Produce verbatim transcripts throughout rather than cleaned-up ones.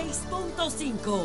seis punto cinco.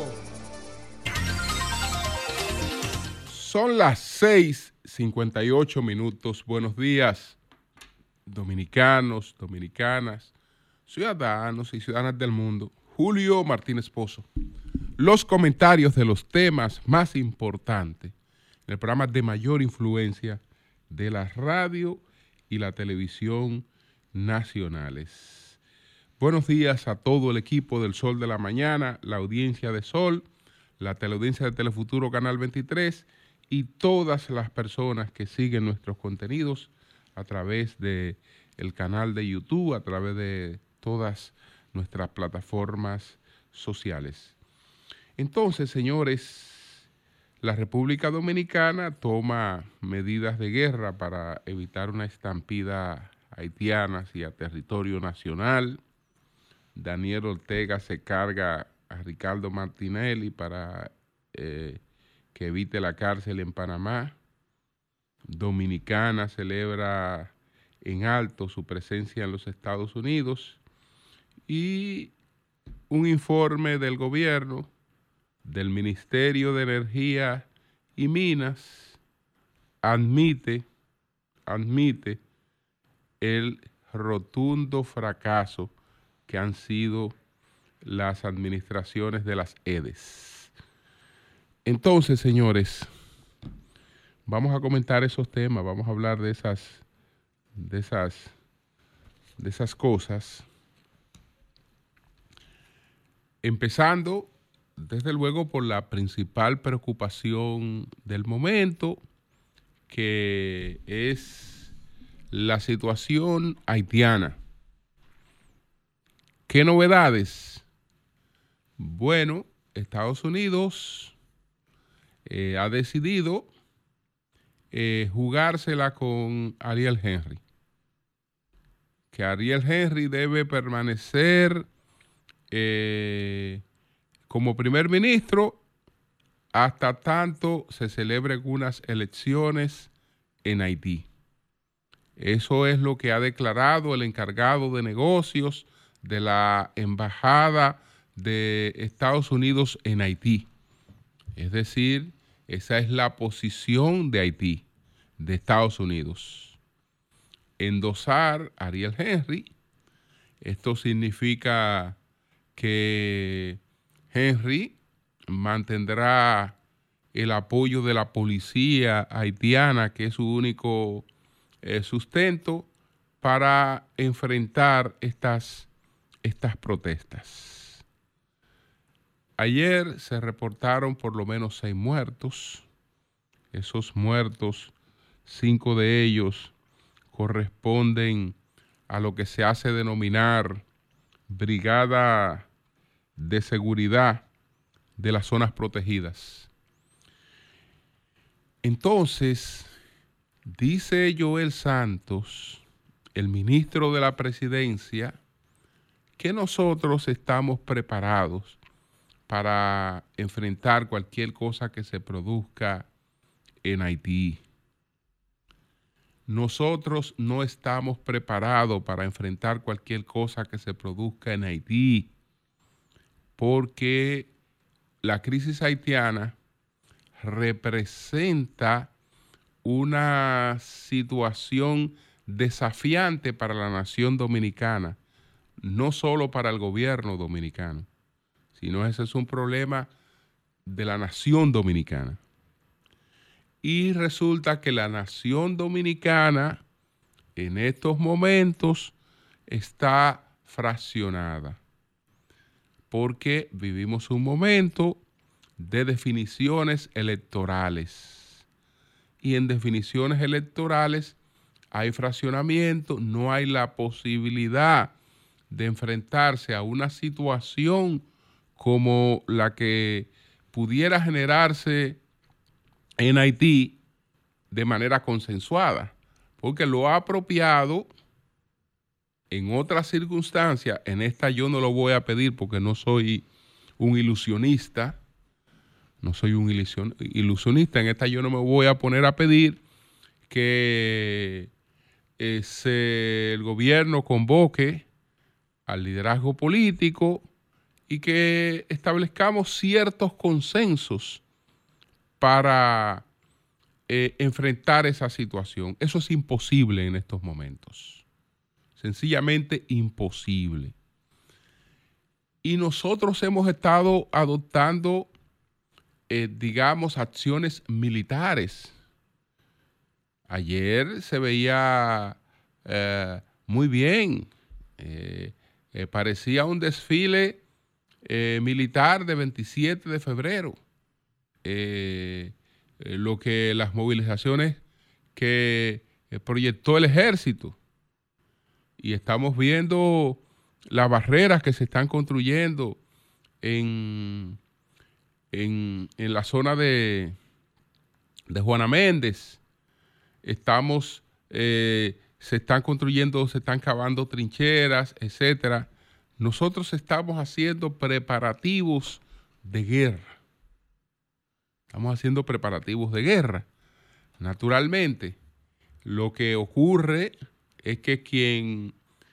Son las seis cincuenta y ocho minutos. Buenos días, dominicanos, dominicanas, ciudadanos y ciudadanas del mundo. Julio Martínez Pozo. Los comentarios de los temas más importantes en el programa de mayor influencia de la radio y la televisión nacionales. Buenos días a todo el equipo del Sol de la Mañana, la audiencia de Sol, la teleaudiencia de Telefuturo Canal veintitrés y todas las personas que siguen nuestros contenidos a través del canal de YouTube, a través de todas nuestras plataformas sociales. Entonces, señores, la República Dominicana toma medidas de guerra para evitar una estampida haitiana hacia territorio nacional. Daniel Ortega se carga a Ricardo Martinelli para eh, que evite la cárcel en Panamá. Dominicana celebra en alto su presencia en los Estados Unidos. Y un informe del gobierno, del Ministerio de Energía y Minas, admite, admite el rotundo fracaso que han sido las administraciones de las E D E S. Entonces, señores, vamos a comentar esos temas, vamos a hablar de esas, de esas, de esas cosas. Empezando, desde luego, por la principal preocupación del momento, que es la situación haitiana. ¿Qué novedades? Bueno, Estados Unidos eh, ha decidido eh, jugársela con Ariel Henry. Que Ariel Henry debe permanecer eh, como primer ministro hasta tanto se celebren unas elecciones en Haití. Eso es lo que ha declarado el encargado de negocios de la Embajada de Estados Unidos en Haití. Es decir, esa es la posición de Haití, de Estados Unidos. Endosar a Ariel Henry, esto significa que Henry mantendrá el apoyo de la policía haitiana, que es su único eh, sustento, para enfrentar estas, estas protestas. Ayer se reportaron por lo menos seis muertos. Esos muertos, cinco de ellos corresponden a lo que se hace denominar Brigada de Seguridad de las Zonas Protegidas. Entonces, dice Joel Santos, el ministro de la Presidencia, que nosotros estamos preparados para enfrentar cualquier cosa que se produzca en Haití. Nosotros no estamos preparados para enfrentar cualquier cosa que se produzca en Haití, porque la crisis haitiana representa una situación desafiante para la nación dominicana, no solo para el gobierno dominicano, sino ese es un problema de la nación dominicana. Y resulta que la nación dominicana en estos momentos está fraccionada, porque vivimos un momento de definiciones electorales. Y en definiciones electorales hay fraccionamiento, no hay la posibilidad de enfrentarse a una situación como la que pudiera generarse en Haití de manera consensuada, porque lo ha apropiado en otras circunstancias. En esta yo no lo voy a pedir porque no soy un ilusionista, no soy un ilusion, ilusionista, en esta yo no me voy a poner a pedir que ese, el gobierno convoque al liderazgo político y que establezcamos ciertos consensos para eh, enfrentar esa situación. Eso es imposible en estos momentos. Sencillamente imposible. Y nosotros hemos estado adoptando, eh, digamos, acciones militares. Ayer se veía eh, muy bien. Eh, eh, parecía un desfile eh, militar de veintisiete de febrero. Eh, eh, lo que las movilizaciones que eh, proyectó el ejército. Y estamos viendo las barreras que se están construyendo en, en, en la zona de, de Juana Méndez. Estamos, eh, se están construyendo, se están cavando trincheras, etcétera. Nosotros estamos haciendo preparativos de guerra. Estamos haciendo preparativos de guerra. Naturalmente, lo que ocurre es que quien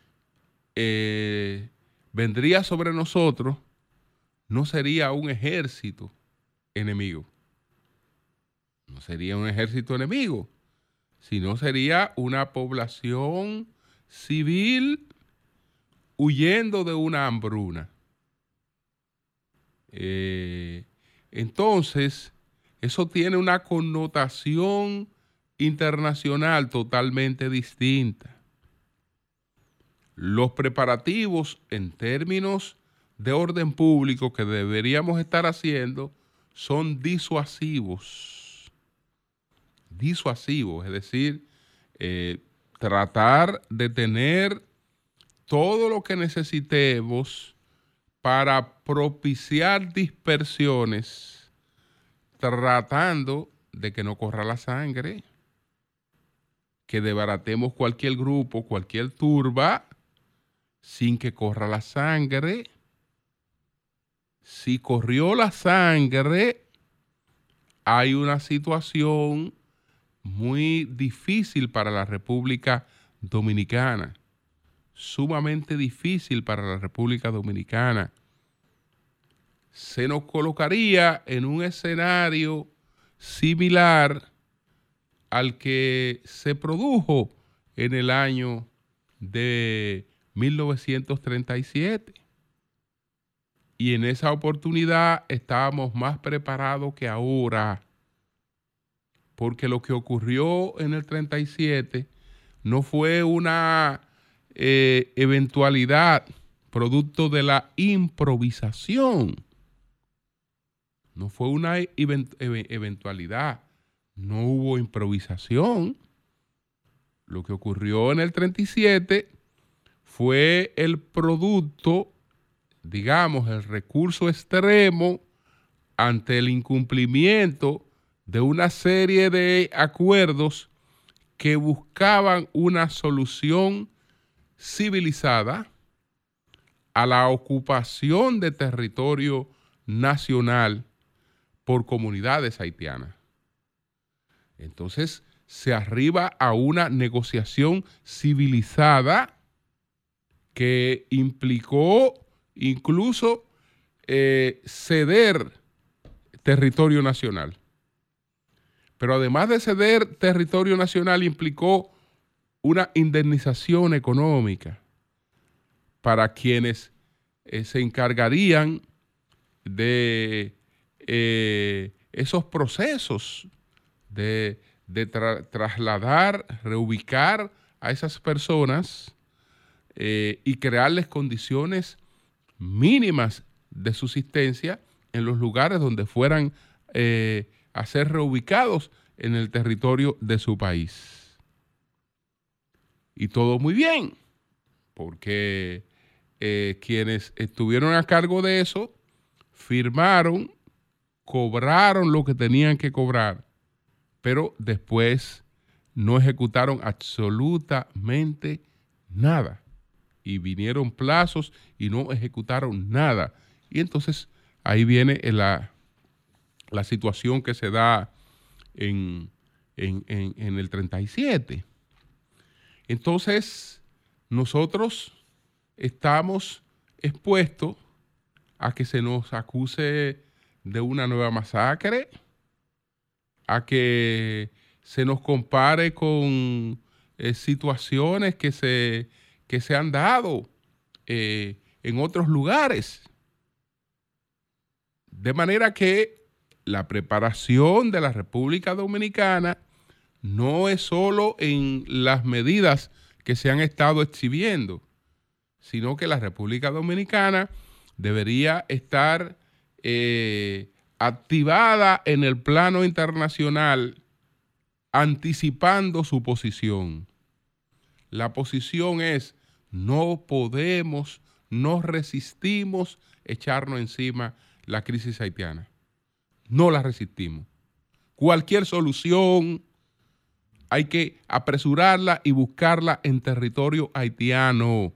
eh, vendría sobre nosotros no sería un ejército enemigo. No sería un ejército enemigo, sino sería una población civil huyendo de una hambruna. Eh, entonces, eso tiene una connotación internacional totalmente distinta. Los preparativos en términos de orden público que deberíamos estar haciendo son disuasivos. Disuasivos, es decir, eh, tratar de tener todo lo que necesitemos para propiciar dispersiones, tratando de que no corra la sangre, que desbaratemos cualquier grupo, cualquier turba, sin que corra la sangre. Si corrió la sangre, hay una situación muy difícil para la República Dominicana, sumamente difícil para la República Dominicana. Se nos colocaría en un escenario similar al que se produjo en el año de mil novecientos treinta y siete. Y en esa oportunidad estábamos más preparados que ahora, porque lo que ocurrió en el treinta y siete no fue una eh, eventualidad producto de la improvisación. No fue una event eventualidad, no hubo improvisación. Lo que ocurrió en el treinta y siete fue el producto, digamos, el recurso extremo ante el incumplimiento de una serie de acuerdos que buscaban una solución civilizada a la ocupación de territorio nacional por comunidades haitianas. Entonces se arriba a una negociación civilizada que implicó incluso eh, ceder territorio nacional. Pero además de ceder territorio nacional, implicó una indemnización económica para quienes eh, se encargarían de eh, esos procesos de, de tra trasladar, reubicar a esas personas eh, y crearles condiciones mínimas de subsistencia en los lugares donde fueran eh, a ser reubicados en el territorio de su país. Y todo muy bien, porque eh, quienes estuvieron a cargo de eso firmaron, cobraron lo que tenían que cobrar, pero después no ejecutaron absolutamente nada. Y vinieron plazos y no ejecutaron nada. Y entonces ahí viene la, la situación que se da en, en, en, en el treinta y siete. Entonces nosotros estamos expuestos a que se nos acuse de una nueva masacre, a que se nos compare con eh, situaciones que se, que se han dado eh, en otros lugares. De manera que la preparación de la República Dominicana no es solo en las medidas que se han estado exhibiendo, sino que la República Dominicana debería estar eh, activada en el plano internacional, anticipando su posición. La posición es: no podemos, no resistimos echarnos encima la crisis haitiana. No la resistimos. Cualquier solución hay que apresurarla y buscarla en territorio haitiano.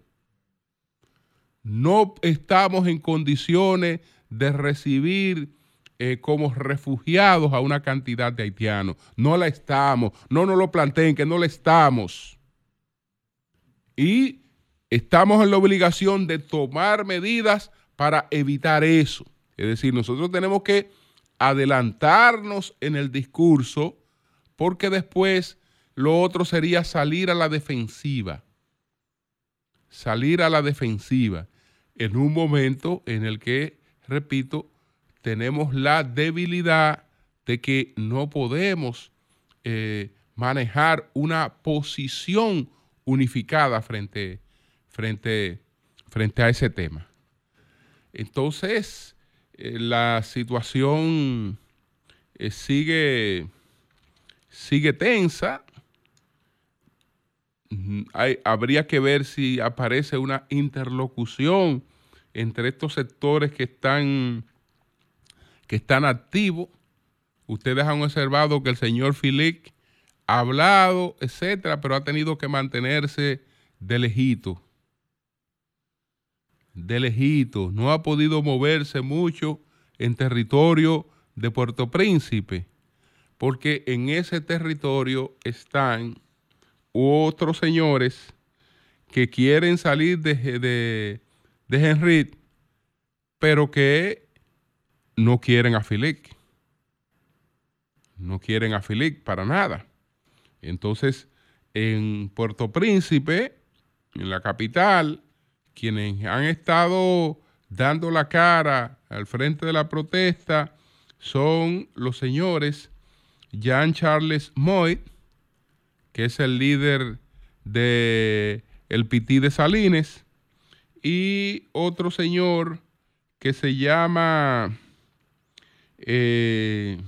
No estamos en condiciones de recibir eh, como refugiados a una cantidad de haitianos. No la estamos. No nos lo planteen, que no la estamos. Y estamos en la obligación de tomar medidas para evitar eso. Es decir, nosotros tenemos que adelantarnos en el discurso, porque después lo otro sería salir a la defensiva. Salir a la defensiva en un momento en el que, repito, tenemos la debilidad de que no podemos eh, manejar una posición unificada frente, frente, frente a ese tema. Entonces, eh, la situación eh, sigue, sigue tensa. Hay, habría que ver si aparece una interlocución entre estos sectores que están, que están activos. Ustedes han observado que el señor Filic ha hablado, etcétera, pero ha tenido que mantenerse de lejito. De lejito. No ha podido moverse mucho en territorio de Puerto Príncipe, porque en ese territorio están otros señores que quieren salir de, de, de Henry, pero que no quieren a Filic. No quieren a Filic para nada. Entonces, en Puerto Príncipe, en la capital, quienes han estado dando la cara al frente de la protesta son los señores Jean Charles Moy, que es el líder de el P T de Salines, y otro señor que se llama eh,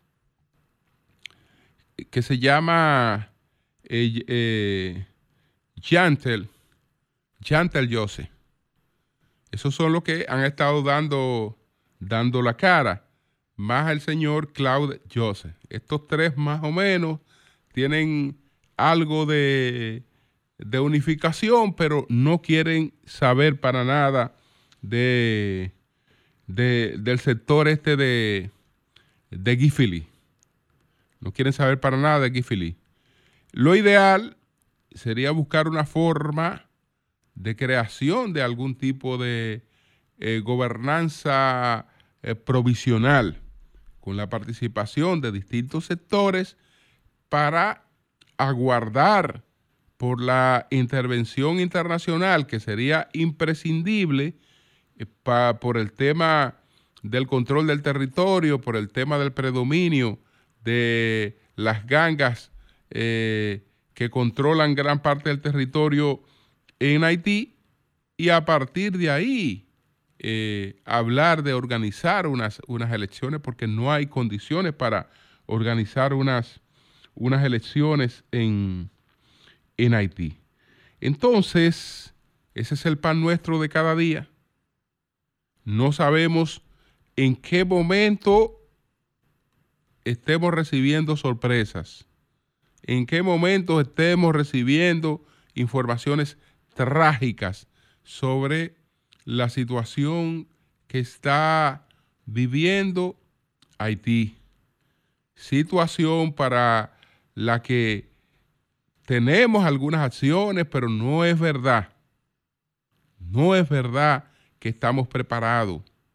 que se llama eh, eh, Chantel, Chantel Jose. Esos son los que han estado dando, dando la cara, más el señor Claude Jose. Estos tres más o menos tienen algo de, de unificación, pero no quieren saber para nada de, de, del sector este de, de Guy Philippe. No quieren saber para nada de Guy Philippe. Lo ideal sería buscar una forma de creación de algún tipo de eh, gobernanza eh, provisional con la participación de distintos sectores para aguardar por la intervención internacional, que sería imprescindible eh, pa, por el tema del control del territorio, por el tema del predominio de las gangas eh, que controlan gran parte del territorio en Haití, y a partir de ahí eh, hablar de organizar unas, unas elecciones, porque no hay condiciones para organizar unas, unas elecciones en, en Haití. Entonces, ese es el pan nuestro de cada día. No sabemos en qué momento estemos recibiendo sorpresas, en qué momento estemos recibiendo informaciones trágicas sobre la situación que está viviendo Haití. Situación para la que tenemos algunas acciones, pero no es verdad. No es verdad que estamos preparados.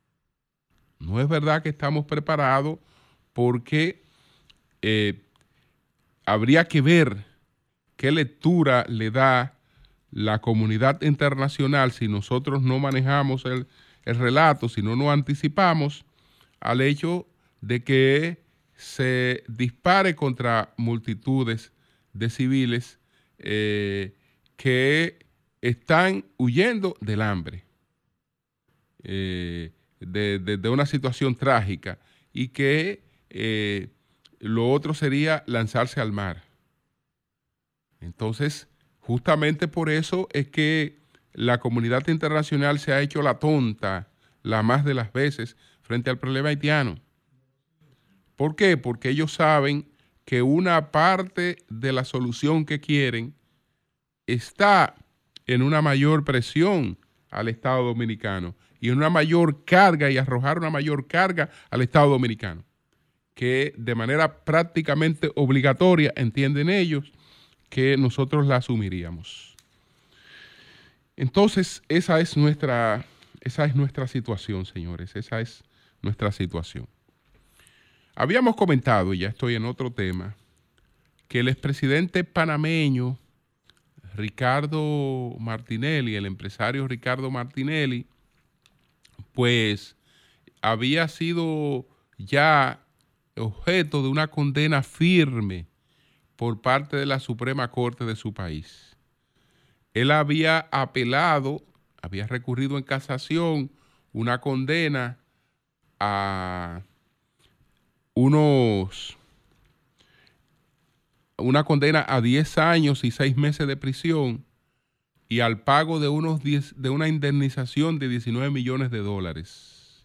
No es verdad que estamos preparados porque eh, habría que ver qué lectura le da la comunidad internacional si nosotros no manejamos el, el relato, si no nos anticipamos al hecho de que se dispare contra multitudes de civiles eh, que están huyendo del hambre, eh, de, de, de una situación trágica, y que eh, lo otro sería lanzarse al mar. Entonces, justamente por eso es que la comunidad internacional se ha hecho la tonta la más de las veces frente al problema haitiano. ¿Por qué? Porque ellos saben que una parte de la solución que quieren está en una mayor presión al Estado Dominicano y en una mayor carga y arrojar una mayor carga al Estado Dominicano, que de manera prácticamente obligatoria, entienden ellos, que nosotros la asumiríamos. Entonces, esa es nuestra, esa es nuestra situación, señores, esa es nuestra situación. Habíamos comentado, y ya estoy en otro tema, que el expresidente panameño Ricardo Martinelli, el empresario Ricardo Martinelli, pues había sido ya objeto de una condena firme por parte de la Suprema Corte de su país. Él había apelado, había recurrido en casación una condena a unos, una condena a diez años y seis meses de prisión y al pago de, unos diez, de una indemnización de diecinueve millones de dólares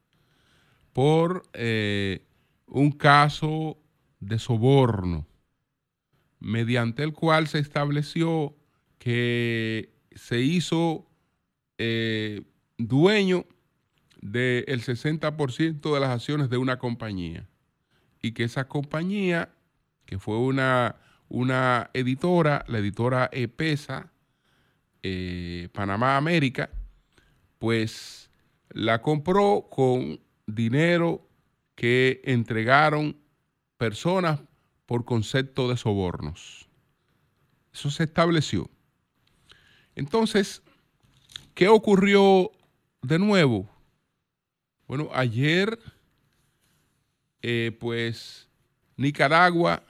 por eh, un caso de soborno, mediante el cual se estableció que se hizo eh, dueño del sesenta por ciento de las acciones de una compañía y que esa compañía, que fue una, una editora, la editora EPESA, eh, Panamá América, pues la compró con dinero que entregaron personas por concepto de sobornos. Eso se estableció. Entonces, ¿qué ocurrió de nuevo? Bueno, ayer, eh, pues, Nicaragua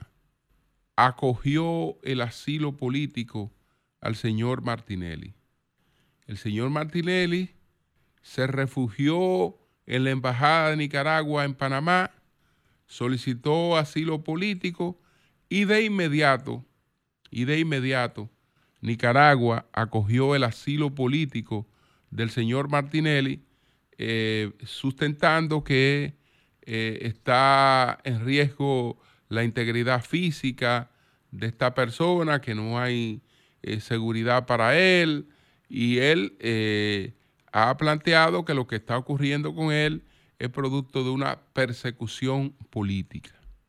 acogió el asilo político al señor Martinelli. El señor Martinelli se refugió en la Embajada de Nicaragua en Panamá, solicitó asilo político y de inmediato, y de inmediato, Nicaragua acogió el asilo político del señor Martinelli, eh, sustentando que eh, está en riesgo la integridad física de esta persona, que no hay eh, seguridad para él, y él eh, ha planteado que lo que está ocurriendo con él es producto de una persecución política.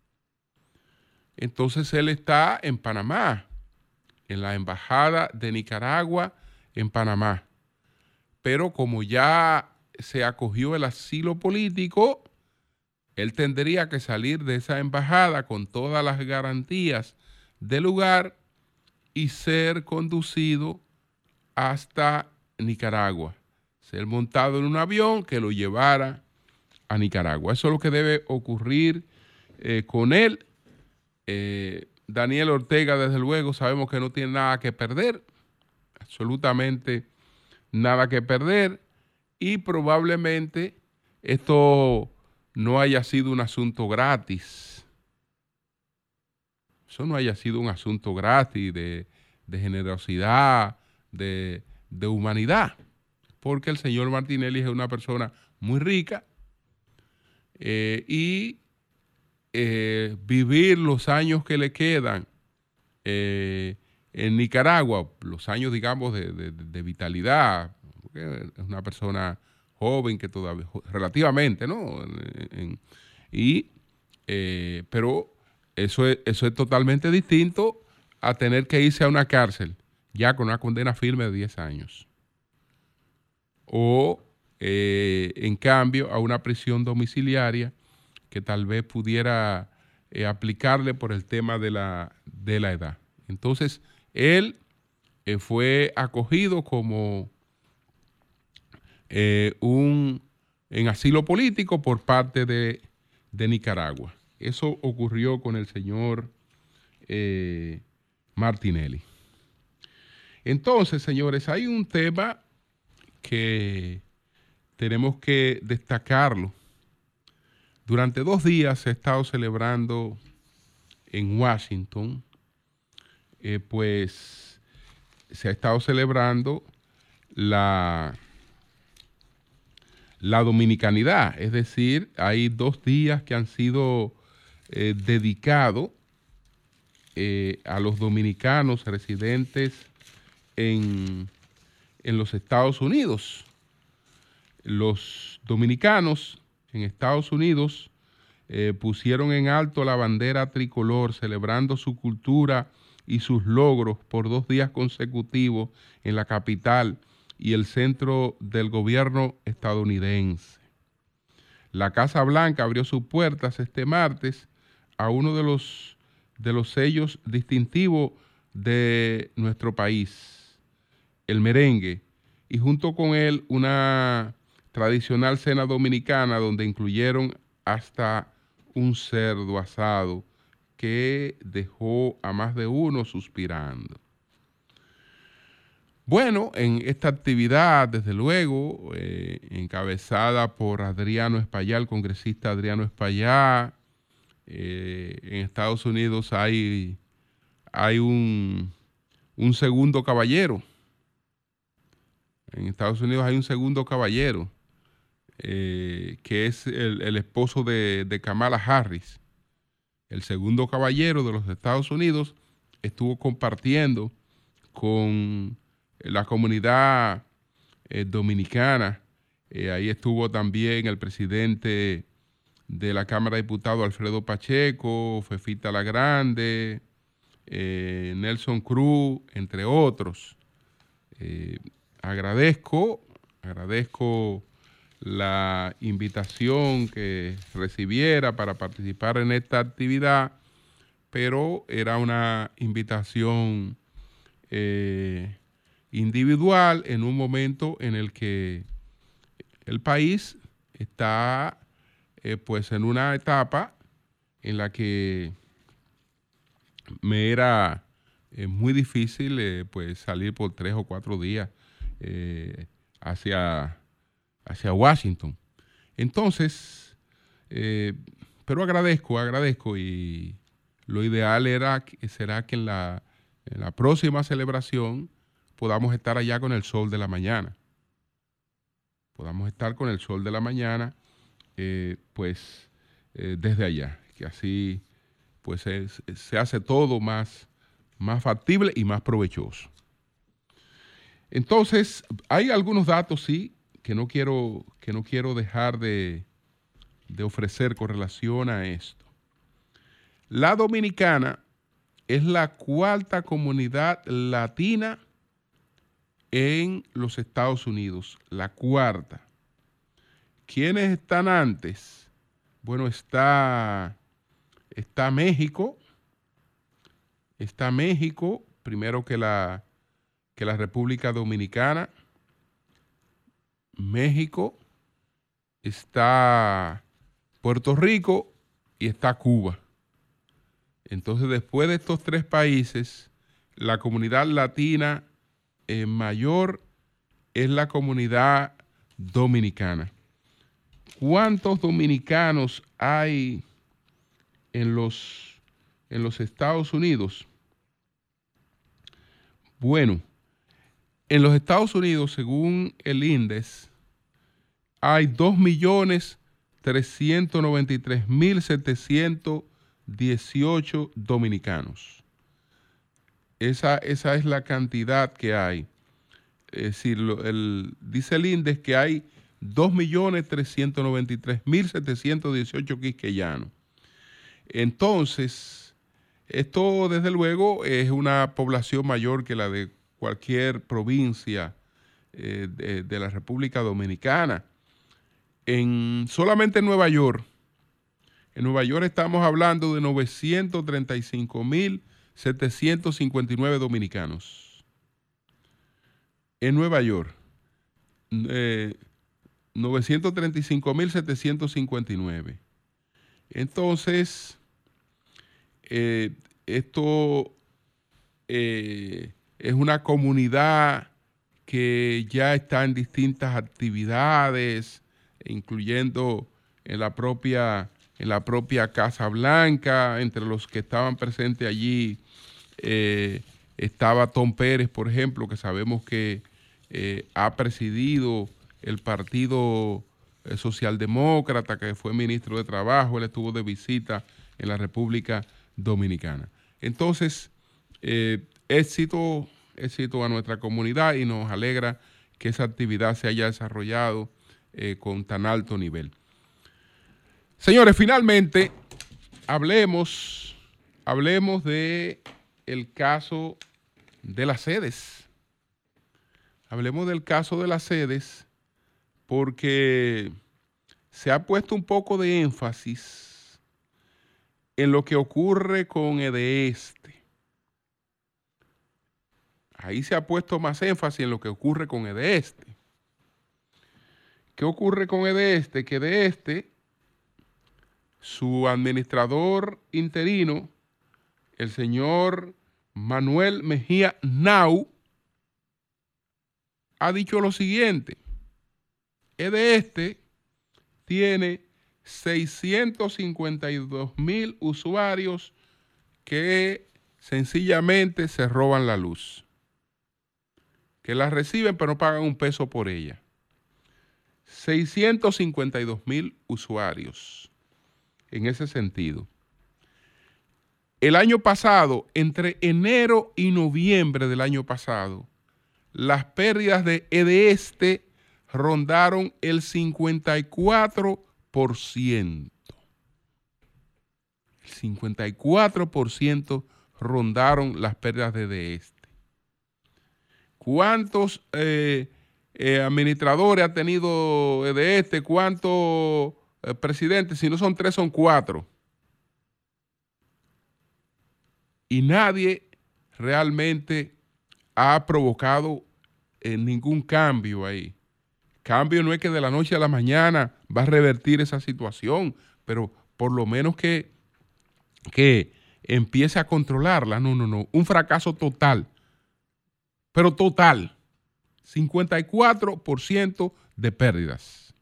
Entonces él está en Panamá, en la Embajada de Nicaragua en Panamá. Pero como ya se acogió el asilo político, él tendría que salir de esa embajada con todas las garantías del lugar y ser conducido hasta Nicaragua. Ser montado en un avión que lo llevara a Nicaragua. Eso es lo que debe ocurrir eh, con él. Eh, Daniel Ortega, desde luego, sabemos que no tiene nada que perder, absolutamente nada que perder, y probablemente esto no haya sido un asunto gratis. Eso no haya sido un asunto gratis de, de generosidad, de, de humanidad, porque el señor Martinelli es una persona muy rica eh, y eh, vivir los años que le quedan eh, en Nicaragua, los años, digamos, de, de, de vitalidad, porque es una persona joven que todavía, relativamente, ¿no? En, en, y, eh, pero eso es, eso es totalmente distinto a tener que irse a una cárcel ya con una condena firme de diez años. O eh, en cambio, a una prisión domiciliaria que tal vez pudiera eh, aplicarle por el tema de la, de la edad. Entonces, él eh, fue acogido como eh, un en asilo político por parte de, de Nicaragua. Eso ocurrió con el señor eh, Martinelli. Entonces, señores, hay un tema que tenemos que destacarlo. Durante dos días se ha estado celebrando en Washington, eh, pues se ha estado celebrando la, la dominicanidad, es decir, hay dos días que han sido eh, dedicados eh, a los dominicanos residentes en, en los Estados Unidos. Los dominicanos en Estados Unidos eh, pusieron en alto la bandera tricolor, celebrando su cultura y sus logros por dos días consecutivos en la capital y el centro del gobierno estadounidense. La Casa Blanca abrió sus puertas este martes a uno de los, de los sellos distintivos de nuestro país, el merengue, y junto con él una tradicional cena dominicana donde incluyeron hasta un cerdo asado que dejó a más de uno suspirando. Bueno, en esta actividad, desde luego, eh, encabezada por Adriano Espaillá, congresista Adriano Espaillá, eh, en Estados Unidos hay, hay un, un segundo caballero. En Estados Unidos hay un segundo caballero, eh, que es el, el esposo de, de Kamala Harris. El segundo caballero de los Estados Unidos estuvo compartiendo con la comunidad eh, dominicana. Eh, ahí estuvo también el presidente de la Cámara de Diputados, Alfredo Pacheco, Fefita La Grande, eh, Nelson Cruz, entre otros. Eh, agradezco, agradezco la invitación que recibiera para participar en esta actividad, pero era una invitación eh, individual en un momento en el que el país está eh, pues en una etapa en la que me era eh, muy difícil eh, pues salir por tres o cuatro días eh, hacia, hacia Washington. Entonces, eh, pero agradezco, agradezco y lo ideal era, será que en la, en la próxima celebración podamos estar allá con el sol de la mañana. Podamos estar con el sol de la mañana, eh, pues eh, desde allá, que así pues es, se hace todo más, más factible y más provechoso. Entonces, hay algunos datos, sí, que no quiero, que no quiero dejar de, de ofrecer con relación a esto. La dominicana es la cuarta comunidad latina en los Estados Unidos, la cuarta. ¿Quiénes están antes? Bueno, está, está México, está México, primero que la, que la República Dominicana. México, está Puerto Rico y está Cuba. Entonces, después de estos tres países, la comunidad latina eh, mayor es la comunidad dominicana. ¿Cuántos dominicanos hay en los, en los Estados Unidos? Bueno, en los Estados Unidos, según el índice, hay dos millones trescientos noventa y tres mil setecientos dieciocho dominicanos. Esa, esa es la cantidad que hay. Es decir, lo, el, dice el índice que hay dos millones trescientos noventa y tres mil setecientos dieciocho quisqueyanos. Entonces, esto desde luego es una población mayor que la de cualquier provincia eh, de, de la República Dominicana. en solamente en Nueva York, en Nueva York estamos hablando de novecientos treinta y cinco mil setecientos cincuenta y nueve dominicanos. En Nueva York, eh, novecientos treinta y cinco mil setecientos cincuenta y nueve. Entonces, eh, esto eh, es una comunidad que ya está en distintas actividades, incluyendo en la propia, en la propia Casa Blanca. Entre los que estaban presentes allí eh, estaba Tom Pérez, por ejemplo, que sabemos que eh, ha presidido el Partido eh, Socialdemócrata, que fue ministro de Trabajo. Él estuvo de visita en la República Dominicana. Entonces, eh, éxito, éxito a nuestra comunidad, y nos alegra que esa actividad se haya desarrollado eh, con tan alto nivel. Señores, finalmente, hablemos, hablemos de el caso de las sedes. Hablemos del caso de las sedes porque se ha puesto un poco de énfasis en lo que ocurre con EDESTE. Ahí se ha puesto más énfasis en lo que ocurre con EDESTE. ¿Qué ocurre con EDESTE? Que EDESTE, su administrador interino, el señor Manuel Mejía Nau, ha dicho lo siguiente: EDESTE tiene seiscientos cincuenta y dos mil usuarios que sencillamente se roban la luz, que la reciben pero no pagan un peso por ella. seiscientos cincuenta y dos mil usuarios en ese sentido. El año pasado, entre enero y noviembre del año pasado, las pérdidas de EDESTE rondaron el cincuenta y cuatro por ciento. El cincuenta y cuatro por ciento rondaron las pérdidas de EDESTE. ¿Cuántos eh, eh, administradores ha tenido EDESTE? ¿Cuántos eh, presidentes? Si no son tres, son cuatro. Y nadie realmente ha provocado eh, ningún cambio ahí. Cambio no es que de la noche a la mañana va a revertir esa situación, pero por lo menos que, que empiece a controlarla. No, no, no. Un fracaso total. Pero total. cincuenta y cuatro por ciento de pérdidas.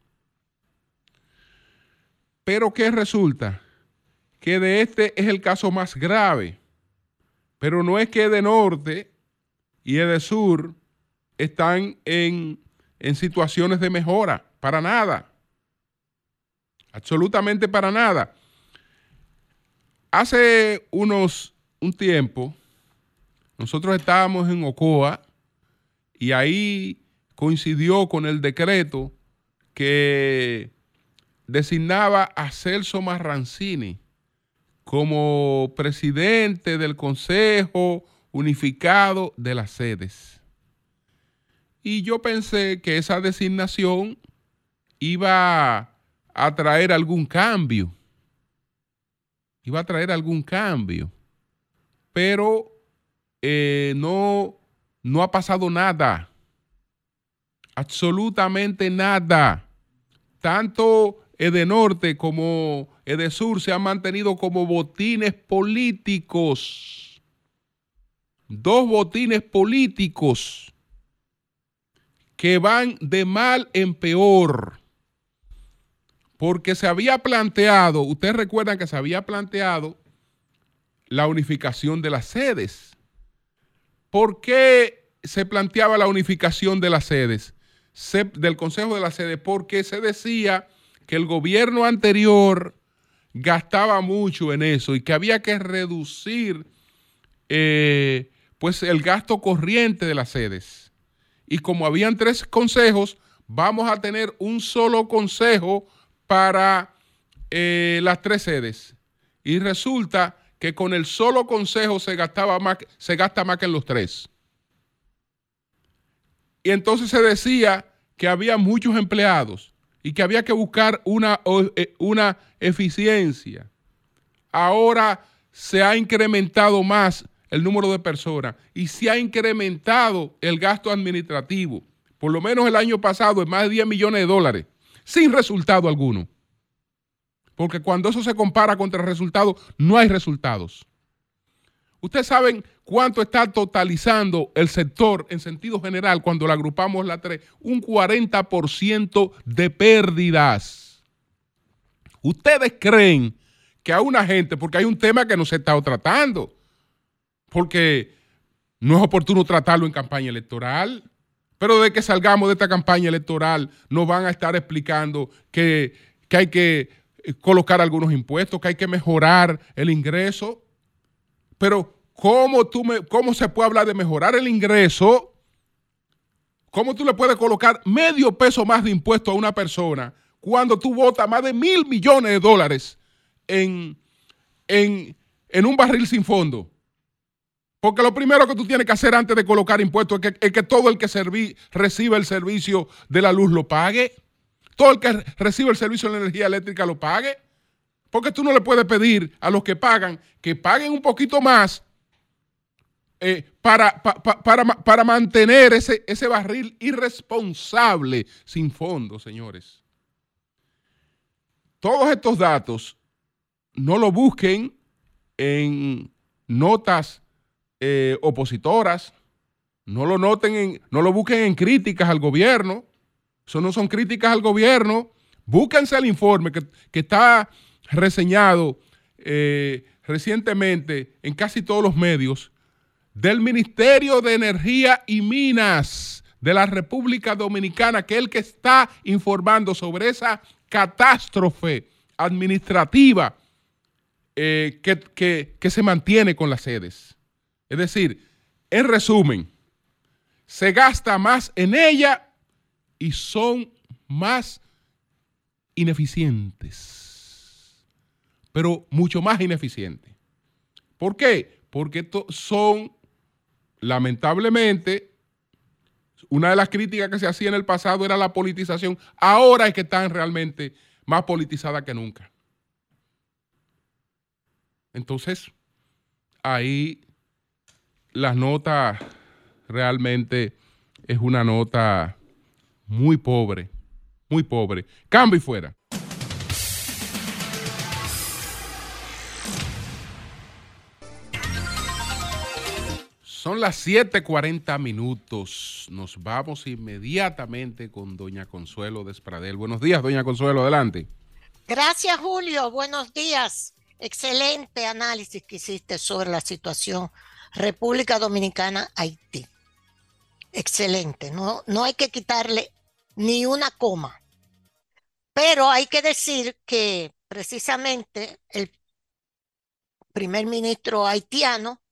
Pero ¿qué resulta? Que de este es el caso más grave. Pero no es que EDENORTE y EDESUR están en, en situaciones de mejora. Para nada. Absolutamente para nada. Hace unos, un tiempo, nosotros estábamos en Ocoa y ahí coincidió con el decreto que designaba a Celso Marrancini como presidente del Consejo Unificado de las Sedes. Y yo pensé que esa designación iba a traer algún cambio. Iba a traer algún cambio. Pero eh, no, no ha pasado nada. Absolutamente nada. Tanto EDENORTE como EDESUR se han mantenido como botines políticos. Dos botines políticos que van de mal en peor. Porque se había planteado, ustedes recuerdan que se había planteado la unificación de las sedes. ¿Por qué se planteaba la unificación de las sedes? Se, del Consejo de las Sedes, porque se decía que el gobierno anterior gastaba mucho en eso y que había que reducir eh, pues el gasto corriente de las sedes. Y como habían tres consejos, vamos a tener un solo consejo para eh, las tres sedes. Y resulta que con el solo consejo se gastaba más, se gasta más que en los tres. Y entonces se decía que había muchos empleados. y que había que buscar una, una eficiencia. Ahora se ha incrementado más el número de personas y se ha incrementado el gasto administrativo, por lo menos el año pasado, en más de diez millones de dólares, sin resultado alguno. Porque cuando eso se compara contra el resultado, no hay resultados. Ustedes saben cuánto está totalizando el sector en sentido general cuando le agrupamos la tres, un cuarenta por ciento de pérdidas. Ustedes creen que a una gente, porque hay un tema que no se está tratando, porque no es oportuno tratarlo en campaña electoral, pero de que salgamos de esta campaña electoral nos van a estar explicando que, que hay que colocar algunos impuestos, que hay que mejorar el ingreso. Pero ¿cómo, tú me, ¿cómo se puede hablar de mejorar el ingreso? ¿Cómo tú le puedes colocar medio peso más de impuesto a una persona cuando tú botas más de mil millones de dólares en, en, en un barril sin fondo? Porque lo primero que tú tienes que hacer antes de colocar impuestos es que, es que todo el que serví, reciba el servicio de la luz lo pague. Todo el que reciba el servicio de la energía eléctrica lo pague. Porque tú no le puedes pedir a los que pagan que paguen un poquito más eh, para, pa, pa, para, para mantener ese, ese barril irresponsable sin fondo, señores. Todos estos datos no lo busquen en notas eh, opositoras, no lo noten en, no lo busquen en críticas al gobierno. Eso no son críticas al gobierno. Búsquense el informe que, que está reseñado eh, recientemente en casi todos los medios del Ministerio de Energía y Minas de la República Dominicana, que es el que está informando sobre esa catástrofe administrativa eh, que, que, que se mantiene con las sedes. Es decir, en resumen, se gasta más en ella y son más ineficientes, pero mucho más ineficientes. ¿Por qué? Porque son, lamentablemente, una de las críticas que se hacía en el pasado era la politización. Ahora es que están realmente más politizadas que nunca. Entonces, ahí las notas realmente es una nota muy pobre, muy pobre. Cambio y fuera. Son las siete cuarenta minutos. Nos vamos inmediatamente con doña Consuelo Despradel. Buenos días, doña Consuelo, adelante. Gracias, Julio. Buenos días. Excelente análisis que hiciste sobre la situación República Dominicana-Haití. Excelente. No, no hay que quitarle ni una coma. Pero hay que decir que precisamente el primer ministro haitiano,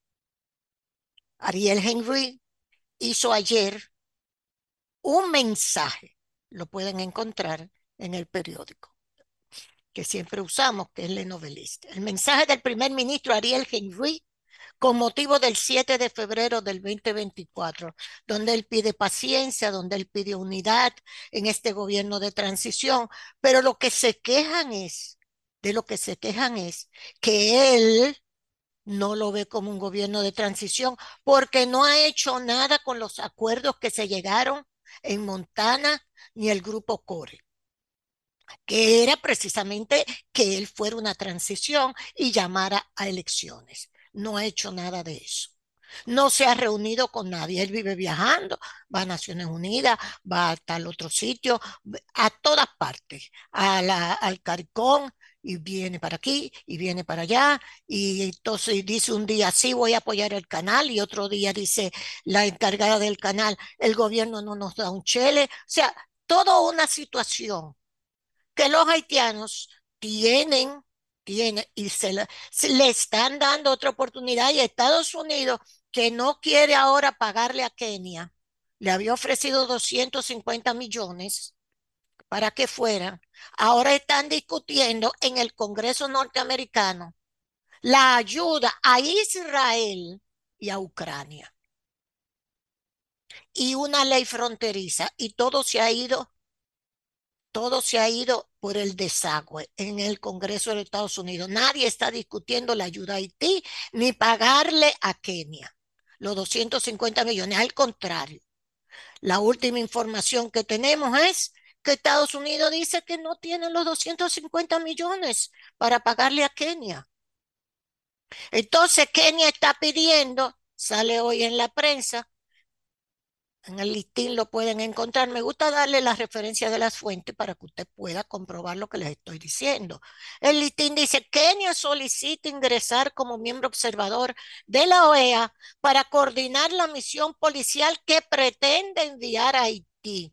Ariel Henry, hizo ayer un mensaje. Lo pueden encontrar en el periódico que siempre usamos, que es Le Noveliste. El mensaje del primer ministro Ariel Henry con motivo del siete de febrero del veinte veinticuatro, donde él pide paciencia, donde él pide unidad en este gobierno de transición, pero lo que se quejan es, de lo que se quejan es que él no lo ve como un gobierno de transición porque no ha hecho nada con los acuerdos que se llegaron en Montana ni el grupo Core, que era precisamente que él fuera una transición y llamara a elecciones. No ha hecho nada de eso. No se ha reunido con nadie. Él vive viajando, va a Naciones Unidas, va a tal otro sitio, a todas partes, a la, al CARICOM, y viene para aquí y viene para allá. Y entonces dice un día, sí, voy a apoyar el canal, y otro día dice la encargada del canal, el gobierno no nos da un chele. O sea, toda una situación que los haitianos tienen, tienen y se le, se le están dando otra oportunidad, y Estados Unidos, que no quiere ahora pagarle a Kenia, le había ofrecido doscientos cincuenta millones para que fuera. Ahora están discutiendo en el Congreso norteamericano la ayuda a Israel y a Ucrania y una ley fronteriza, y todo se ha ido todo se ha ido por el desagüe en el Congreso de los Estados Unidos. Nadie está discutiendo la ayuda a Haití ni pagarle a Kenia los doscientos cincuenta millones. Al contrario, la última información que tenemos es que Estados Unidos dice que no tiene los doscientos cincuenta millones para pagarle a Kenia. Entonces Kenia está pidiendo, sale hoy en la prensa, en el listín lo pueden encontrar. Me gusta darle las referencias de las fuentes para que usted pueda comprobar lo que les estoy diciendo. El listín dice, Kenia solicita ingresar como miembro observador de la O E A para coordinar la misión policial que pretende enviar a Haití.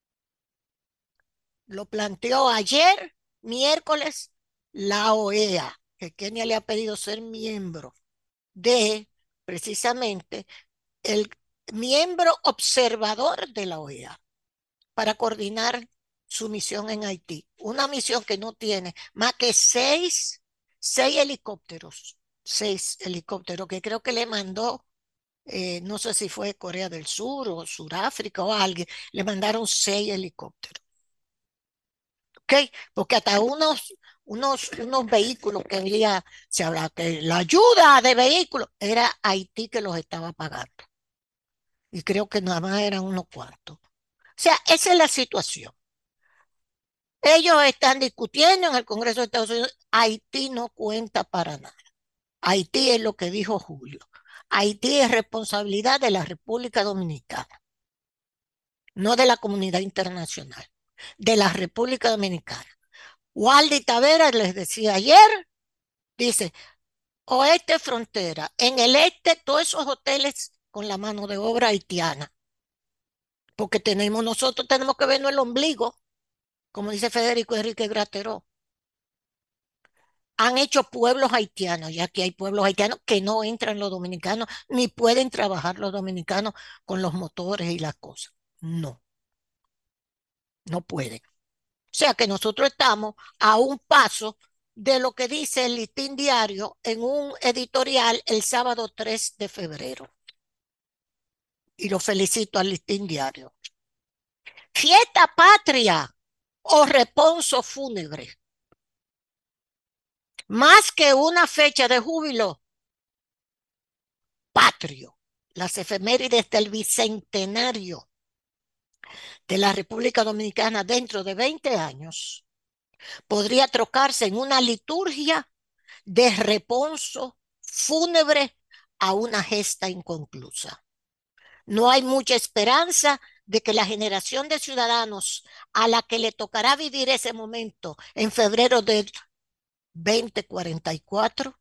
Lo planteó ayer, miércoles, la O E A, que Kenia le ha pedido ser miembro de, precisamente, el miembro observador de la O E A para coordinar su misión en Haití. Una misión que no tiene más que seis, seis helicópteros, seis helicópteros que creo que le mandó, eh, no sé si fue Corea del Sur o Sudáfrica o alguien, le mandaron seis helicópteros. ¿Ok? Porque hasta unos, unos, unos vehículos que había, se habla que la ayuda de vehículos era Haití que los estaba pagando. Y creo que nada más eran unos cuantos. O sea, esa es la situación. Ellos están discutiendo en el Congreso de Estados Unidos. Haití no cuenta para nada. Haití es lo que dijo Julio. Haití es responsabilidad de la República Dominicana, no de la comunidad internacional, de la República Dominicana. Waldy Taveras les decía ayer, dice, oeste frontera, en el este todos esos hoteles con la mano de obra haitiana, porque tenemos nosotros tenemos que vernos el ombligo, como dice Federico Enrique Grateró. Han hecho pueblos haitianos, ya que hay pueblos haitianos que no entran los dominicanos, ni pueden trabajar los dominicanos con los motores y las cosas. No, no pueden. O sea que nosotros estamos a un paso de lo que dice el Listín Diario en un editorial el sábado tres de febrero. Y lo felicito al Listín Diario. Fiesta patria o reponso fúnebre. Más que una fecha de júbilo patrio, las efemérides del bicentenario de la República Dominicana dentro de veinte años podría trocarse en una liturgia de reponso fúnebre a una gesta inconclusa. No hay mucha esperanza de que la generación de ciudadanos a la que le tocará vivir ese momento en febrero del veinte cuarenta y cuatro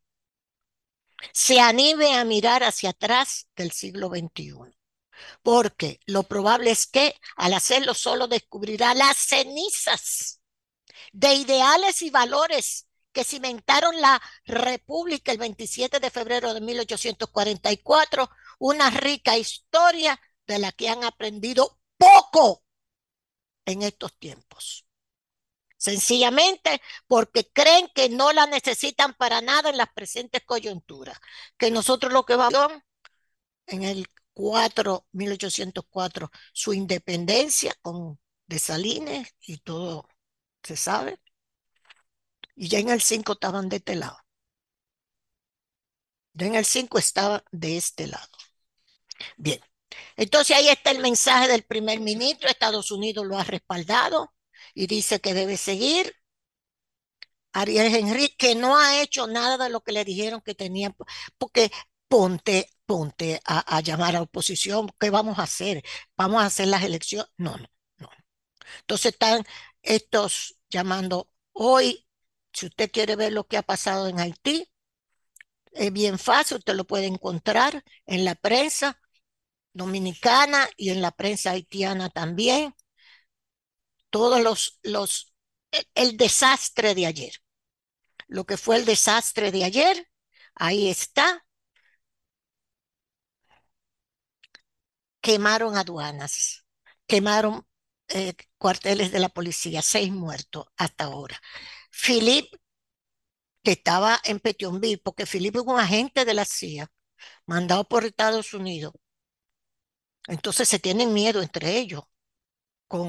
se anime a mirar hacia atrás del siglo veintiuno, porque lo probable es que al hacerlo solo descubrirá las cenizas de ideales y valores que cimentaron la República el veintisiete de febrero de mil ochocientos cuarenta y cuatro, una rica historia de la que han aprendido poco en estos tiempos. Sencillamente porque creen que no la necesitan para nada en las presentes coyunturas, que nosotros lo que vamos en el cuatro, mil ochocientos cuatro, su independencia con Dessalines y todo, se sabe, y ya en el cinco estaban de este lado. Ya en el cinco estaban de este lado. Bien, entonces ahí está el mensaje del primer ministro. Estados Unidos lo ha respaldado y dice que debe seguir. Ariel Henry, que no ha hecho nada de lo que le dijeron que tenía, porque ponte, ponte a, a llamar a oposición. ¿Qué vamos a hacer? ¿Vamos a hacer las elecciones? No, no, no. Entonces están estos llamando hoy. Si usted quiere ver lo que ha pasado en Haití, es bien fácil, usted lo puede encontrar en la prensa dominicana y en la prensa haitiana también. Todos los, los, el desastre de ayer, lo que fue el desastre de ayer, ahí está. Quemaron aduanas, quemaron eh, cuarteles de la policía, seis muertos hasta ahora. Philip, que estaba en Petionville, porque Philip es un agente de la C I A, mandado por Estados Unidos. Entonces se tienen miedo entre ellos con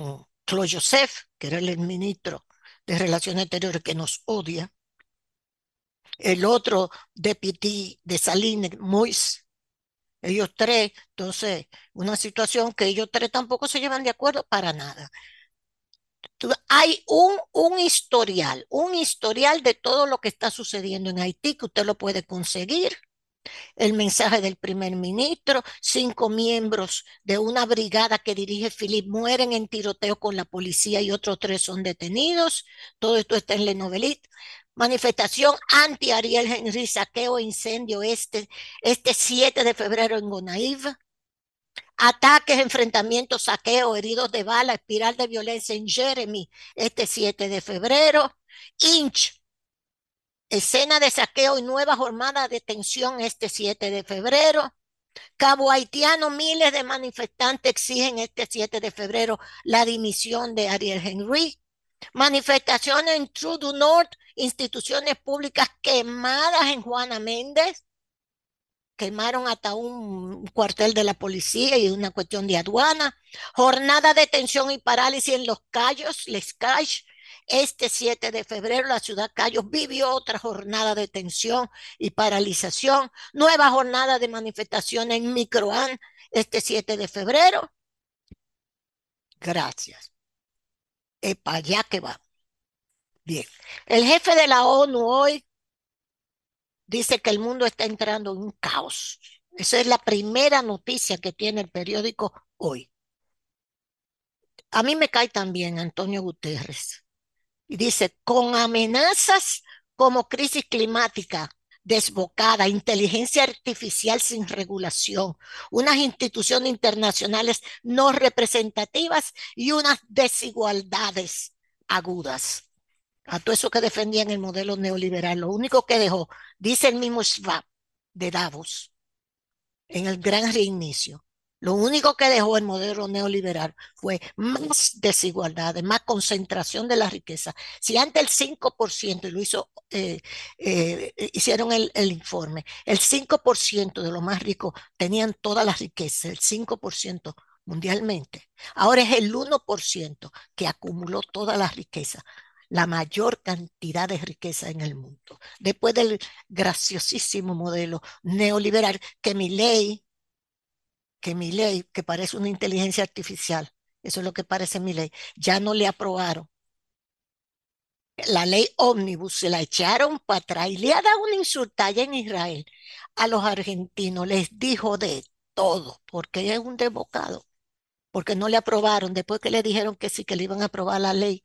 Claude Joseph, que era el ministro de Relaciones Exteriores que nos odia, el otro deputy de Salines, Moïse, ellos tres, entonces, una situación que ellos tres tampoco se llevan de acuerdo para nada. Hay un, un historial, un historial de todo lo que está sucediendo en Haití que usted lo puede conseguir. El mensaje del primer ministro, cinco miembros de una brigada que dirige Philip mueren en tiroteo con la policía y otros tres son detenidos. Todo esto está en Le Noveliste. Manifestación anti-Ariel Henry, saqueo e incendio este, este siete de febrero en Gonaïve. Ataques, enfrentamientos, saqueo, heridos de bala, espiral de violencia en Jeremy este siete de febrero. Inch, escena de saqueo y nueva jornada de tensión este siete de febrero. Cabo Haitiano, miles de manifestantes exigen este siete de febrero la dimisión de Ariel Henry. Manifestaciones en True du Nord, instituciones públicas quemadas en Juana Méndez. Quemaron hasta un cuartel de la policía y una cuestión de aduana. Jornada de tensión y parálisis en Los Cayos, Les Cayos. Este siete de febrero la ciudad Cayos vivió otra jornada de tensión y paralización. Nueva jornada de manifestación en Microán este siete de febrero. Gracias. Es para allá que va. Bien. El jefe de la ONU hoy dice que el mundo está entrando en un caos. Esa es la primera noticia que tiene el periódico hoy. A mí me cae también Antonio Guterres. Y dice, con amenazas como crisis climática desbocada, inteligencia artificial sin regulación, unas instituciones internacionales no representativas y unas desigualdades agudas. A todo eso que defendían el modelo neoliberal, lo único que dejó, dice el mismo Schwab de Davos, en el gran reinicio, lo único que dejó el modelo neoliberal fue más desigualdades, más concentración de la riqueza. Si antes el cinco por ciento, y lo hizo, eh, eh, hicieron el, el, informe, el cinco por ciento de los más ricos tenían toda la riqueza, el cinco por ciento mundialmente. Ahora es el uno por ciento que acumuló toda la riqueza, la mayor cantidad de riqueza en el mundo. Después del graciosísimo modelo neoliberal que Milei, que Milei, que parece una inteligencia artificial, eso es lo que parece Milei, ya no le aprobaron. La ley ómnibus se la echaron para atrás y le ha dado una insultada en Israel a los argentinos, les dijo de todo, porque es un desbocado, porque no le aprobaron, después que le dijeron que sí, que le iban a aprobar la ley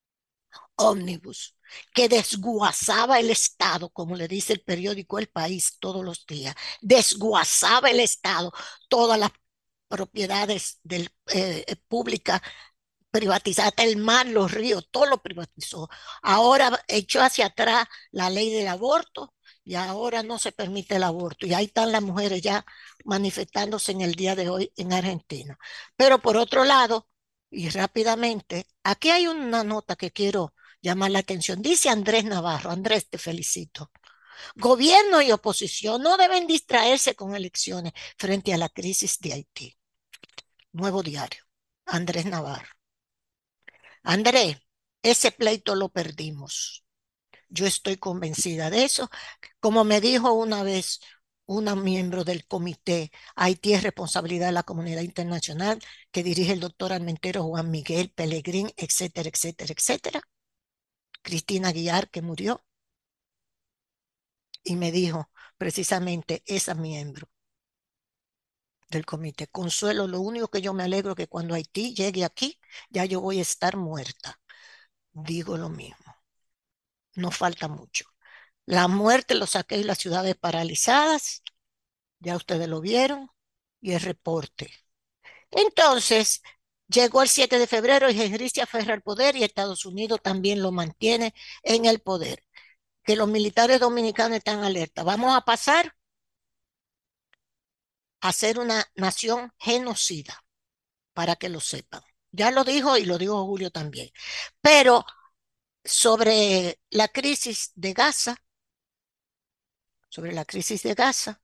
ómnibus, que desguazaba el Estado, como le dice el periódico El País todos los días, desguazaba el Estado, todas las propiedades del, eh, públicas privatizadas, el mar, los ríos, todo lo privatizó. Ahora echó hacia atrás la ley del aborto y ahora no se permite el aborto. Y ahí están las mujeres ya manifestándose en el día de hoy en Argentina. Pero por otro lado, y rápidamente, aquí hay una nota que quiero llamar la atención. Dice Andrés Navarro, Andrés, te felicito. Gobierno y oposición no deben distraerse con elecciones frente a la crisis de Haití. Nuevo Diario, Andrés Navarro. Andrés, ese pleito lo perdimos. Yo estoy convencida de eso. Como me dijo una vez una miembro del comité, Haití es responsabilidad de la comunidad internacional que dirige el doctor Armentero Juan Miguel Pellegrín, etcétera, etcétera, etcétera. Cristina Guiar, que murió, y me dijo precisamente esa miembro del comité, Consuelo, lo único que yo me alegro es que cuando Haití llegue aquí, ya yo voy a estar muerta. Digo lo mismo, no falta mucho. La muerte, los saqueos y las ciudades paralizadas, ya ustedes lo vieron, y el reporte. Entonces, llegó el siete de febrero y Henry se aferra al poder y Estados Unidos también lo mantiene en el poder. Que los militares dominicanos están alerta. Vamos a pasar a ser una nación genocida, para que lo sepan. Ya lo dijo y lo dijo Julio también. Pero sobre la crisis de Gaza, sobre la crisis de Gaza,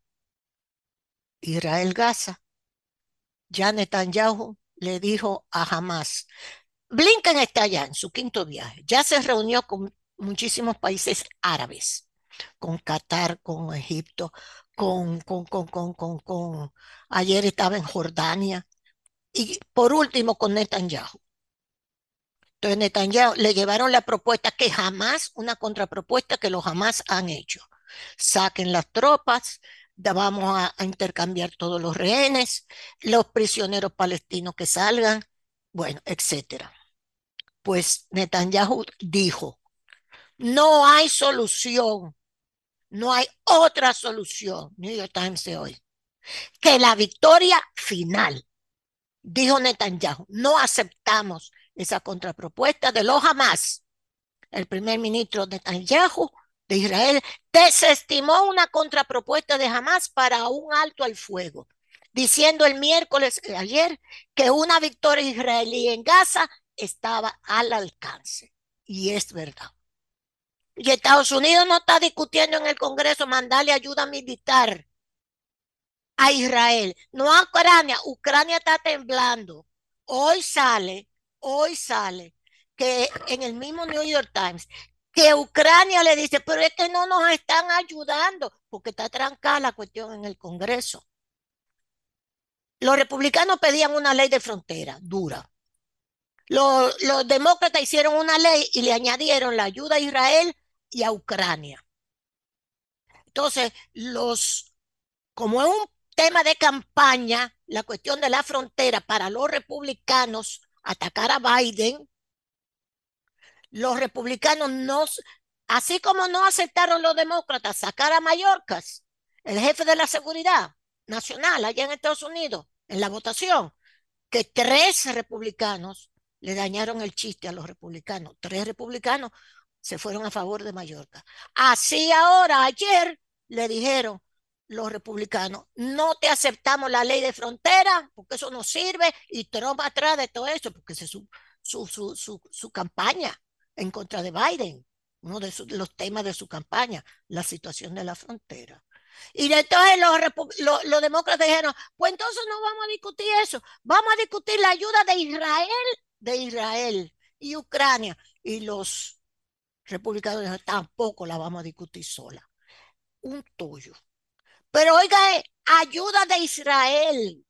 Israel-Gaza, ya Netanyahu le dijo a Hamas, Blinken está allá en su quinto viaje. Ya se reunió con muchísimos países árabes, con Qatar, con Egipto, con, con, con, con, con, con- ayer estaba en Jordania y por último con Netanyahu. Entonces Netanyahu le llevaron la propuesta que jamás, una contrapropuesta que los jamás han hecho. Saquen las tropas, vamos a, a intercambiar todos los rehenes, los prisioneros palestinos que salgan, bueno, etcétera. Pues Netanyahu dijo, no hay solución, no hay otra solución, New York Times de hoy, que la victoria final. Dijo Netanyahu, no aceptamos esa contrapropuesta de los Hamas. El primer ministro Netanyahu de Israel desestimó una contrapropuesta de Hamas para un alto al fuego, diciendo el miércoles eh, ayer que una victoria israelí en Gaza estaba al alcance. Y es verdad. Y Estados Unidos no está discutiendo en el Congreso mandarle ayuda militar a Israel, no a Ucrania. Ucrania está temblando. Hoy sale, hoy sale que en el mismo New York Times, que Ucrania le dice, pero es que no nos están ayudando, porque está trancada la cuestión en el Congreso. Los republicanos pedían una ley de frontera dura. Los, los demócratas hicieron una ley y le añadieron la ayuda a Israel y a Ucrania. Entonces, los, como es un tema de campaña, la cuestión de la frontera para los republicanos, atacar a Biden, los republicanos no, así como no aceptaron los demócratas sacar a Mayorkas, el jefe de la seguridad nacional allá en Estados Unidos, en la votación, que tres republicanos le dañaron el chiste a los republicanos. Tres republicanos se fueron a favor de Mallorca. Así ahora, ayer, le dijeron los republicanos, no te aceptamos la ley de frontera, porque eso no sirve, y Trump atrás de todo eso, porque es su, su, su, su, su campaña en contra de Biden, uno de, su, de, los temas de su campaña, la situación de la frontera. Y entonces los, los, los demócratas dijeron, pues entonces no vamos a discutir eso, vamos a discutir la ayuda de Israel, de Israel y Ucrania. Y los republicanos dijeron, tampoco la vamos a discutir sola. Un tollo. Pero oiga, eh, ayuda de Israel,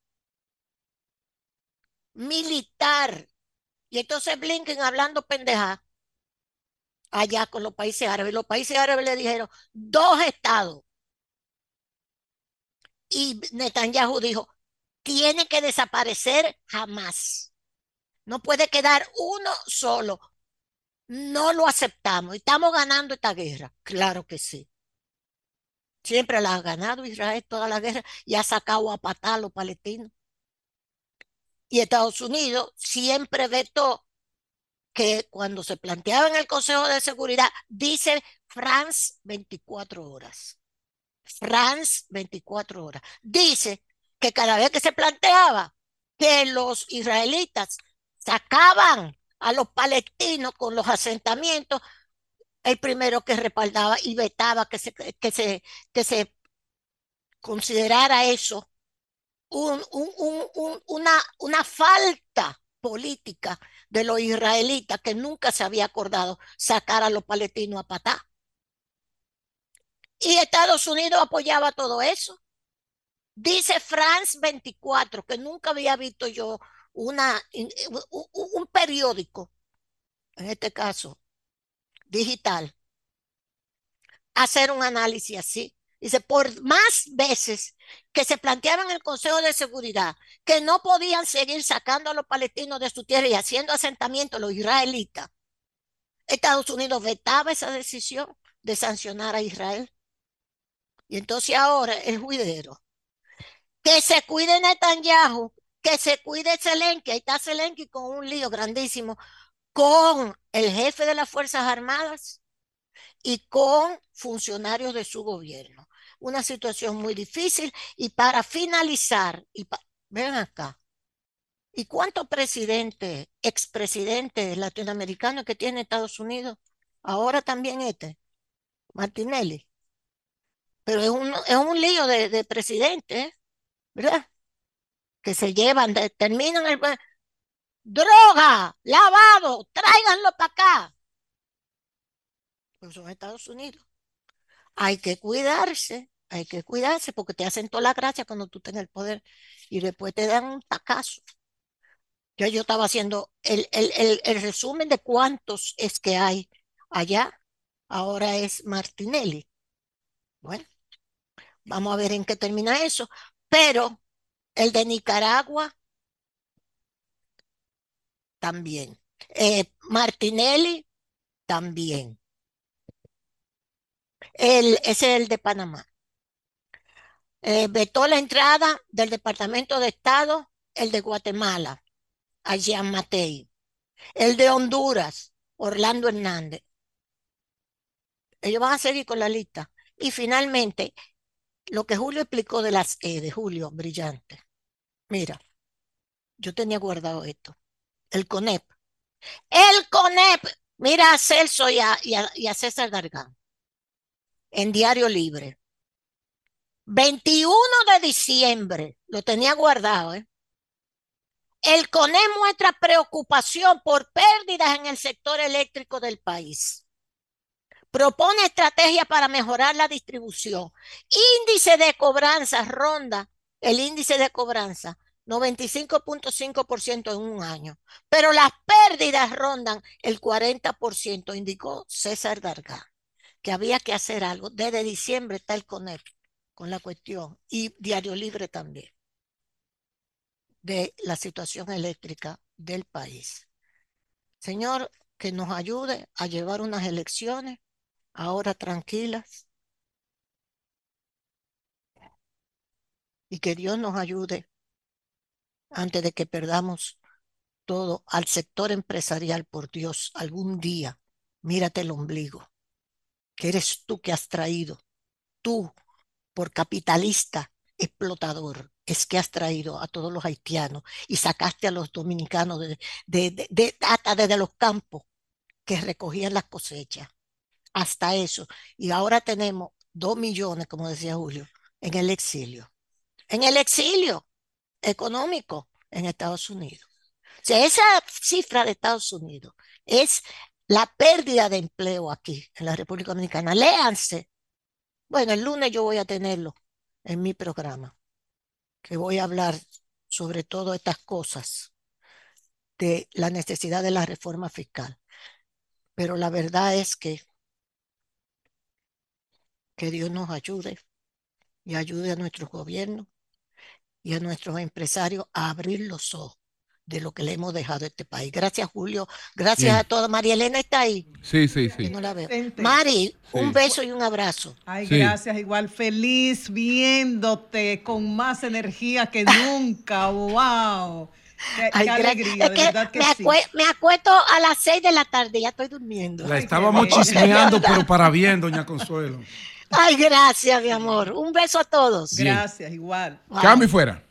militar. Y entonces Blinken hablando pendeja allá con los países árabes. Los países árabes le dijeron, dos estados. Y Netanyahu dijo, tiene que desaparecer jamás. No puede quedar uno solo. No lo aceptamos. Estamos ganando esta guerra. Claro que sí. Siempre la ha ganado Israel toda la guerra y ha sacado a patar a los palestinos. Y Estados Unidos siempre vetó que cuando se planteaba en el Consejo de Seguridad, dice France veinticuatro horas. France veinticuatro horas. Dice que cada vez que se planteaba que los israelitas sacaban a los palestinos con los asentamientos, el primero que respaldaba y vetaba que se, que se, que se considerara eso un, un, un, una, una falta política de los israelitas que nunca se había acordado sacar a los palestinos a patá. Y Estados Unidos apoyaba todo eso. Dice France veinticuatro, que nunca había visto yo una, un, un periódico, en este caso digital, hacer un análisis así. Dice, por más veces que se planteaba en el Consejo de Seguridad que no podían seguir sacando a los palestinos de su tierra y haciendo asentamientos los israelitas, Estados Unidos vetaba esa decisión de sancionar a Israel. Y entonces ahora el juidero. Que se cuide Netanyahu, que se cuide Zelensky. Ahí está Zelensky con un lío grandísimo con el jefe de las Fuerzas Armadas y con funcionarios de su gobierno. Una situación muy difícil. Y para finalizar, y pa ven acá, ¿y cuántos presidentes, expresidentes latinoamericanos que tiene Estados Unidos? Ahora también este, Martinelli. Pero es un, es un lío de, de presidentes, ¿verdad? Que se llevan, de, terminan el, droga, lavado, tráiganlo para acá. Pues son Estados Unidos. Hay que cuidarse, hay que cuidarse porque te hacen toda la gracia cuando tú tienes el poder y después te dan un tacazo. Yo, yo estaba haciendo el, el, el, el resumen de cuántos es que hay allá. Ahora es Martinelli. Bueno, vamos a ver en qué termina eso. Pero el de Nicaragua también. Eh, Martinelli también. El, ese es el de Panamá. Eh, vetó la entrada del Departamento de Estado, el de Guatemala, a Jean Matei. El de Honduras, Orlando Hernández. Ellos van a seguir con la lista. Y finalmente, lo que Julio explicó de las E, de Julio, brillante. Mira, yo tenía guardado esto. El CONEP. El CONEP. Mira a Celso y a, y a, y a César Dargán. En Diario Libre. veintiuno de diciembre. Lo tenía guardado, ¿eh? El CONEP muestra preocupación por pérdidas en el sector eléctrico del país. Propone estrategias para mejorar la distribución. Índice de cobranza ronda el índice de cobranza noventa y cinco punto cinco por ciento en un año, pero las pérdidas rondan el cuarenta por ciento, indicó César Dargán, que había que hacer algo. Desde diciembre está el CONEP con la cuestión y Diario Libre también de la situación eléctrica del país. Señor, que nos ayude a llevar unas elecciones ahora tranquilas y que Dios nos ayude antes de que perdamos todo al sector empresarial, por Dios, algún día, mírate el ombligo, que eres tú que has traído, tú, por capitalista, explotador, es que has traído a todos los haitianos y sacaste a los dominicanos de, de, de, de, hasta desde los campos que recogían las cosechas, hasta eso. Y ahora tenemos dos millones, como decía Julio, en el exilio, en el exilio económico en Estados Unidos. O sea, esa cifra de Estados Unidos es la pérdida de empleo aquí en la República Dominicana. Léanse. Bueno, el lunes yo voy a tenerlo en mi programa, que voy a hablar sobre todo estas cosas de la necesidad de la reforma fiscal. Pero la verdad es que que Dios nos ayude y ayude a nuestros gobiernos y a nuestros empresarios a abrir los ojos de lo que le hemos dejado a este país. Gracias, Julio. Gracias Bien. a todos. María Elena está ahí. Sí, sí, sí. Que no la veo. Mari, Sí. un beso y un abrazo. Ay, Sí. gracias. Igual feliz viéndote con más energía que nunca. ¡Wow! Qué, Ay, qué gra- alegría, es de que verdad que me, sí. acue- me acuesto a las seis de la tarde, ya estoy durmiendo. La Ay, estábamos qué bello. chismeando, pero para bien, doña Consuelo. Ay, gracias, mi amor. Un beso a todos. Bien. Gracias, igual. Bye. Cambio y fuera.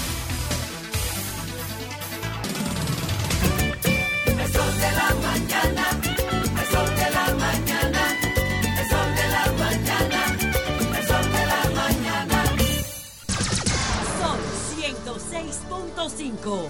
Son ciento seis punto cinco.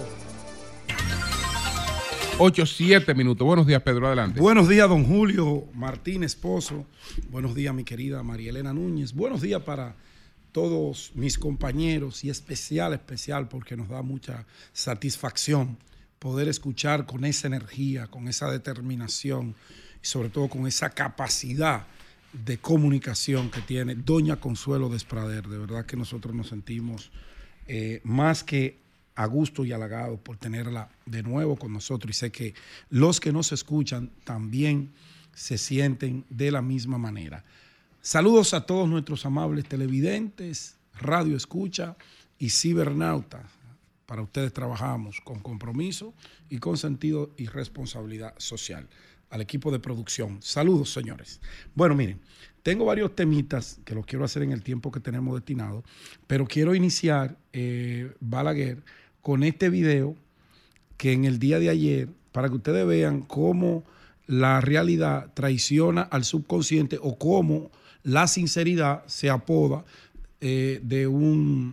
ocho, siete minutos. Buenos días, Pedro. Adelante. Buenos días, don Julio Martínez Pozo. Buenos días, mi querida María Elena Núñez. Buenos días para todos mis compañeros y especial, especial, porque nos da mucha satisfacción poder escuchar con esa energía, con esa determinación y sobre todo con esa capacidad de comunicación que tiene doña Consuelo Desprader. De verdad que nosotros nos sentimos eh, más que a gusto y halagados por tenerla de nuevo con nosotros, y sé que los que nos escuchan también se sienten de la misma manera. Saludos a todos nuestros amables televidentes, radio escucha y cibernautas. Para ustedes trabajamos con compromiso y con sentido y responsabilidad social. Al equipo de producción. Saludos, señores. Bueno, miren, tengo varios temitas que los quiero hacer en el tiempo que tenemos destinado, pero quiero iniciar, eh, Balaguer, con este video que en el día de ayer, para que ustedes vean cómo la realidad traiciona al subconsciente o cómo la sinceridad se apoda eh, de un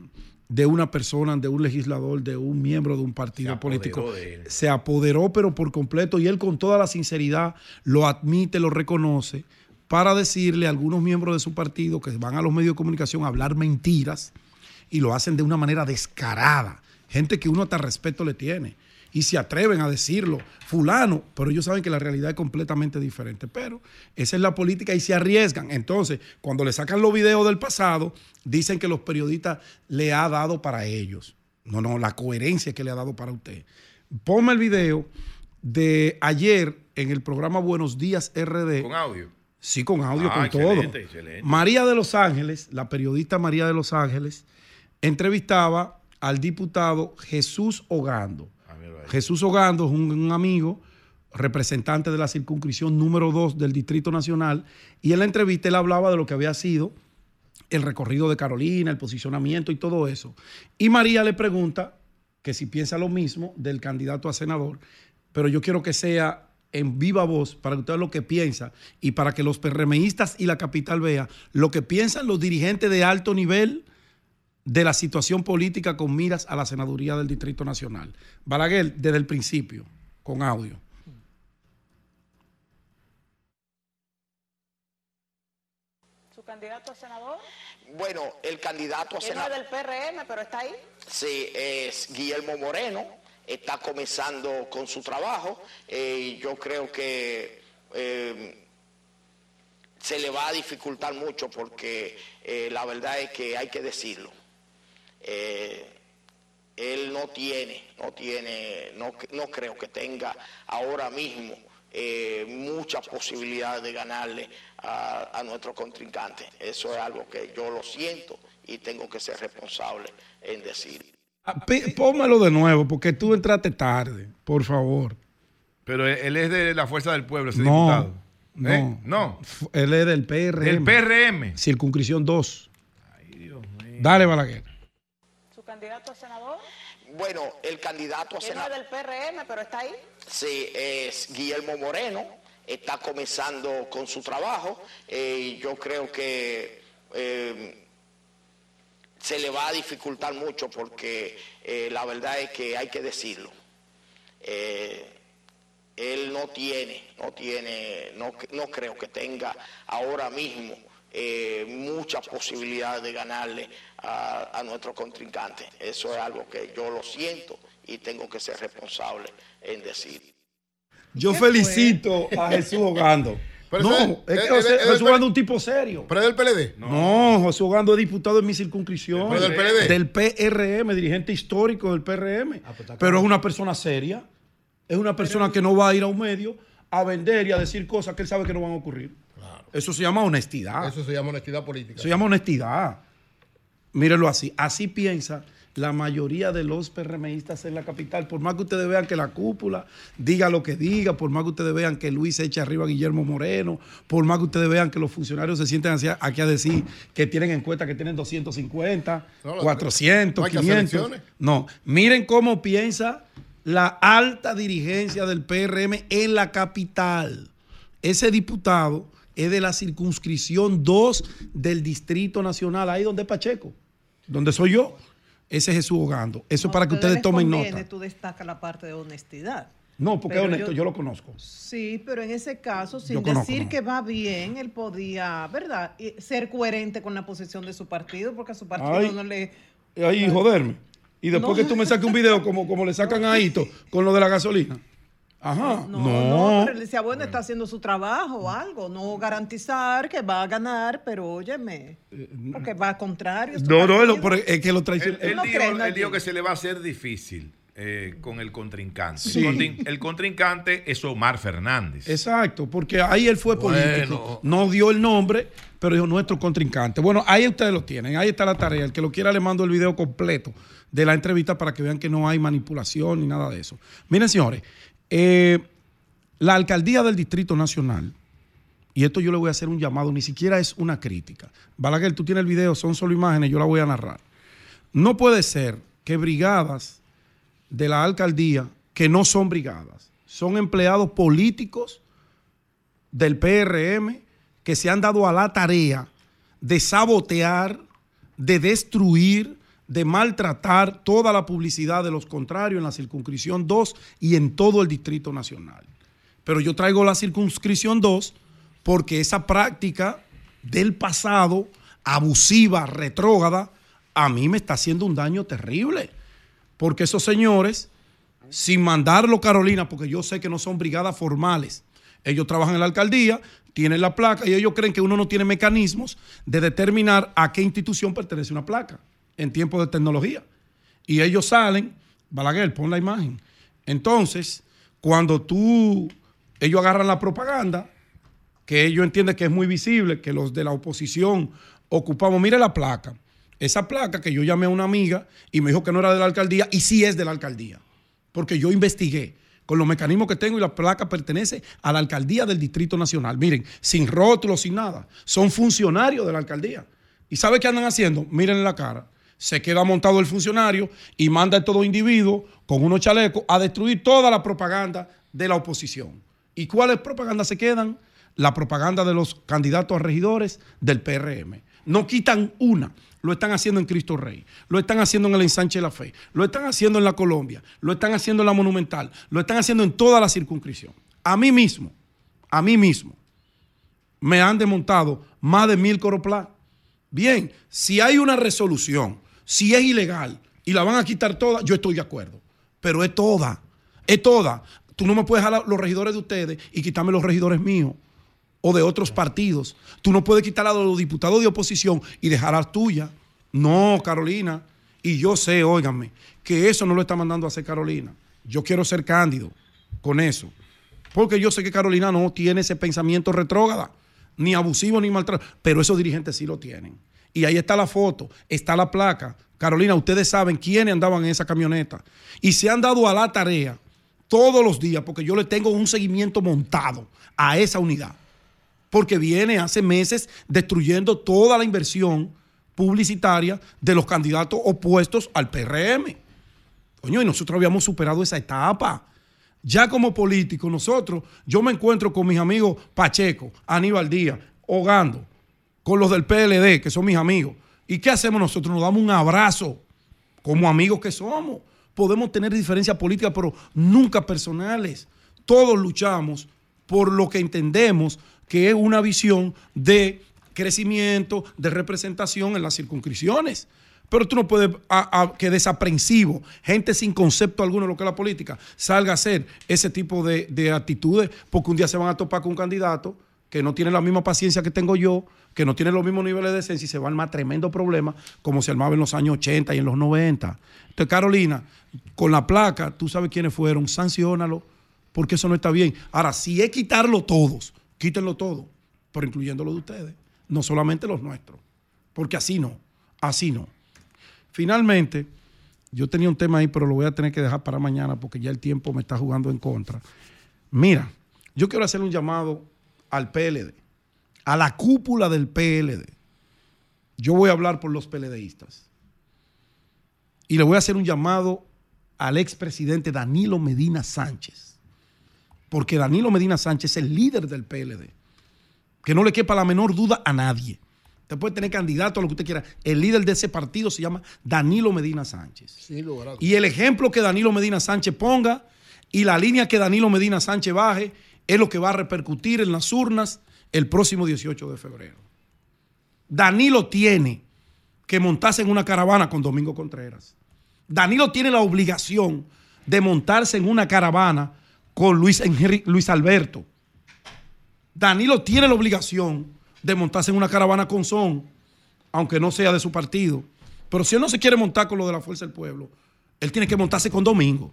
de una persona, de un legislador, de un miembro de un partido Se político. de él. Se apoderó, pero por completo, y él con toda la sinceridad lo admite, lo reconoce, para decirle a algunos miembros de su partido que van a los medios de comunicación a hablar mentiras y lo hacen de una manera descarada. Gente que uno hasta respeto le tiene y se atreven a decirlo, fulano, pero ellos saben que la realidad es completamente diferente. Pero esa es la política y se arriesgan. Entonces, cuando le sacan los videos del pasado, dicen que los periodistas le ha dado para ellos. No, no, la coherencia que le ha dado para usted. Ponme el video de ayer en el programa Buenos Días R D. Con audio. Sí, con audio, Ah, con excelente, todo. excelente. María de Los Ángeles, la periodista María de Los Ángeles, entrevistaba al diputado Jesús Ogando. Jesús Ogando es un, un amigo, representante de la circunscripción número dos del Distrito Nacional, y en la entrevista él hablaba de lo que había sido el recorrido de Carolina, el posicionamiento y todo eso. Y María le pregunta que si piensa lo mismo del candidato a senador, pero yo quiero que sea en viva voz para que usted vea lo que piensa y para que los PRMistas y la capital vea lo que piensan los dirigentes de alto nivel de la situación política con miras a la senaduría del Distrito Nacional. Balaguer, desde el principio, con audio. ¿Su candidato a senador? Bueno, el candidato a Él no es senador, del P R M, pero está ahí. sí, es Guillermo Moreno, está comenzando con su trabajo. Eh, yo creo que eh, se le va a dificultar mucho porque eh, la verdad es que hay que decirlo. Eh, él no tiene, no tiene, no, no creo que tenga ahora mismo eh, muchas posibilidades de ganarle a, a nuestro contrincante. Eso es algo que yo lo siento y tengo que ser responsable en decir. Ah, p- Pónmelo de nuevo, porque tú entraste tarde, por favor. Pero él es de la Fuerza del Pueblo, ese diputado. No, ¿Eh? no. No. F- Él es del P R M. Del P R M. Circunscripción dos. Ay, Dios mío. Dale, Balaguer. ¿Su candidato a senador? Bueno, el candidato a Él no es senador, del P R M, pero está ahí. sí, es Guillermo Moreno, está comenzando con su trabajo. Eh, yo creo que eh, se le va a dificultar mucho porque eh, la verdad es que hay que decirlo. Eh, él no tiene, no tiene, no, no creo que tenga ahora mismo eh, muchas posibilidades de ganarle a, a nuestro contrincante. Eso es algo que yo lo siento y tengo que ser responsable en decir. Yo ¿Qué felicito a Jesús Ogando. Pero no, ese- es que es- José- es- es- Jesús Ogando es un tipo serio. ¿Pero es del P L D? No, José Ogando es diputado en mi circunscripción. ¿Pero del P L D? Del P R M, dirigente histórico del P R M. Ah, pues está Pero claro. es una persona seria. Es una persona que no va a ir a un medio a vender y a decir cosas que él sabe que no van a ocurrir. Claro. Eso se llama honestidad. Eso se llama honestidad política. Eso se llama honestidad. Mírenlo así. Así piensa la mayoría de los PRMistas en la capital. Por más que ustedes vean que la cúpula diga lo que diga, por más que ustedes vean que Luis echa arriba a Guillermo Moreno, por más que ustedes vean que los funcionarios se sienten hacia- aquí a decir que tienen encuestas que tienen doscientos cincuenta, No, la- cuatrocientos, no hay que hacer quinientos. elecciones. No, miren cómo piensa la alta dirigencia del P R M en la capital. Ese diputado es de la circunscripción dos del Distrito Nacional, ahí donde es Pacheco, donde soy yo. Ese es Jesús Ogando. Eso es para que ustedes les tomen conviene, nota. Tú destacas la parte de honestidad. No, porque es Pero honesto, yo, yo- lo conozco. Sí, pero en ese caso, sin Yo conozco, decir ¿no? que va bien, él podía, ¿verdad?, Y ser coherente con la posición de su partido, porque a su partido Ay. no le... Ahí joderme. Y después No. que tú me saques un video como, como le sacan a Hito con lo de la gasolina. Ajá. No, No. no, pero él decía, bueno, está haciendo su trabajo o algo, no garantizar que va a ganar, pero óyeme, porque va a contrario. es tu No, no, partido. lo- pero es que lo traiciona. Él, él no dijo, crees, no él dijo entiendo. que se le va a hacer difícil eh, con el contrincante. Sí. El, contrin- el contrincante es Omar Fernández. Exacto, porque ahí él fue político. Bueno. No dio el nombre, pero dijo nuestro contrincante. Bueno, ahí ustedes lo tienen, ahí está la tarea. El que lo quiera le mando el video completo de la entrevista para que vean que no hay manipulación ni nada de eso. Miren, señores, eh, la alcaldía del Distrito Nacional, y esto yo le voy a hacer un llamado, ni siquiera es una crítica. Balaguer, tú tienes el video, son solo imágenes, yo la voy a narrar. No puede ser que brigadas de la alcaldía, que no son brigadas, son empleados políticos del P R M que se han dado a la tarea de sabotear, de destruir, de maltratar toda la publicidad de los contrarios en la circunscripción dos y en todo el Distrito Nacional. Pero yo traigo la circunscripción dos porque esa práctica del pasado, abusiva, retrógrada, a mí me está haciendo un daño terrible. Porque esos señores, sin mandarlo Carolina, porque yo sé que no son brigadas formales, ellos trabajan en la alcaldía, tienen la placa y ellos creen que uno no tiene mecanismos de determinar a qué institución pertenece una placa en tiempos de tecnología. Y ellos salen, Balaguer, pon la imagen. Entonces, cuando tú, ellos agarran la propaganda, que ellos entienden que es muy visible, que los de la oposición ocupamos, mire la placa. Esa placa que yo llamé a una amiga y me dijo que no era de la alcaldía, y sí es de la alcaldía, porque yo investigué con los mecanismos que tengo y la placa pertenece a la alcaldía del Distrito Nacional. Miren, sin rótulo, sin nada. Son funcionarios de la alcaldía. ¿Y sabe qué andan haciendo? Miren en la cara. Se queda montado el funcionario y manda a todo individuo con unos chalecos a destruir toda la propaganda de la oposición. ¿Y cuáles propagandas se quedan? La propaganda de los candidatos a regidores del P R M. No quitan una. Lo están haciendo en Cristo Rey, lo están haciendo en el Ensanche de la Fe, lo están haciendo en la Colombia, lo están haciendo en la Monumental, lo están haciendo en toda la circunscripción. A mí mismo, a mí mismo, me han desmontado más de mil coroplás. Bien, si hay una resolución, si es ilegal y la van a quitar toda, yo estoy de acuerdo. Pero es toda, es toda. Tú no me puedes jalar los regidores de ustedes y quitarme los regidores míos o de otros partidos. Tú no puedes quitar a los diputados de oposición y dejar a la tuya. No, Carolina. Y yo sé, óiganme, que eso no lo está mandando a hacer Carolina. Yo quiero ser cándido con eso. Porque yo sé que Carolina no tiene ese pensamiento retrógrada, ni abusivo, ni maltrato. Pero esos dirigentes sí lo tienen. Y ahí está la foto, está la placa. Carolina, ustedes saben quiénes andaban en esa camioneta. Y se han dado a la tarea todos los días, porque yo le tengo un seguimiento montado a esa unidad. Porque viene hace meses destruyendo toda la inversión publicitaria de los candidatos opuestos al P R M. Coño, y nosotros habíamos superado esa etapa. Ya como político, nosotros, yo me encuentro con mis amigos Pacheco, Aníbal Díaz, Ogando, con los del P L D, que son mis amigos. ¿Y qué hacemos nosotros? Nos damos un abrazo como amigos que somos. Podemos tener diferencias políticas, pero nunca personales. Todos luchamos por lo que entendemos que es una visión de crecimiento, de representación en las circunscripciones. Pero tú no puedes a, a, que desaprensivo, gente sin concepto alguno de lo que es la política, salga a hacer ese tipo de, de actitudes, porque un día se van a topar con un candidato que no tiene la misma paciencia que tengo yo, que no tiene los mismos niveles de decencia y se va a armar tremendo problema como se armaba en los años ochenta y en los noventa. Entonces, Carolina, con la placa, tú sabes quiénes fueron, sanciónalo, porque eso no está bien. Ahora, si es quitarlo todos, quítenlo todo, pero incluyendo lo de ustedes, no solamente los nuestros, porque así no, así no. Finalmente, yo tenía un tema ahí, pero lo voy a tener que dejar para mañana porque ya el tiempo me está jugando en contra. Mira, yo quiero hacer un llamado al P L D, a la cúpula del P L D. Yo voy a hablar por los PLDistas. Y le voy a hacer un llamado al expresidente Danilo Medina Sánchez. Porque Danilo Medina Sánchez es el líder del P L D. Que no le quepa la menor duda a nadie. Usted puede tener candidato a lo que usted quiera. El líder de ese partido se llama Danilo Medina Sánchez. Sí, lo verá. Y el ejemplo que Danilo Medina Sánchez ponga y la línea que Danilo Medina Sánchez baje es lo que va a repercutir en las urnas el próximo dieciocho de febrero. Danilo tiene que montarse en una caravana con Domingo Contreras. Danilo tiene la obligación de montarse en una caravana con Luis, Enrique, Luis Alberto. Danilo tiene la obligación de montarse en una caravana con Son, aunque no sea de su partido. Pero si él no se quiere montar con lo de la Fuerza del Pueblo, él tiene que montarse con Domingo,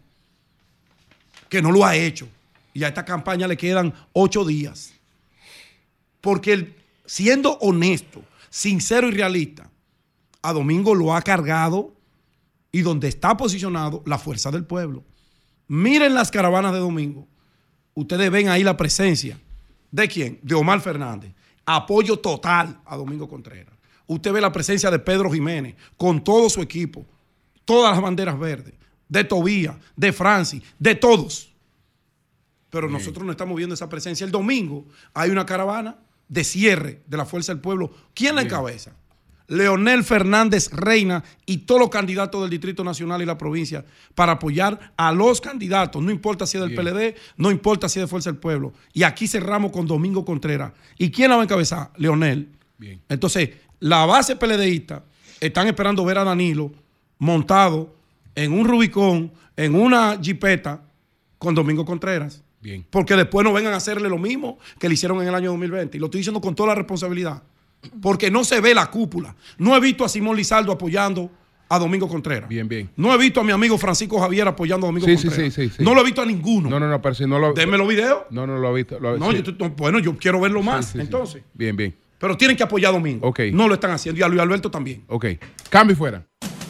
que no lo ha hecho. Y a esta campaña le quedan ocho días. Porque él, siendo honesto, sincero y realista, a Domingo lo ha cargado y donde está posicionado la Fuerza del Pueblo. Miren las caravanas de Domingo. Ustedes ven ahí la presencia. ¿De quién? De Omar Fernández. Apoyo total a Domingo Contreras. Usted ve la presencia de Pedro Jiménez con todo su equipo, todas las banderas verdes, de Tobías, de Francis, de todos. Pero Bien. nosotros no estamos viendo esa presencia. El domingo hay una caravana de cierre de la Fuerza del Pueblo. ¿Quién la encabeza? Leonel Fernández Reina y todos los candidatos del Distrito Nacional y la provincia para apoyar a los candidatos, no importa si es del Bien. P L D, no importa si es de Fuerza del Pueblo. Y aquí cerramos con Domingo Contreras. ¿Y quién la va a encabezar? Leonel. Bien. Entonces, la base PLDista están esperando ver a Danilo montado en un Rubicón, en una jipeta con Domingo Contreras. Bien. Porque después no vengan a hacerle lo mismo que le hicieron en el año dos mil veinte. Y lo estoy diciendo con toda la responsabilidad. Porque no se ve la cúpula. No he visto a Simón Lizaldo apoyando a Domingo Contreras. Bien, bien. No he visto a mi amigo Francisco Javier apoyando a Domingo sí, Contreras. Sí, sí, sí, sí. No lo he visto a ninguno. No, no, no, pero si no lo... Denme los videos. No, no lo he visto. Lo... No, sí. yo, bueno, yo quiero verlo más, sí, sí, entonces. Sí. Bien, bien. Pero tienen que apoyar a Domingo. Okay. No lo están haciendo. Y a Luis Alberto también. Ok. Cambio y fuera.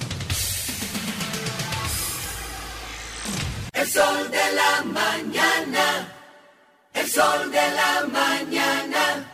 El sol de la mañana. El sol de la mañana.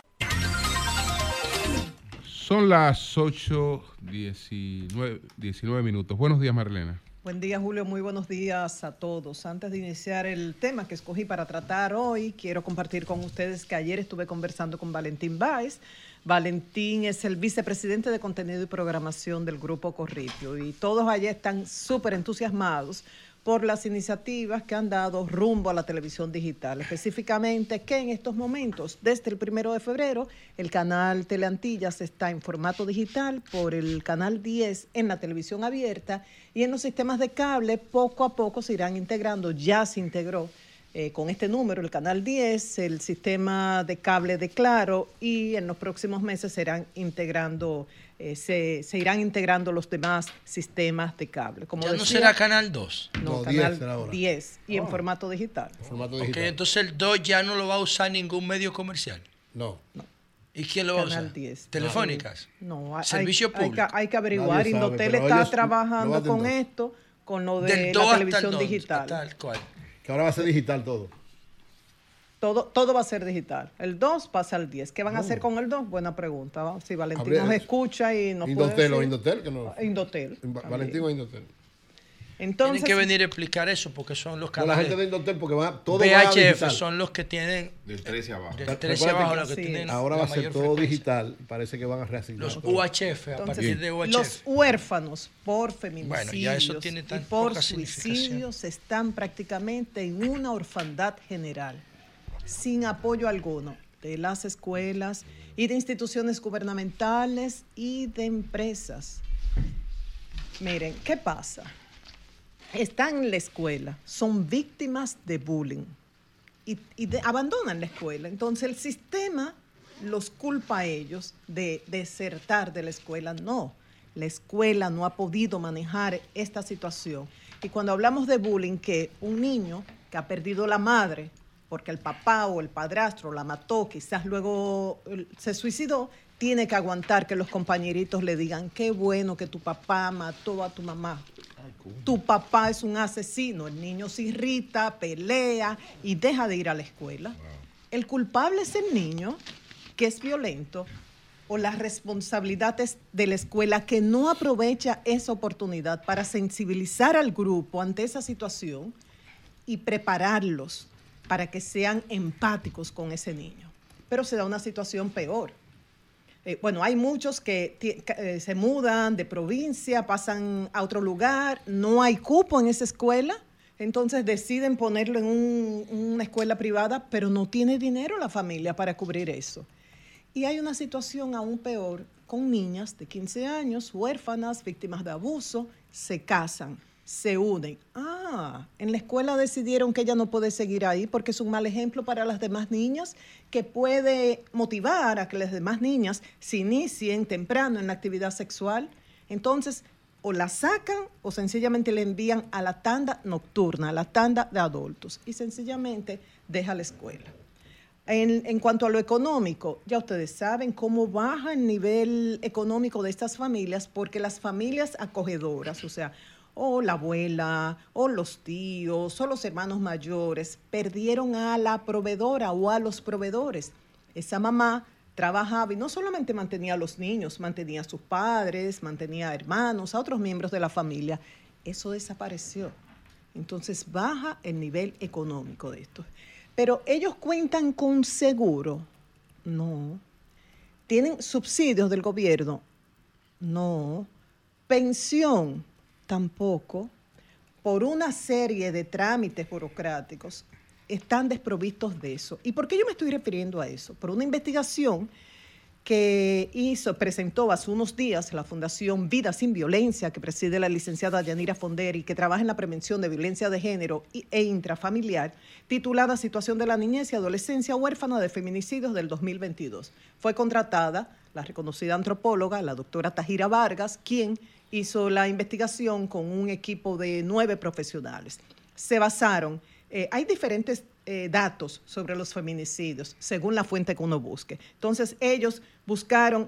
Son las ocho diecinueve minutos. Buenos días, Marlena. Buen día, Julio. Muy buenos días a todos. Antes de iniciar el tema que escogí para tratar hoy, quiero compartir con ustedes que ayer estuve conversando con Valentín Báez. Valentín es el vicepresidente de contenido y programación del Grupo Corripio y todos allá están súper entusiasmados por las iniciativas que han dado rumbo a la televisión digital, específicamente que en estos momentos, desde el primero de febrero, el canal Teleantillas está en formato digital por el canal diez en la televisión abierta y en los sistemas de cable poco a poco se irán integrando, ya se integró eh, con este número, el canal diez, el sistema de cable de Claro y en los próximos meses se irán integrando Eh, se, se irán integrando los demás sistemas de cable. Como ¿Ya decía, no será Canal dos? No, no Canal diez y oh. en formato digital. En formato digital. Ok, entonces el dos ya no lo va a usar ningún medio comercial. No. no. ¿Y quién lo va Canal a usar? diez. ¿Telefónicas? No, hay, ¿Servicio hay, público? Hay que, hay que averiguar. Indotel está trabajando con esto, con lo de la televisión digital. Tal cual. Que ahora va a ser digital todo. Todo, todo va a ser digital. El dos pasa al diez. ¿Qué van oh. a hacer con el dos? Buena pregunta. Si Valentín Habría, nos escucha y nos Indotel puede decir. o Indotel. Que no, Indotel. Valentín o Indotel. Entonces, tienen que venir a explicar eso porque son los canales. No, la gente de Indotel porque va todo V H F va a son los que tienen del trece abajo. Del trece abajo los que sí. tienen ahora va a ser todo frecuencia. Digital. Parece que van a reasignar. Los U H F Entonces, a partir de U H F. Los huérfanos por feminicidios bueno, ya eso tiene tan y por suicidios están prácticamente en una orfandad general, sin apoyo alguno de las escuelas y de instituciones gubernamentales y de empresas. Miren, ¿qué pasa? Están en la escuela, son víctimas de bullying y, y de, abandonan la escuela. Entonces el sistema los culpa a ellos de desertar de la escuela. No, la escuela no ha podido manejar esta situación. Y cuando hablamos de bullying, que un niño que ha perdido la madre porque el papá o el padrastro la mató, quizás luego se suicidó, tiene que aguantar que los compañeritos le digan, qué bueno que tu papá mató a tu mamá. Tu papá es un asesino. El niño se irrita, pelea y deja de ir a la escuela. Wow. El culpable es el niño que es violento o la responsabilidad es de la escuela que no aprovecha esa oportunidad para sensibilizar al grupo ante esa situación y prepararlos para que sean empáticos con ese niño. Pero se da una situación peor. Eh, bueno, hay muchos que, que eh, se mudan de provincia, pasan a otro lugar, no hay cupo en esa escuela, entonces deciden ponerlo en un, una escuela privada, pero no tiene dinero la familia para cubrir eso. Y hay una situación aún peor con niñas de quince años, huérfanas, víctimas de abuso, se casan, se unen. Ah, en la escuela decidieron que ella no puede seguir ahí porque es un mal ejemplo para las demás niñas, que puede motivar a que las demás niñas se inicien temprano en la actividad sexual. Entonces, o la sacan o sencillamente le envían a la tanda nocturna, a la tanda de adultos, y sencillamente deja la escuela. En, en cuanto a lo económico, ya ustedes saben cómo baja el nivel económico de estas familias, porque las familias acogedoras, o sea, o la abuela, o los tíos, o los hermanos mayores, perdieron a la proveedora o a los proveedores. Esa mamá trabajaba y no solamente mantenía a los niños, mantenía a sus padres, mantenía a hermanos, a otros miembros de la familia. Eso desapareció. Entonces baja el nivel económico de esto. Pero ellos cuentan con seguro. No. Tienen subsidios del gobierno. No. Pensión, tampoco. Por una serie de trámites burocráticos, están desprovistos de eso. ¿Y por qué yo me estoy refiriendo a eso? Por una investigación que hizo, presentó hace unos días la Fundación Vida Sin Violencia, que preside la licenciada Yanira Fonder y que trabaja en la prevención de violencia de género e intrafamiliar, titulada Situación de la niñez y adolescencia huérfana de feminicidios del dos mil veintidós. Fue contratada la reconocida antropóloga, la doctora Tajira Vargas, quien hizo la investigación con un equipo de nueve profesionales. Se basaron, eh, hay diferentes Eh, datos sobre los feminicidios, según la fuente que uno busque. Entonces, ellos buscaron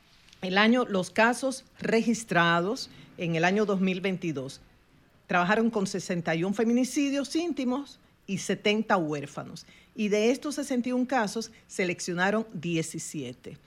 el año, los casos registrados en el año dos mil veintidós. Trabajaron con sesenta y uno feminicidios íntimos y setenta huérfanos. Y de estos sesenta y uno casos, seleccionaron diecisiete.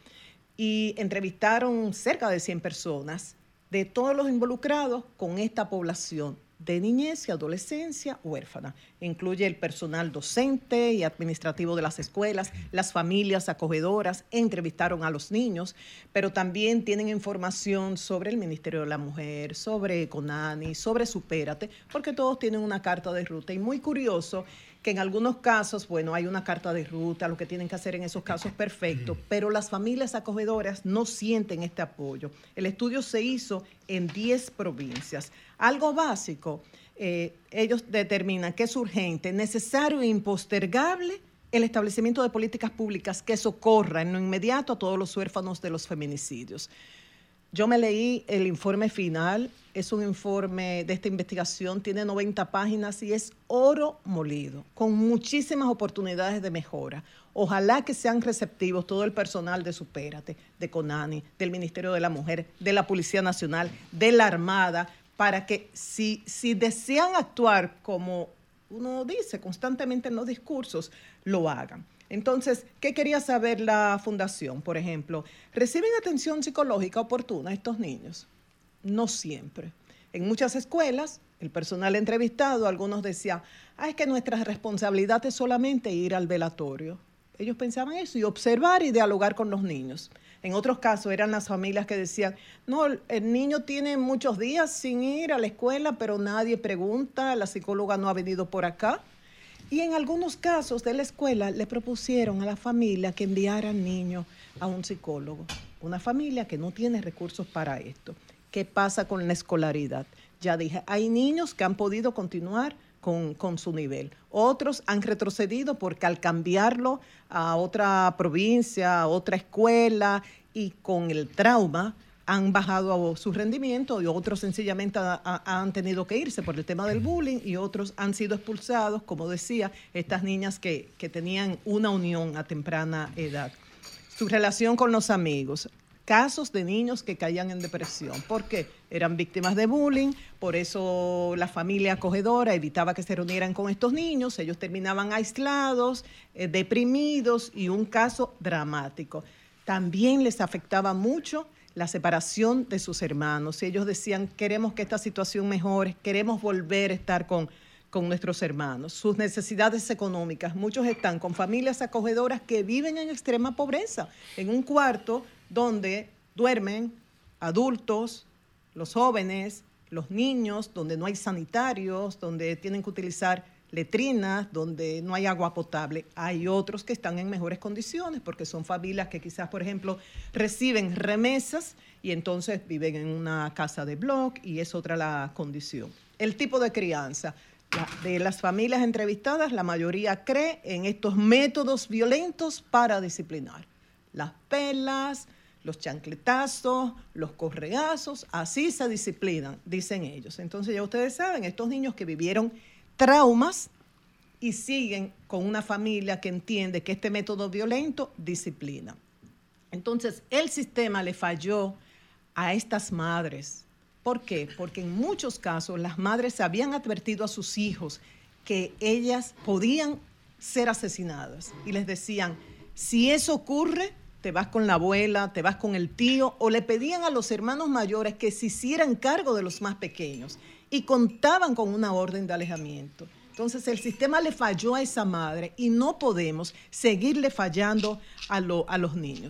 Y entrevistaron cerca de cien personas de todos los involucrados con esta población de niñez y adolescencia huérfana. Incluye el personal docente y administrativo de las escuelas, las familias acogedoras, entrevistaron a los niños, pero también tienen información sobre el Ministerio de la Mujer, sobre CONANI, sobre Supérate, porque todos tienen una carta de ruta. Y muy curioso que en algunos casos, bueno, hay una carta de ruta, lo que tienen que hacer en esos casos, perfecto, pero las familias acogedoras no sienten este apoyo. El estudio se hizo en diez provincias. Algo básico, eh, ellos determinan que es urgente, necesario e impostergable el establecimiento de políticas públicas que socorran en lo inmediato a todos los huérfanos de los feminicidios. Yo me leí el informe final, es un informe de esta investigación, tiene noventa páginas y es oro molido, con muchísimas oportunidades de mejora. Ojalá que sean receptivos todo el personal de Supérate, de CONANI, del Ministerio de la Mujer, de la Policía Nacional, de la Armada, para que si, si desean actuar como uno dice constantemente en los discursos, lo hagan. Entonces, ¿qué quería saber la Fundación? Por ejemplo, ¿reciben atención psicológica oportuna estos niños? No siempre. En muchas escuelas, el personal entrevistado, algunos decían, ah, es que nuestra responsabilidad es solamente ir al velatorio. Ellos pensaban eso y observar y dialogar con los niños. En otros casos eran las familias que decían, no, el niño tiene muchos días sin ir a la escuela, pero nadie pregunta, la psicóloga no ha venido por acá. Y en algunos casos de la escuela le propusieron a la familia que enviara al niño a un psicólogo. Una familia que no tiene recursos para esto. ¿Qué pasa con la escolaridad? Ya dije, hay niños que han podido continuar con, con su nivel. Otros han retrocedido porque al cambiarlo a otra provincia, a otra escuela y con el trauma, han bajado su rendimiento y otros sencillamente a, a, han tenido que irse por el tema del bullying y otros han sido expulsados, como decía, estas niñas que, que tenían una unión a temprana edad. Su relación con los amigos. Casos de niños que caían en depresión. ¿Por qué? Eran víctimas de bullying, por eso la familia acogedora evitaba que se reunieran con estos niños, ellos terminaban aislados, eh, deprimidos y un caso dramático. También les afectaba mucho la separación de sus hermanos. Ellos decían, queremos que esta situación mejore, queremos volver a estar con, con nuestros hermanos. Sus necesidades económicas, muchos están con familias acogedoras que viven en extrema pobreza, en un cuarto donde duermen adultos, los jóvenes, los niños, donde no hay sanitarios, donde tienen que utilizar letrinas, donde no hay agua potable. Hay otros que están en mejores condiciones porque son familias que quizás, por ejemplo, reciben remesas y entonces viven en una casa de block y es otra la condición. El tipo de crianza. La, de las familias entrevistadas, la mayoría cree en estos métodos violentos para disciplinar. Las pelas, los chancletazos, los correazos, así se disciplinan, dicen ellos. Entonces ya ustedes saben, estos niños que vivieron traumas y siguen con una familia que entiende que este método violento disciplina. Entonces, el sistema le falló a estas madres. ¿Por qué? Porque en muchos casos las madres habían advertido a sus hijos que ellas podían ser asesinadas y les decían, si eso ocurre, te vas con la abuela, te vas con el tío, o le pedían a los hermanos mayores que se hicieran cargo de los más pequeños y contaban con una orden de alejamiento. Entonces el sistema le falló a esa madre y no podemos seguirle fallando a, lo, a los niños.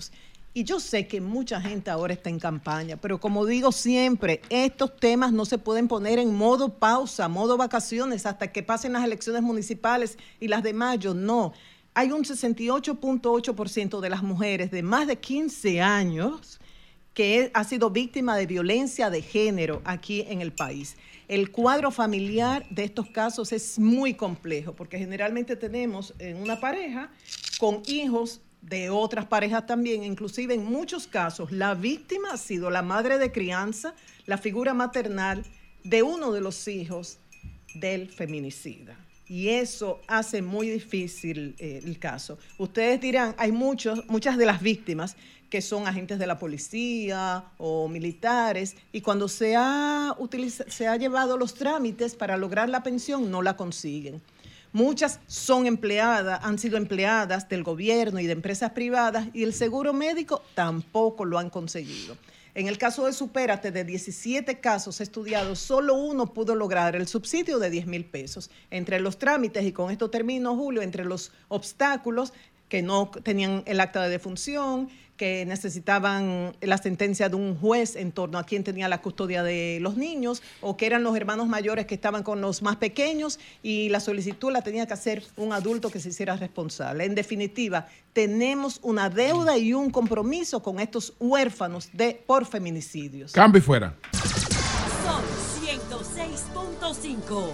Y yo sé que mucha gente ahora está en campaña, pero como digo siempre, estos temas no se pueden poner en modo pausa, modo vacaciones, hasta que pasen las elecciones municipales y las de mayo. No. Hay un sesenta y ocho punto ocho por ciento de las mujeres de más de quince años que ha sido víctima de violencia de género aquí en el país. El cuadro familiar de estos casos es muy complejo, porque generalmente tenemos en una pareja con hijos de otras parejas también, inclusive en muchos casos la víctima ha sido la madre de crianza, la figura maternal de uno de los hijos del feminicida. Y eso hace muy difícil eh, el caso. Ustedes dirán, hay muchos, muchas de las víctimas que son agentes de la policía o militares, y cuando se ha, utiliza, se ha llevado los trámites para lograr la pensión, no la consiguen. Muchas son empleadas, han sido empleadas del gobierno y de empresas privadas, y el seguro médico tampoco lo han conseguido. En el caso de Supérate, de diecisiete casos estudiados, solo uno pudo lograr el subsidio de diez mil pesos. Entre los trámites, y con esto termino, Julio, entre los obstáculos, que no tenían el acta de defunción, que necesitaban la sentencia de un juez en torno a quién tenía la custodia de los niños, o que eran los hermanos mayores que estaban con los más pequeños, y la solicitud la tenía que hacer un adulto que se hiciera responsable. En definitiva, tenemos una deuda y un compromiso con estos huérfanos de por feminicidios. Cambio y fuera. Son ciento seis punto cinco.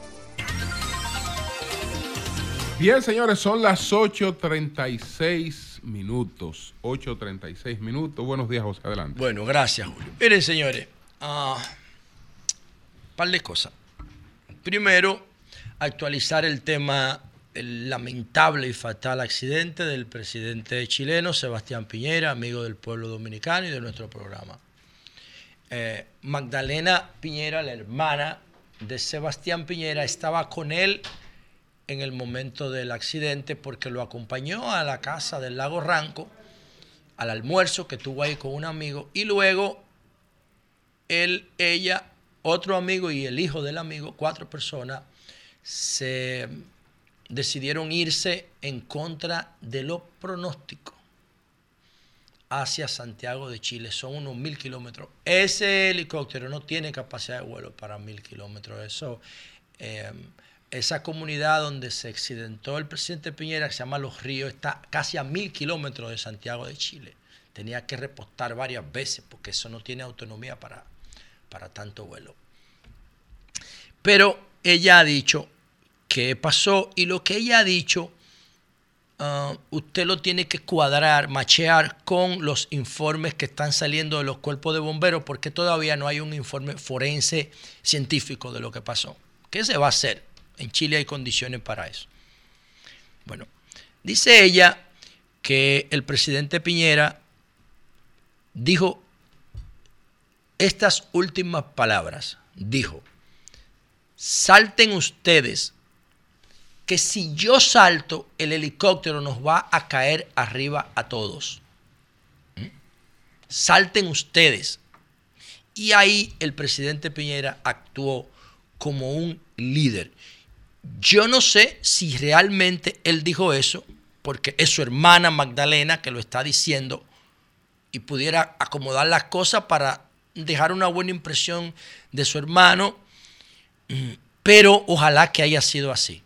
Bien, señores, son las ocho treinta y seis minutos. ocho treinta y seis minutos. Buenos días, José. Adelante. Bueno, gracias, Julio. Miren, señores, un uh, par de cosas. Primero, actualizar el tema del lamentable y fatal accidente del presidente chileno, Sebastián Piñera, amigo del pueblo dominicano y de nuestro programa. Eh, Magdalena Piñera, la hermana de Sebastián Piñera, estaba con él en el momento del accidente porque lo acompañó a la casa del Lago Ranco, al almuerzo que tuvo ahí con un amigo, y luego él, ella, otro amigo y el hijo del amigo, cuatro personas, se decidieron irse en contra de los pronósticos hacia Santiago de Chile. Son unos mil kilómetros. Ese helicóptero no tiene capacidad de vuelo para mil kilómetros. Eso... Eh, Esa comunidad donde se accidentó el presidente Piñera, que se llama Los Ríos, está casi a mil kilómetros de Santiago de Chile. Tenía que repostar varias veces porque eso no tiene autonomía para, para tanto vuelo. Pero ella ha dicho qué pasó, y lo que ella ha dicho, uh, usted lo tiene que cuadrar, machear con los informes que están saliendo de los cuerpos de bomberos, porque todavía no hay un informe forense científico de lo que pasó. ¿Qué se va a hacer? En Chile hay condiciones para eso. Bueno, dice ella que el presidente Piñera dijo estas últimas palabras. Dijo, salten ustedes, que si yo salto, el helicóptero nos va a caer arriba a todos. ¿Mm? Salten ustedes. Y ahí el presidente Piñera actuó como un líder. Yo no sé si realmente él dijo eso, porque es su hermana Magdalena que lo está diciendo, y pudiera acomodar las cosas para dejar una buena impresión de su hermano, pero ojalá que haya sido así.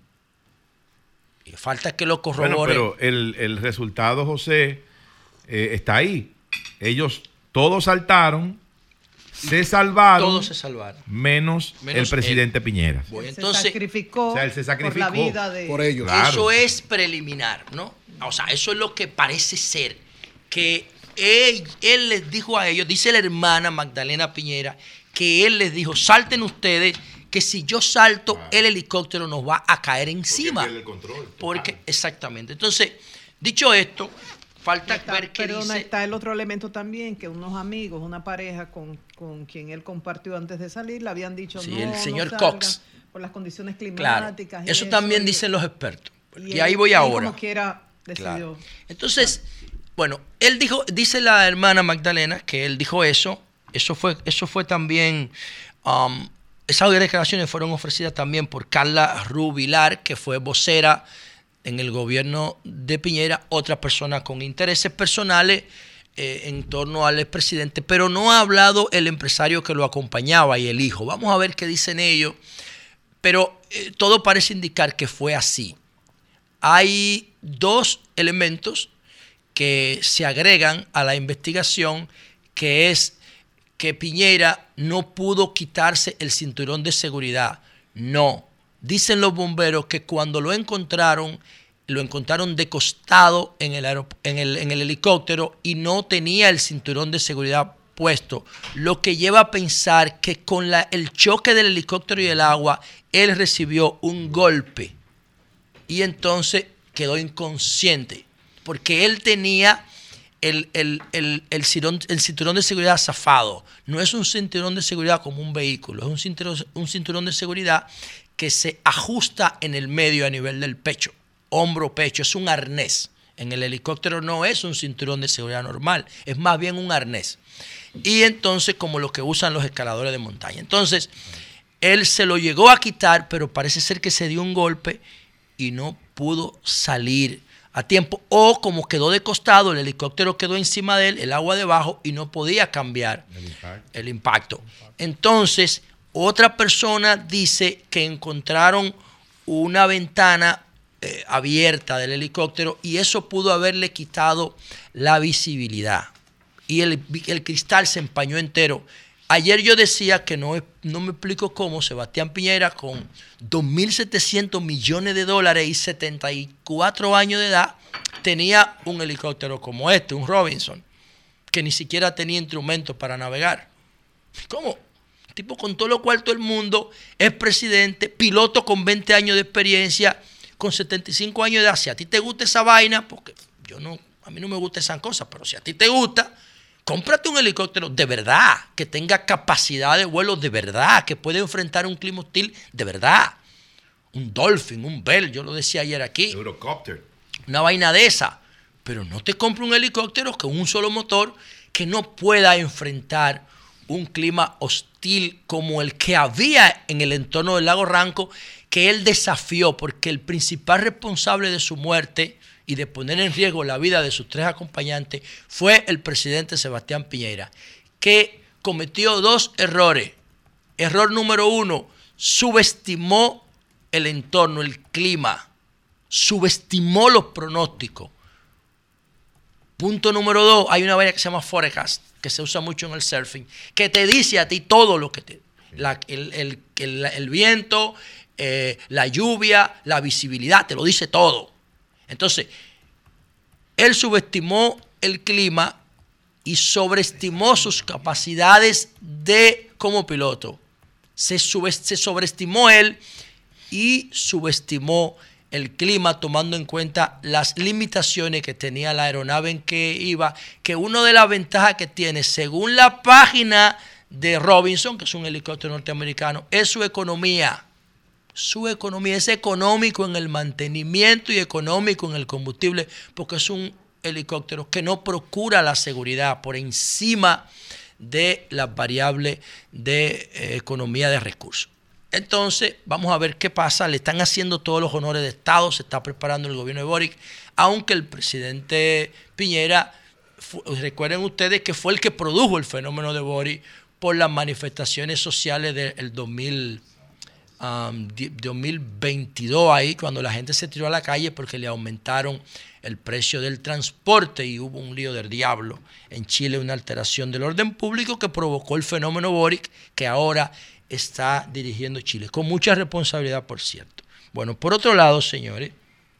Y falta que lo corrobore. Bueno, pero el, el resultado, José, eh, está ahí. Ellos todos saltaron, se salvaron, todos se salvaron, menos, menos el presidente él. Piñera. Bueno, entonces, se sacrificó, o sea, él se sacrificó por la vida de por ellos. Claro. Eso es preliminar, ¿no? O sea, eso es lo que parece ser, que él, él les dijo a ellos, dice la hermana Magdalena Piñera, que él les dijo, salten ustedes, que si yo salto, claro, el helicóptero nos va a caer encima. Porque pierde el control. Porque, claro, exactamente. Entonces, dicho esto, falta está, ver qué pero dice. Está el otro elemento también, que unos amigos, una pareja con, con quien él compartió antes de salir, le habían dicho, sí, no, el señor no Cox, por las condiciones climáticas. Claro, eso, eso también y, dicen los expertos. Y, y ahí él, voy ahora. Como quiera decidió. Claro. Entonces, bueno, él dijo, dice la hermana Magdalena que él dijo eso. Eso fue, eso fue también, um, esas declaraciones fueron ofrecidas también por Carla Rubilar, que fue vocera en el gobierno de Piñera otras personas con intereses personales eh, en torno al expresidente, pero no ha hablado el empresario que lo acompañaba y el hijo. Vamos a ver qué dicen ellos, pero eh, todo parece indicar que fue así. Hay dos elementos que se agregan a la investigación, que es que Piñera no pudo quitarse el cinturón de seguridad. No. Dicen los bomberos que cuando lo encontraron, lo encontraron de costado en el, en el, en el helicóptero y no tenía el cinturón de seguridad puesto, lo que lleva a pensar que con la, el choque del helicóptero y el agua, él recibió un golpe y entonces quedó inconsciente, porque él tenía el, el, el, el, cinturón, el cinturón de seguridad zafado. No es un cinturón de seguridad como un vehículo, es un cinturón, un cinturón de seguridad que se ajusta en el medio a nivel del pecho, hombro, pecho, es un arnés. En el helicóptero no es un cinturón de seguridad normal, es más bien un arnés. Y entonces, como lo que usan los escaladores de montaña. Entonces, él se lo llegó a quitar, pero parece ser que se dio un golpe y no pudo salir a tiempo. O como quedó de costado, el helicóptero quedó encima de él, el agua debajo, y no podía cambiar el impacto. El impacto. Entonces, otra persona dice que encontraron una ventana eh, abierta del helicóptero y eso pudo haberle quitado la visibilidad. Y el, el cristal se empañó entero. Ayer yo decía que no, no me explico cómo Sebastián Piñera, con dos mil setecientos millones de dólares y setenta y cuatro años de edad, tenía un helicóptero como este, un Robinson, que ni siquiera tenía instrumentos para navegar. ¿Cómo? Tipo con todo lo cual todo el mundo es presidente, piloto con veinte años de experiencia, con setenta y cinco años de edad. Si a ti te gusta esa vaina, porque yo no, a mí no me gusta esas cosas, pero si a ti te gusta, cómprate un helicóptero de verdad, que tenga capacidad de vuelo de verdad, que pueda enfrentar un clima hostil de verdad. Un Dolphin, un Bell, yo lo decía ayer aquí. Eurocopter. Una vaina de esa. Pero no te compres un helicóptero con un solo motor que no pueda enfrentar un clima hostil como el que había en el entorno del lago Ranco, que él desafió, porque el principal responsable de su muerte y de poner en riesgo la vida de sus tres acompañantes fue el presidente Sebastián Piñera, que cometió dos errores. Error número uno, subestimó el entorno, el clima, subestimó los pronósticos. Punto número dos, hay una vaina que se llama forecast, que se usa mucho en el surfing, que te dice a ti todo lo que te... La, el, el, el, el viento, eh, la lluvia, la visibilidad, te lo dice todo. Entonces, él subestimó el clima y sobreestimó sus capacidades de como piloto. Se, sube, se sobreestimó él y subestimó el clima, tomando en cuenta las limitaciones que tenía la aeronave en que iba, que una de las ventajas que tiene, según la página de Robinson, que es un helicóptero norteamericano, es su economía. Su economía es económico en el mantenimiento y económico en el combustible, porque es un helicóptero que no procura la seguridad por encima de las variables de eh, economía de recursos. Entonces, vamos a ver qué pasa. Le están haciendo todos los honores de Estado, se está preparando el gobierno de Boric, aunque el presidente Piñera, recuerden ustedes que fue el que produjo el fenómeno de Boric por las manifestaciones sociales del dos mil, um, dos mil veintidós, ahí cuando la gente se tiró a la calle porque le aumentaron el precio del transporte y hubo un lío del diablo en Chile, una alteración del orden público que provocó el fenómeno Boric, que ahora está dirigiendo Chile, con mucha responsabilidad, por cierto. Bueno, por otro lado, señores,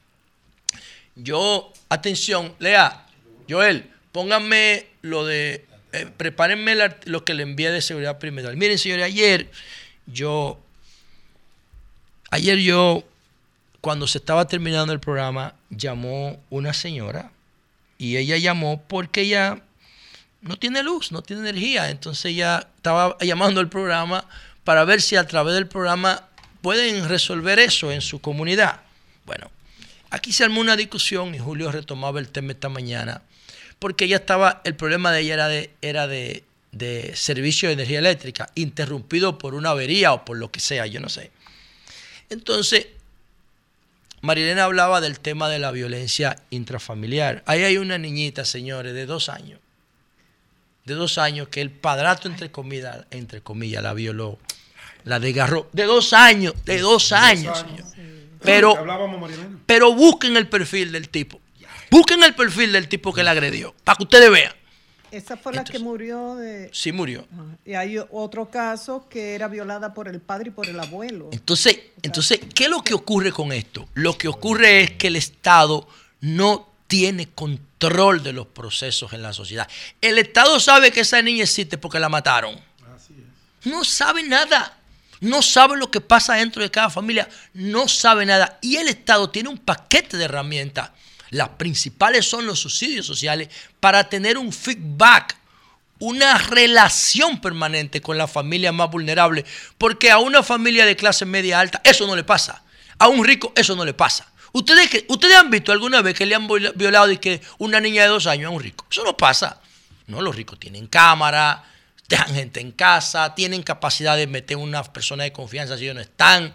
yo, atención, Lea, Joel, pónganme lo de, eh, prepárenme la, lo que le envié de seguridad perimetral. Miren, señores, ayer yo, ayer yo, cuando se estaba terminando el programa, llamó una señora y ella llamó porque ella no tiene luz, no tiene energía, entonces ella estaba llamando al programa para ver si a través del programa pueden resolver eso en su comunidad. Bueno, aquí se armó una discusión y Julio retomaba el tema esta mañana, porque ella estaba, el problema de ella era de, era de, de servicio de energía eléctrica, interrumpido por una avería o por lo que sea, yo no sé. Entonces, Marilena hablaba del tema de la violencia intrafamiliar. Ahí hay una niñita, señores, de dos años. De dos años que el padrastro, entre comillas, entre comillas, la violó, la desgarró. De dos años, de dos años, señor. Pero, pero busquen el perfil del tipo. Busquen el perfil del tipo que la agredió, para que ustedes vean. Esa fue la Entonces, que murió de... Sí, murió. Y hay otro caso que era violada por el padre y por el abuelo. Entonces, entonces, ¿qué es lo que ocurre con esto? Lo que ocurre es que el Estado no tiene control de los procesos en la sociedad. El Estado sabe que esa niña existe porque la mataron. Así es. No sabe nada. No sabe lo que pasa dentro de cada familia. No sabe nada. Y el Estado tiene un paquete de herramientas. Las principales son los subsidios sociales para tener un feedback, una relación permanente con la familia más vulnerable. Porque a una familia de clase media alta eso no le pasa. A un rico eso no le pasa. ¿Ustedes, ustedes han visto alguna vez que le han violado y que una niña de dos años a un rico? Eso no pasa. No, los ricos tienen cámara, dejan gente en casa, tienen capacidad de meter una persona de confianza si ellos no están.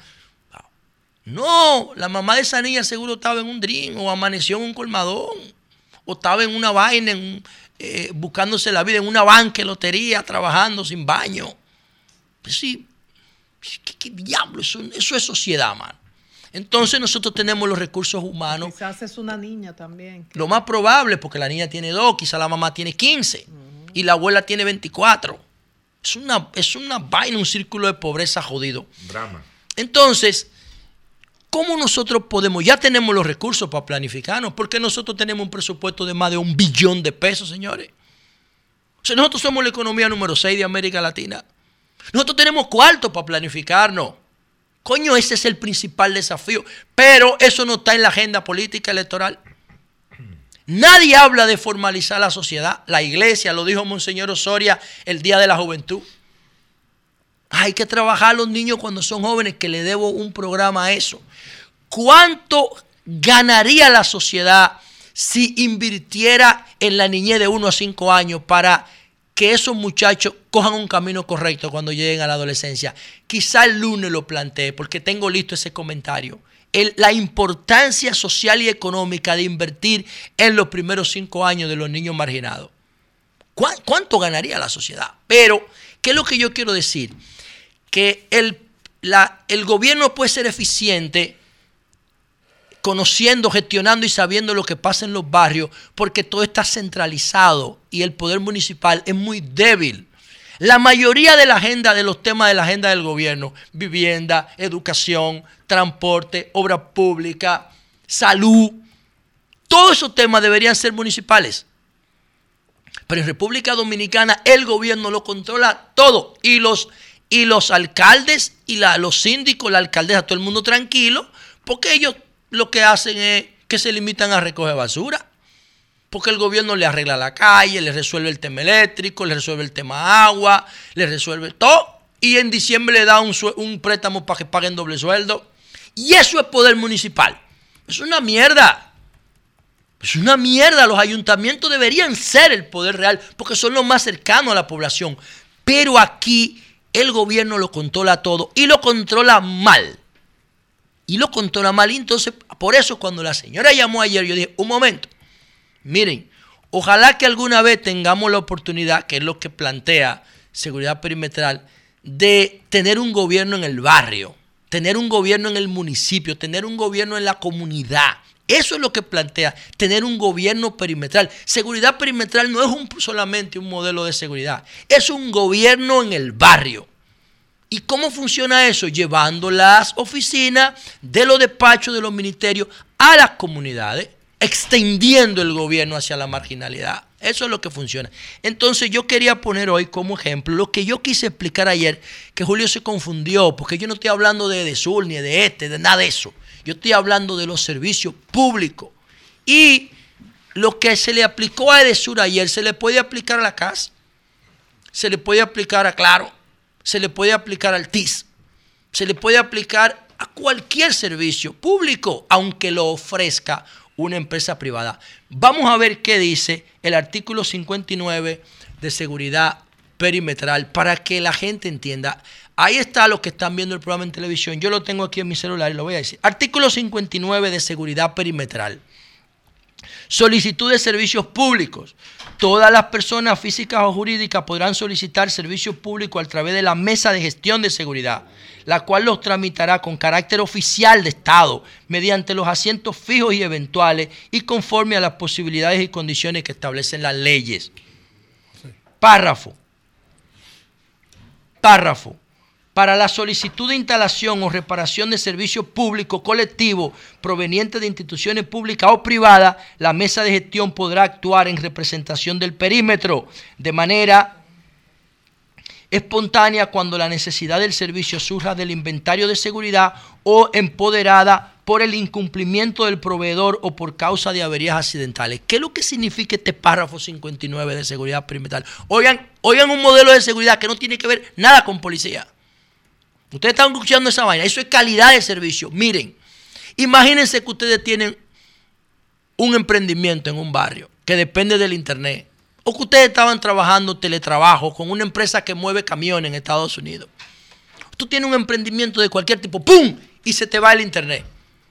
No, la mamá de esa niña seguro estaba en un dream o amaneció en un colmadón o estaba en una vaina, en, eh, buscándose la vida en una banca de lotería, trabajando sin baño. Pues sí, ¿qué, qué diablo? Eso, eso es sociedad, mano. Entonces nosotros tenemos los recursos humanos. Quizás es una niña también. Lo más probable, porque la niña tiene dos, quizás la mamá tiene quince uh-huh. y la abuela tiene veinticuatro. Es una, es una vaina, un círculo de pobreza jodido. Drama. Entonces, ¿cómo nosotros podemos? Ya tenemos los recursos para planificarnos, porque nosotros tenemos un presupuesto de más de un billón de pesos, señores. O sea, nosotros somos la economía número seis de América Latina. Nosotros tenemos cuarto para planificarnos. Coño, ese es el principal desafío. Pero eso no está en la agenda política electoral. Nadie habla de formalizar la sociedad. La iglesia, lo dijo Monseñor Osoria el Día de la Juventud. Hay que trabajar a los niños cuando son jóvenes, que le debo un programa a eso. ¿Cuánto ganaría la sociedad si invirtiera en la niñez de uno a cinco años para que esos muchachos cojan un camino correcto cuando lleguen a la adolescencia? Quizá el lunes lo planteé porque tengo listo ese comentario. El, la importancia social y económica de invertir en los primeros cinco años de los niños marginados. ¿Cuánto, cuánto ganaría la sociedad? Pero, ¿qué es lo que yo quiero decir? Que el, la, el gobierno puede ser eficiente conociendo, gestionando y sabiendo lo que pasa en los barrios, porque todo está centralizado y el poder municipal es muy débil. La mayoría de la agenda, de los temas de la agenda del gobierno, vivienda, educación, transporte, obra pública, salud, todos esos temas deberían ser municipales. Pero en República Dominicana el gobierno lo controla todo y los, y los alcaldes y la, los síndicos, la alcaldesa, todo el mundo tranquilo, porque ellos lo que hacen es que se limitan a recoger basura. Porque el gobierno le arregla la calle, le resuelve el tema eléctrico, le resuelve el tema agua, le resuelve todo. Y en diciembre le da un, un préstamo para que paguen doble sueldo. Y eso es poder municipal. Es una mierda. Es una mierda. Los ayuntamientos deberían ser el poder real porque son los más cercanos a la población. Pero aquí el gobierno lo controla todo y lo controla mal. Y lo controla mal. Y entonces, por eso cuando la señora llamó ayer, yo dije, un momento. Miren, ojalá que alguna vez tengamos la oportunidad, que es lo que plantea Seguridad Perimetral, de tener un gobierno en el barrio, tener un gobierno en el municipio, tener un gobierno en la comunidad. Eso es lo que plantea, tener un gobierno perimetral. Seguridad Perimetral no es un, solamente un modelo de seguridad, es un gobierno en el barrio. ¿Y cómo funciona eso? Llevando las oficinas de los despachos de los ministerios a las comunidades, extendiendo el gobierno hacia la marginalidad. Eso es lo que funciona. Entonces yo quería poner hoy como ejemplo lo que yo quise explicar ayer, que Julio se confundió, porque yo no estoy hablando de EDESUR, ni de este, de nada de eso. Yo estoy hablando de los servicios públicos. Y lo que se le aplicó a EDESUR ayer, se le puede aplicar a la C A S, se le puede aplicar a Claro, se le puede aplicar al T I S, se le puede aplicar a cualquier servicio público, aunque lo ofrezca una empresa privada. Vamos a ver qué dice el artículo cincuenta y nueve de Seguridad Perimetral para que la gente entienda. Ahí está lo que están viendo el programa en televisión. Yo lo tengo aquí en mi celular y lo voy a decir. Artículo cincuenta y nueve de seguridad perimetral. Solicitud de servicios públicos. Todas las personas físicas o jurídicas podrán solicitar servicios públicos a través de la Mesa de Gestión de Seguridad, la cual los tramitará con carácter oficial de Estado mediante los asientos fijos y eventuales y conforme a las posibilidades y condiciones que establecen las leyes. Párrafo. Párrafo. Para la solicitud de instalación o reparación de servicios públicos colectivos provenientes de instituciones públicas o privadas, la mesa de gestión podrá actuar en representación del perímetro de manera espontánea cuando la necesidad del servicio surja del inventario de seguridad o empoderada por el incumplimiento del proveedor o por causa de averías accidentales. ¿Qué es lo que significa este párrafo cincuenta y nueve de seguridad perimetral? Oigan, oigan un modelo de seguridad que no tiene que ver nada con policía. Ustedes están escuchando esa vaina. Eso es calidad de servicio. Miren, imagínense que ustedes tienen un emprendimiento en un barrio que depende del internet. O que ustedes estaban trabajando teletrabajo con una empresa que mueve camiones en Estados Unidos. Tú tienes un emprendimiento de cualquier tipo, ¡pum! Y se te va el internet.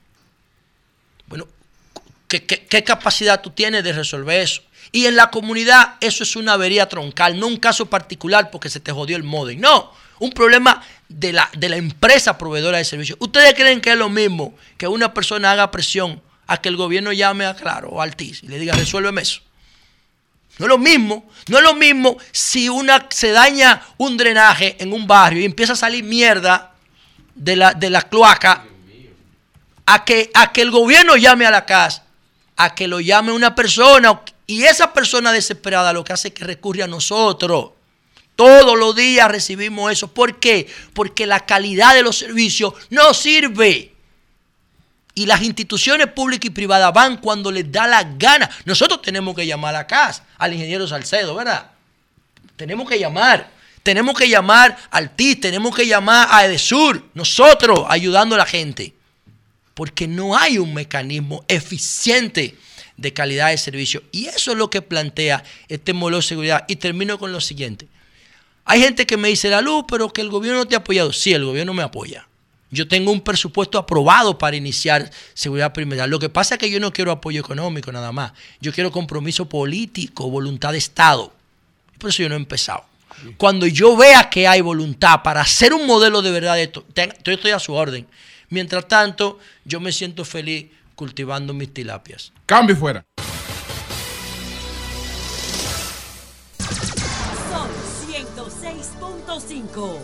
Bueno, ¿qué, qué, qué capacidad tú tienes de resolver eso? Y en la comunidad eso es una avería troncal, no un caso particular porque se te jodió el módem. No, un problema de la, de la empresa proveedora de servicios. ¿Ustedes creen que es lo mismo que una persona haga presión a que el gobierno llame a Claro o a Altiz y le diga resuélveme eso? No es lo mismo, no es lo mismo si una, se daña un drenaje en un barrio y empieza a salir mierda de la, de la cloaca a que, a que el gobierno llame a la casa, a que lo llame una persona y esa persona desesperada lo que hace es que recurre a nosotros. Todos los días recibimos eso. ¿Por qué? Porque la calidad de los servicios no sirve. Y las instituciones públicas y privadas van cuando les da la gana. Nosotros tenemos que llamar a la casa, al ingeniero Salcedo, ¿verdad? Tenemos que llamar. Tenemos que llamar al T I S, tenemos que llamar a Edesur. Nosotros ayudando a la gente. Porque no hay un mecanismo eficiente de calidad de servicio. Y eso es lo que plantea este modelo de seguridad. Y termino con lo siguiente. Hay gente que me dice, la luz, pero que el gobierno no te ha apoyado. Sí, el gobierno me apoya. Yo tengo un presupuesto aprobado para iniciar seguridad perimetral. Lo que pasa es que yo no quiero apoyo económico nada más. Yo quiero compromiso político, voluntad de Estado. Por eso yo no he empezado. Cuando yo vea que hay voluntad para hacer un modelo de verdad de esto, yo estoy a su orden. Mientras tanto, yo me siento feliz cultivando mis tilapias. Cambio fuera. Sol ciento seis punto cinco.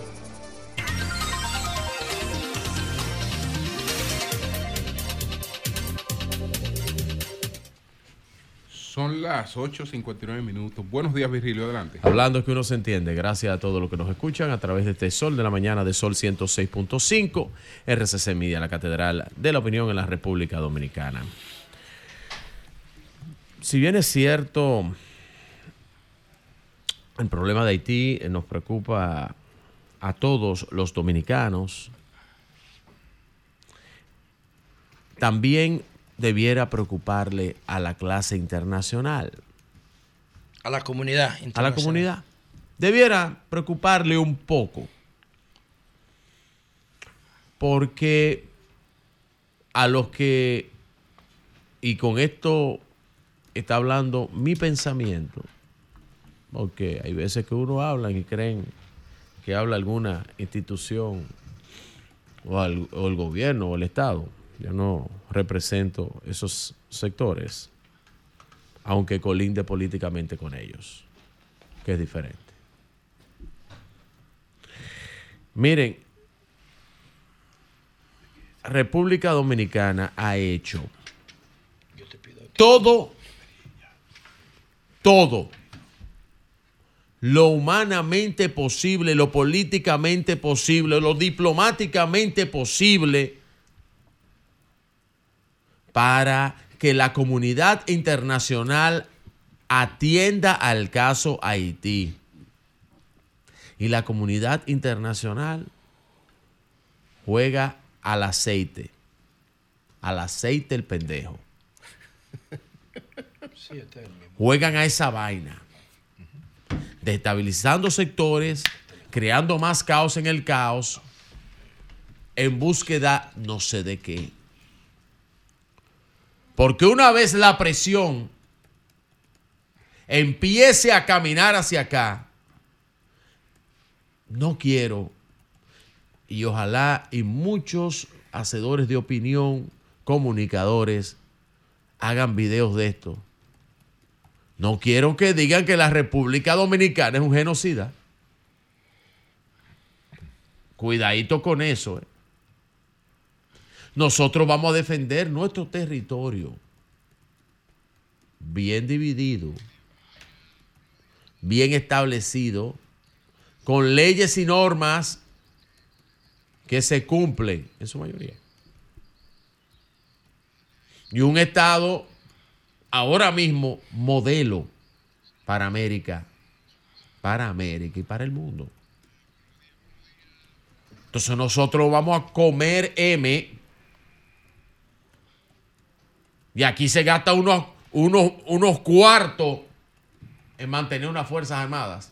Son las ocho cincuenta y nueve minutos. Buenos días, Virgilio, adelante. Hablando que uno se entiende, gracias a todos los que nos escuchan a través de este Sol de la Mañana de Sol ciento seis punto cinco, R C C Media, la catedral de la opinión en la República Dominicana. Si bien es cierto, el problema de Haití nos preocupa a todos los dominicanos, también debiera preocuparle a la clase internacional. A la comunidad internacional. A la comunidad. Debiera preocuparle un poco. Porque a los que, y con esto está hablando mi pensamiento, porque hay veces que uno habla y creen que habla alguna institución o, al, o el gobierno o el Estado. Yo no represento esos sectores, aunque colinde políticamente con ellos, que es diferente. Miren, República Dominicana ha hecho todo, todo lo humanamente posible, lo políticamente posible, lo diplomáticamente posible para que la comunidad internacional atienda al caso Haití. Y la comunidad internacional juega al aceite. Al aceite el pendejo. Juegan a esa vaina. Destabilizando sectores, creando más caos en el caos, en búsqueda no sé de qué. Porque una vez la presión empiece a caminar hacia acá, no quiero, y ojalá y muchos hacedores de opinión, comunicadores, hagan videos de esto. No quiero que digan que la República Dominicana es un genocida. Cuidadito con eso. ¿eh? Nosotros vamos a defender nuestro territorio bien dividido, bien establecido, con leyes y normas que se cumplen en su mayoría. Y un Estado ahora mismo modelo para América, para América y para el mundo. Entonces nosotros vamos a comer M y aquí se gasta unos, unos, unos cuartos en mantener unas Fuerzas Armadas.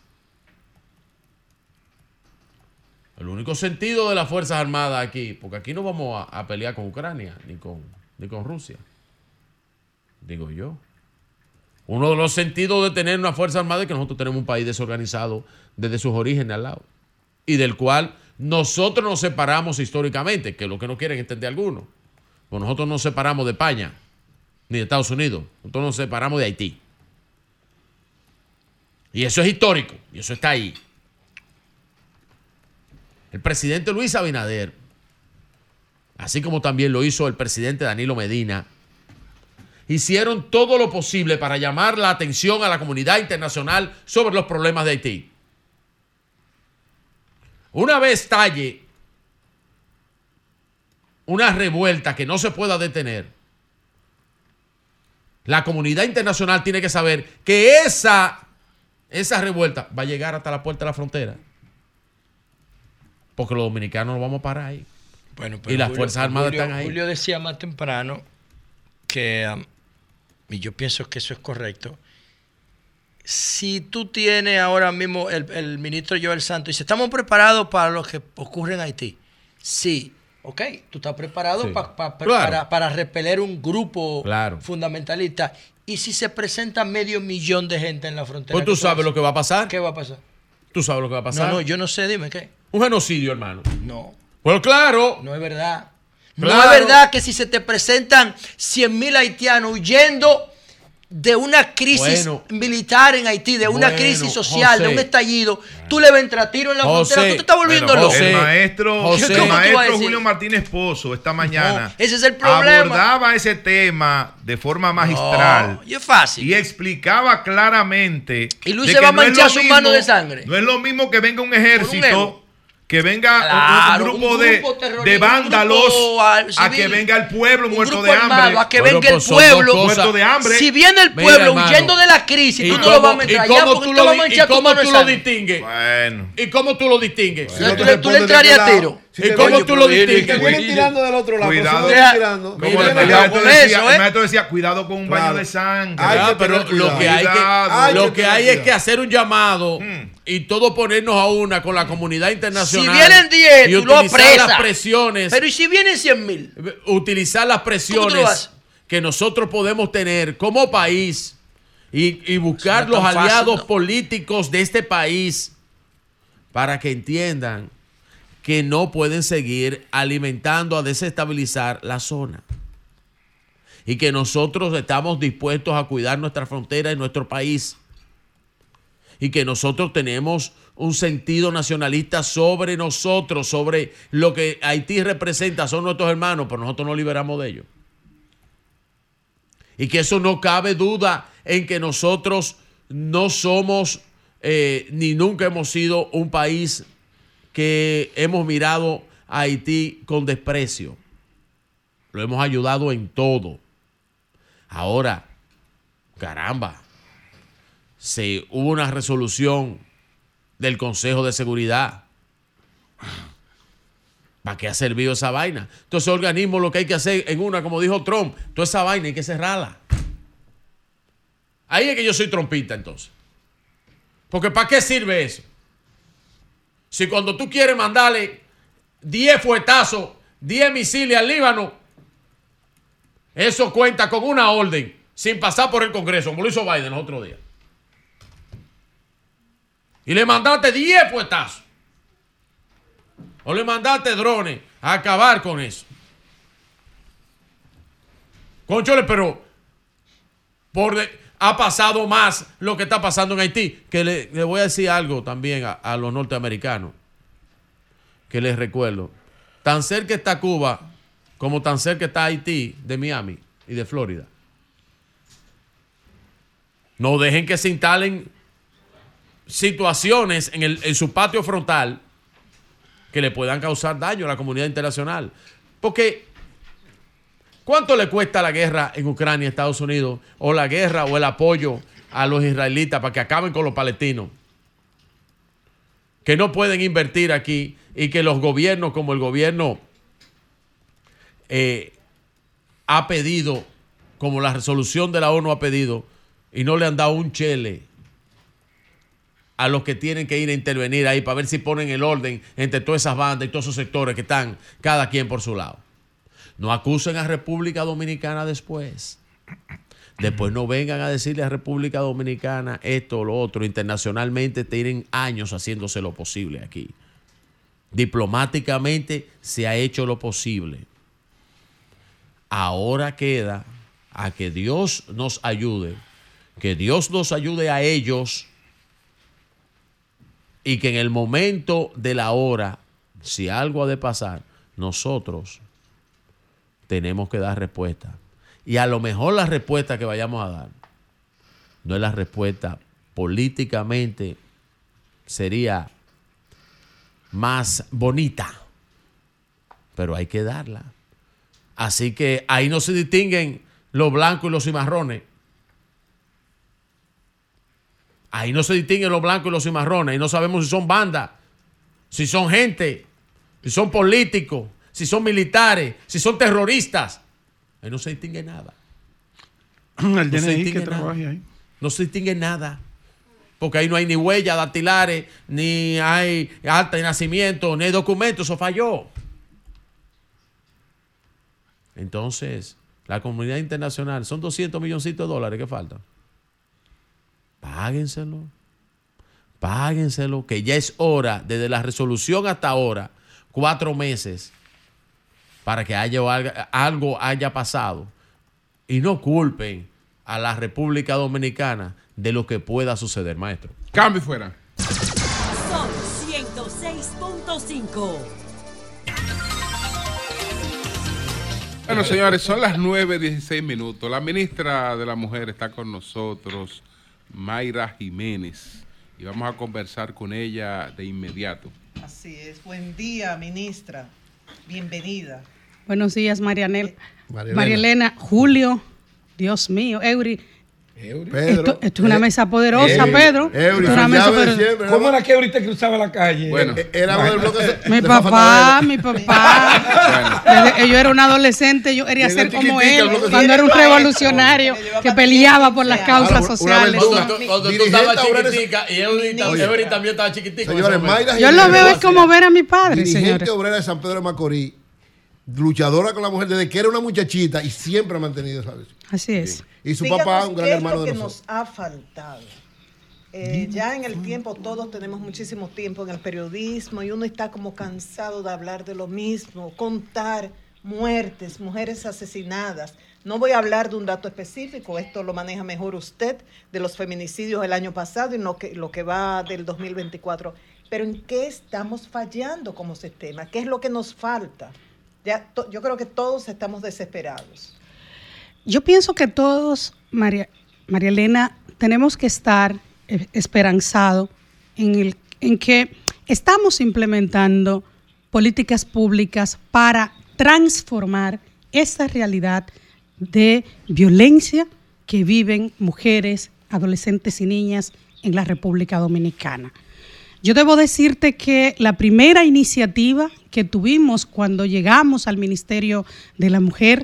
El único sentido de las Fuerzas Armadas aquí, porque aquí no vamos a, a pelear con Ucrania ni con, ni con Rusia, digo yo. Uno de los sentidos de tener una Fuerza Armada es que nosotros tenemos un país desorganizado desde sus orígenes al lado y del cual nosotros nos separamos históricamente, que es lo que no quieren entender algunos. Pues nosotros nos separamos de España ni de Estados Unidos, nosotros nos separamos de Haití. Y eso es histórico, y eso está ahí. El presidente Luis Abinader, así como también lo hizo el presidente Danilo Medina, hicieron todo lo posible para llamar la atención a la comunidad internacional sobre los problemas de Haití. Una vez talle una revuelta que no se pueda detener, la comunidad internacional tiene que saber que esa, esa revuelta va a llegar hasta la puerta de la frontera. Porque los dominicanos no vamos a parar ahí. Bueno, pero y las Julio, Fuerzas Armadas Julio, están ahí. Julio decía más temprano que, um, y yo pienso que eso es correcto, si tú tienes ahora mismo, el, el ministro Joel Santos dice, estamos preparados para lo que ocurre en Haití. Sí, ok, tú estás preparado Sí. pa, pa, Claro. para, para repeler un grupo Claro. fundamentalista. Y si se presenta medio millón de gente en la frontera. Pues tú ¿qué sabes puede lo que va a pasar. ¿Qué va a pasar? Tú sabes lo que va a pasar. No, no, yo no sé, dime qué. Un genocidio, hermano. No. Pues claro. No es verdad. Claro. No es verdad que si se te presentan cien mil haitianos huyendo de una crisis Bueno. militar en Haití, de una Bueno, crisis social, de José. un estallido, tú le vas a entrar tiro en la José. frontera, tú te estás volviendo Bueno, loco. el maestro, José. el ¿Cómo tú vas a maestro decir? Julio Martínez Pozo esta mañana No, ese es el problema. abordaba ese tema de forma magistral No, y es fácil. y explicaba claramente Y Luis de se que va a no es manchar lo sus mismo- manos de sangre. No es lo mismo que venga un ego. ejército, que venga un- Claro, un, grupo un de, grupo terrorista, de un vándalos grupo, ah, a civil, que venga el pueblo un muerto grupo de hambre. armado, a que Bueno, venga el pues son dos pueblo cosas. Muerto de hambre. Si viene el Mira, pueblo hermano, huyendo de la crisis, ¿Y tú no lo vas a cómo- y ametrallar cómo porque tú tú lo vas a di- y manchar tu cómo mano de tú lo sangre. distingues? Bueno. ¿Y cómo tú lo distingues? O sea, tú, le- tú le entrarías a tiro. ¿Y cómo tú lo distingues? Que vienen tirando del otro lado. Cuidado. pero si no Deja- vienen tirando. Como Mira, el, cuidado maestro con decía, eso, el ¿eh? maestro decía, cuidado con un baño Claro. de sangre. Hay Ya, que pero tener lo cuidado. que hay que, Cuidado. Hay lo que que tener hay es cuidado. que hacer un llamado Mm. y todo ponernos a una con la comunidad internacional. Si vienen diez, y tú lo utilizar apresas. las presiones, Pero ¿y si vienen cien mil? utilizar las ¿Cómo tú lo presiones haces? que nosotros podemos tener como país y, y buscar Eso no los es tan fácil, aliados ¿no? políticos de este país para que entiendan que no pueden seguir alimentando a desestabilizar la zona. Y que nosotros estamos dispuestos a cuidar nuestra frontera y nuestro país. Y que nosotros tenemos un sentido nacionalista sobre nosotros, sobre lo que Haití representa, son nuestros hermanos, pero nosotros nos liberamos de ellos. Y que eso no cabe duda en que nosotros no somos eh, ni nunca hemos sido un país que hemos mirado a Haití con desprecio. Lo hemos ayudado en todo. Ahora, caramba, se hubo una resolución del Consejo de Seguridad. ¿Para qué ha servido esa vaina? Entonces, organismo lo que hay que hacer en una, como dijo Trump, toda esa vaina hay que cerrarla. Ahí es que yo soy trompista, entonces. Porque ¿para qué sirve eso? Si cuando tú quieres mandarle diez fuetazos, diez misiles al Líbano, eso cuenta con una orden sin pasar por el Congreso, como lo hizo Biden los otros días. Y le mandaste diez fuetazos. O le mandaste drones a acabar con eso. Conchole, pero por de, ha pasado más lo que está pasando en Haití. Que le, le voy a decir algo también a, a los norteamericanos. Que les recuerdo. Tan cerca está Cuba como tan cerca está Haití de Miami y de Florida. No dejen que se instalen situaciones en, el, en su patio frontal que le puedan causar daño a la comunidad internacional. Porque ¿cuánto le cuesta la guerra en Ucrania, Estados Unidos, o la guerra o el apoyo a los israelitas para que acaben con los palestinos? Que no pueden invertir aquí y que los gobiernos, como el gobierno eh, ha pedido, como la resolución de la ONU ha pedido, y no le han dado un chele a los que tienen que ir a intervenir ahí para ver si ponen el orden entre todas esas bandas y todos esos sectores que están cada quien por su lado. No acusen a República Dominicana después. Después no vengan a decirle a República Dominicana esto o lo otro. Internacionalmente tienen años haciéndose lo posible aquí. Diplomáticamente se ha hecho lo posible. Ahora queda a que Dios nos ayude, que Dios nos ayude a ellos y que en el momento de la hora, si algo ha de pasar, nosotros tenemos que dar respuesta. Y a lo mejor la respuesta que vayamos a dar no es la respuesta políticamente, sería más bonita, pero hay que darla. Así que ahí no se distinguen los blancos y los cimarrones. Ahí no se distinguen los blancos y los cimarrones. Y no sabemos si son bandas, si son gente, si son políticos, si son militares, si son terroristas. Ahí no se distingue nada. El D no N I que trabaje ahí. No se distingue nada. Porque ahí no hay ni huellas dactilares, ni hay acta de nacimiento, ni hay documentos. Eso falló. Entonces, la comunidad internacional, son doscientos milloncitos de dólares que faltan. Páguenselo. Páguenselo, que ya es hora, desde la resolución hasta ahora, cuatro meses, para que haya, algo haya pasado. Y no culpen a la República Dominicana de lo que pueda suceder, maestro. Cambio fuera. Son ciento seis punto cinco. Bueno, señores, son las nueve dieciséis minutos. La ministra de la Mujer está con nosotros, Mayra Jiménez, y vamos a conversar con ella de inmediato. Así es. Buen día, ministra. Bienvenida. Buenos días, Marianel. María Elena, Julio, Dios mío, Eury. Pedro. Esto, esto es una mesa poderosa, Eury. Pedro. Eury, Esto es una mesa poderosa. ¿Cómo era que ahorita cruzaba la calle? Bueno, era bueno. del bloque. Mi papá, mi papá. Desde, yo era un adolescente, yo quería ser como él, cuando era un revolucionario que peleaba por las causas sociales. Cuando, cuando tú estabas chiquitica y Eury, Eury también estaba chiquitica. Señores, Mayra Yo lo veo es como ver a mi padre, dirigente señores. obrera de San Pedro de Macorís, luchadora con la mujer desde que era una muchachita y siempre ha mantenido esa vez. Así es. Sí. Y su Díganos, papá, un gran ¿qué es hermano lo de que nosotros. nos ha faltado? Eh, ya en el tiempo, todos tenemos muchísimo tiempo en el periodismo y uno está como cansado de hablar de lo mismo, contar muertes, mujeres asesinadas. No voy a hablar de un dato específico, esto lo maneja mejor usted, de los feminicidios del año pasado y lo que, lo que va del dos mil veinticuatro. Pero ¿en qué estamos fallando como sistema? ¿Qué es lo que nos falta? Ya, to, yo creo que todos estamos desesperados. Yo pienso que todos, María, María Elena, tenemos que estar eh, esperanzados en, el, en que estamos implementando políticas públicas para transformar esa realidad de violencia que viven mujeres, adolescentes y niñas en la República Dominicana. Yo debo decirte que la primera iniciativa que tuvimos cuando llegamos al Ministerio de la Mujer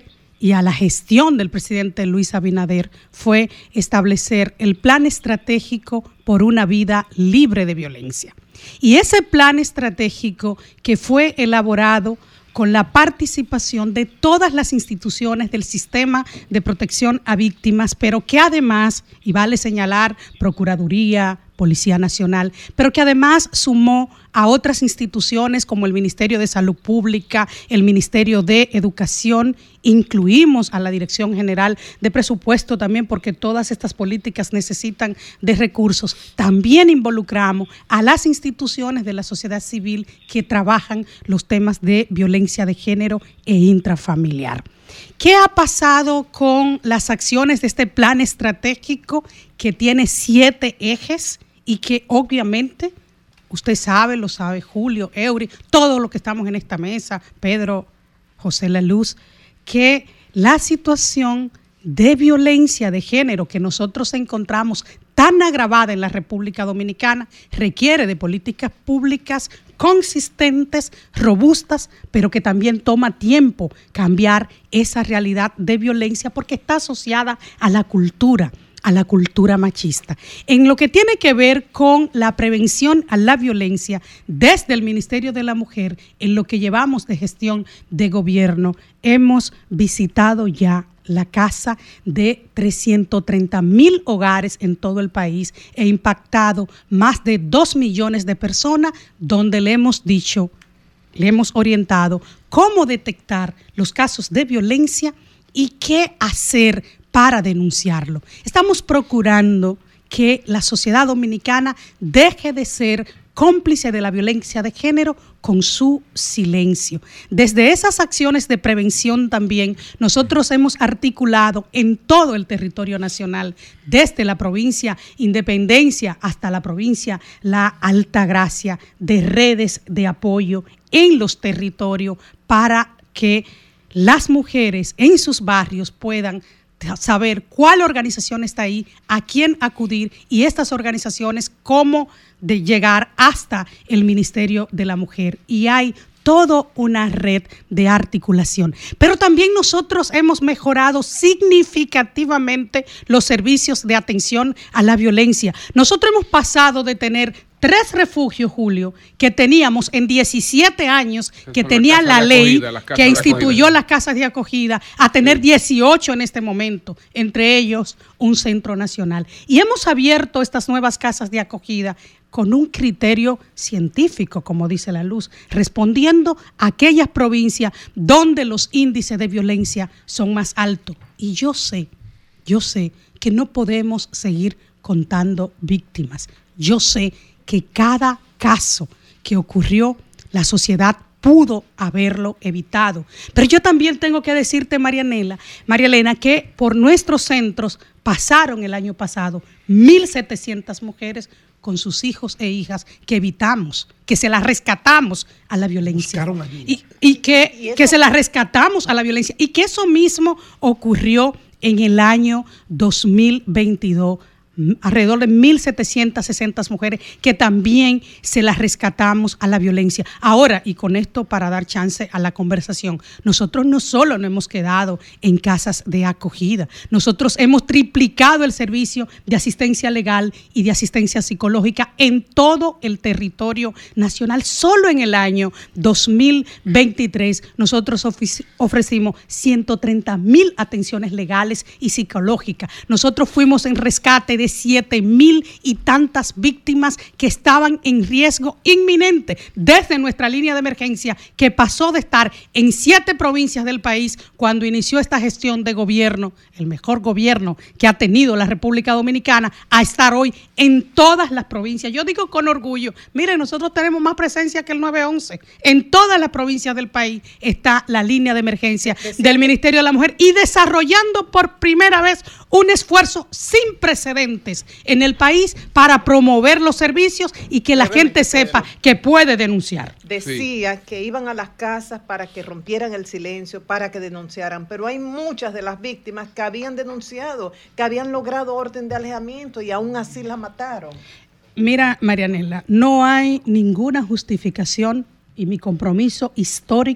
y a la gestión del presidente Luis Abinader fue establecer el plan estratégico por una vida libre de violencia. Y ese plan estratégico que fue elaborado con la participación de todas las instituciones del sistema de protección a víctimas, pero que además, y vale señalar, Procuraduría, Policía Nacional, pero que además sumó a otras instituciones como el Ministerio de Salud Pública, el Ministerio de Educación, incluimos a la Dirección General de Presupuesto también, porque todas estas políticas necesitan de recursos. También involucramos a las instituciones de la sociedad civil que trabajan los temas de violencia de género e intrafamiliar. ¿Qué ha pasado con las acciones de este plan estratégico que tiene siete ejes y que obviamente usted sabe, lo sabe Julio, Eury, todos los que estamos en esta mesa, Pedro, José La Luz, que la situación de violencia de género que nosotros encontramos tan agravada en la República Dominicana requiere de políticas públicas consistentes, robustas, pero que también toma tiempo cambiar esa realidad de violencia porque está asociada a la cultura, a la cultura machista. En lo que tiene que ver con la prevención a la violencia desde el Ministerio de la Mujer, en lo que llevamos de gestión de gobierno, hemos visitado ya la casa de trescientos treinta mil hogares en todo el país e impactado más de dos millones de personas, donde le hemos dicho, le hemos orientado cómo detectar los casos de violencia y qué hacer para denunciarlo. Estamos procurando que la sociedad dominicana deje de ser cómplice de la violencia de género con su silencio. Desde esas acciones de prevención también nosotros hemos articulado en todo el territorio nacional, desde la provincia Independencia hasta la provincia La Altagracia, de redes de apoyo en los territorios para que las mujeres en sus barrios puedan saber cuál organización está ahí, a quién acudir y estas organizaciones cómo de llegar hasta el Ministerio de la Mujer. Y hay toda una red de articulación. Pero también nosotros hemos mejorado significativamente los servicios de atención a la violencia. Nosotros hemos pasado de tener tres refugios, Julio, que teníamos en diecisiete años, que tenía la ley que instituyó las casas de acogida, a tener dieciocho en este momento, entre ellos un centro nacional. Y hemos abierto estas nuevas casas de acogida con un criterio científico, como dice La Luz, respondiendo a aquellas provincias donde los índices de violencia son más altos. Y yo sé, yo sé que no podemos seguir contando víctimas. Yo sé que cada caso que ocurrió, la sociedad pudo haberlo evitado. Pero yo también tengo que decirte, Marianela, María Elena, que por nuestros centros pasaron el año pasado mil setecientas mujeres con sus hijos e hijas que evitamos, que se las rescatamos a la violencia. Y, y, que, ¿Y que se las rescatamos a la violencia. Y que eso mismo ocurrió en el año dos mil veintidós. Alrededor de mil setecientas sesenta mujeres que también se las rescatamos a la violencia. Ahora, y con esto para dar chance a la conversación, nosotros no solo nos hemos quedado en casas de acogida, nosotros hemos triplicado el servicio de asistencia legal y de asistencia psicológica en todo el territorio nacional. Solo en el año dos mil veintitrés nosotros ofrecimos ciento treinta mil atenciones legales y psicológicas. Nosotros fuimos en rescate de de siete mil y tantas víctimas que estaban en riesgo inminente desde nuestra línea de emergencia, que pasó de estar en siete provincias del país cuando inició esta gestión de gobierno, el mejor gobierno que ha tenido la República Dominicana, a estar hoy en todas las provincias. Yo digo con orgullo, miren, nosotros tenemos más presencia que el nueve once. En todas las provincias del país está la línea de emergencia del Ministerio de la Mujer y desarrollando por primera vez un esfuerzo sin precedentes en el país para promover los servicios y que la gente sepa que puede denunciar. Decía sí. que iban a las casas para que rompieran el silencio, para que denunciaran, pero hay muchas de las víctimas que habían denunciado, que habían logrado orden de alejamiento y aún así la mataron. Mira, Marianela, no hay ninguna justificación y mi compromiso histórico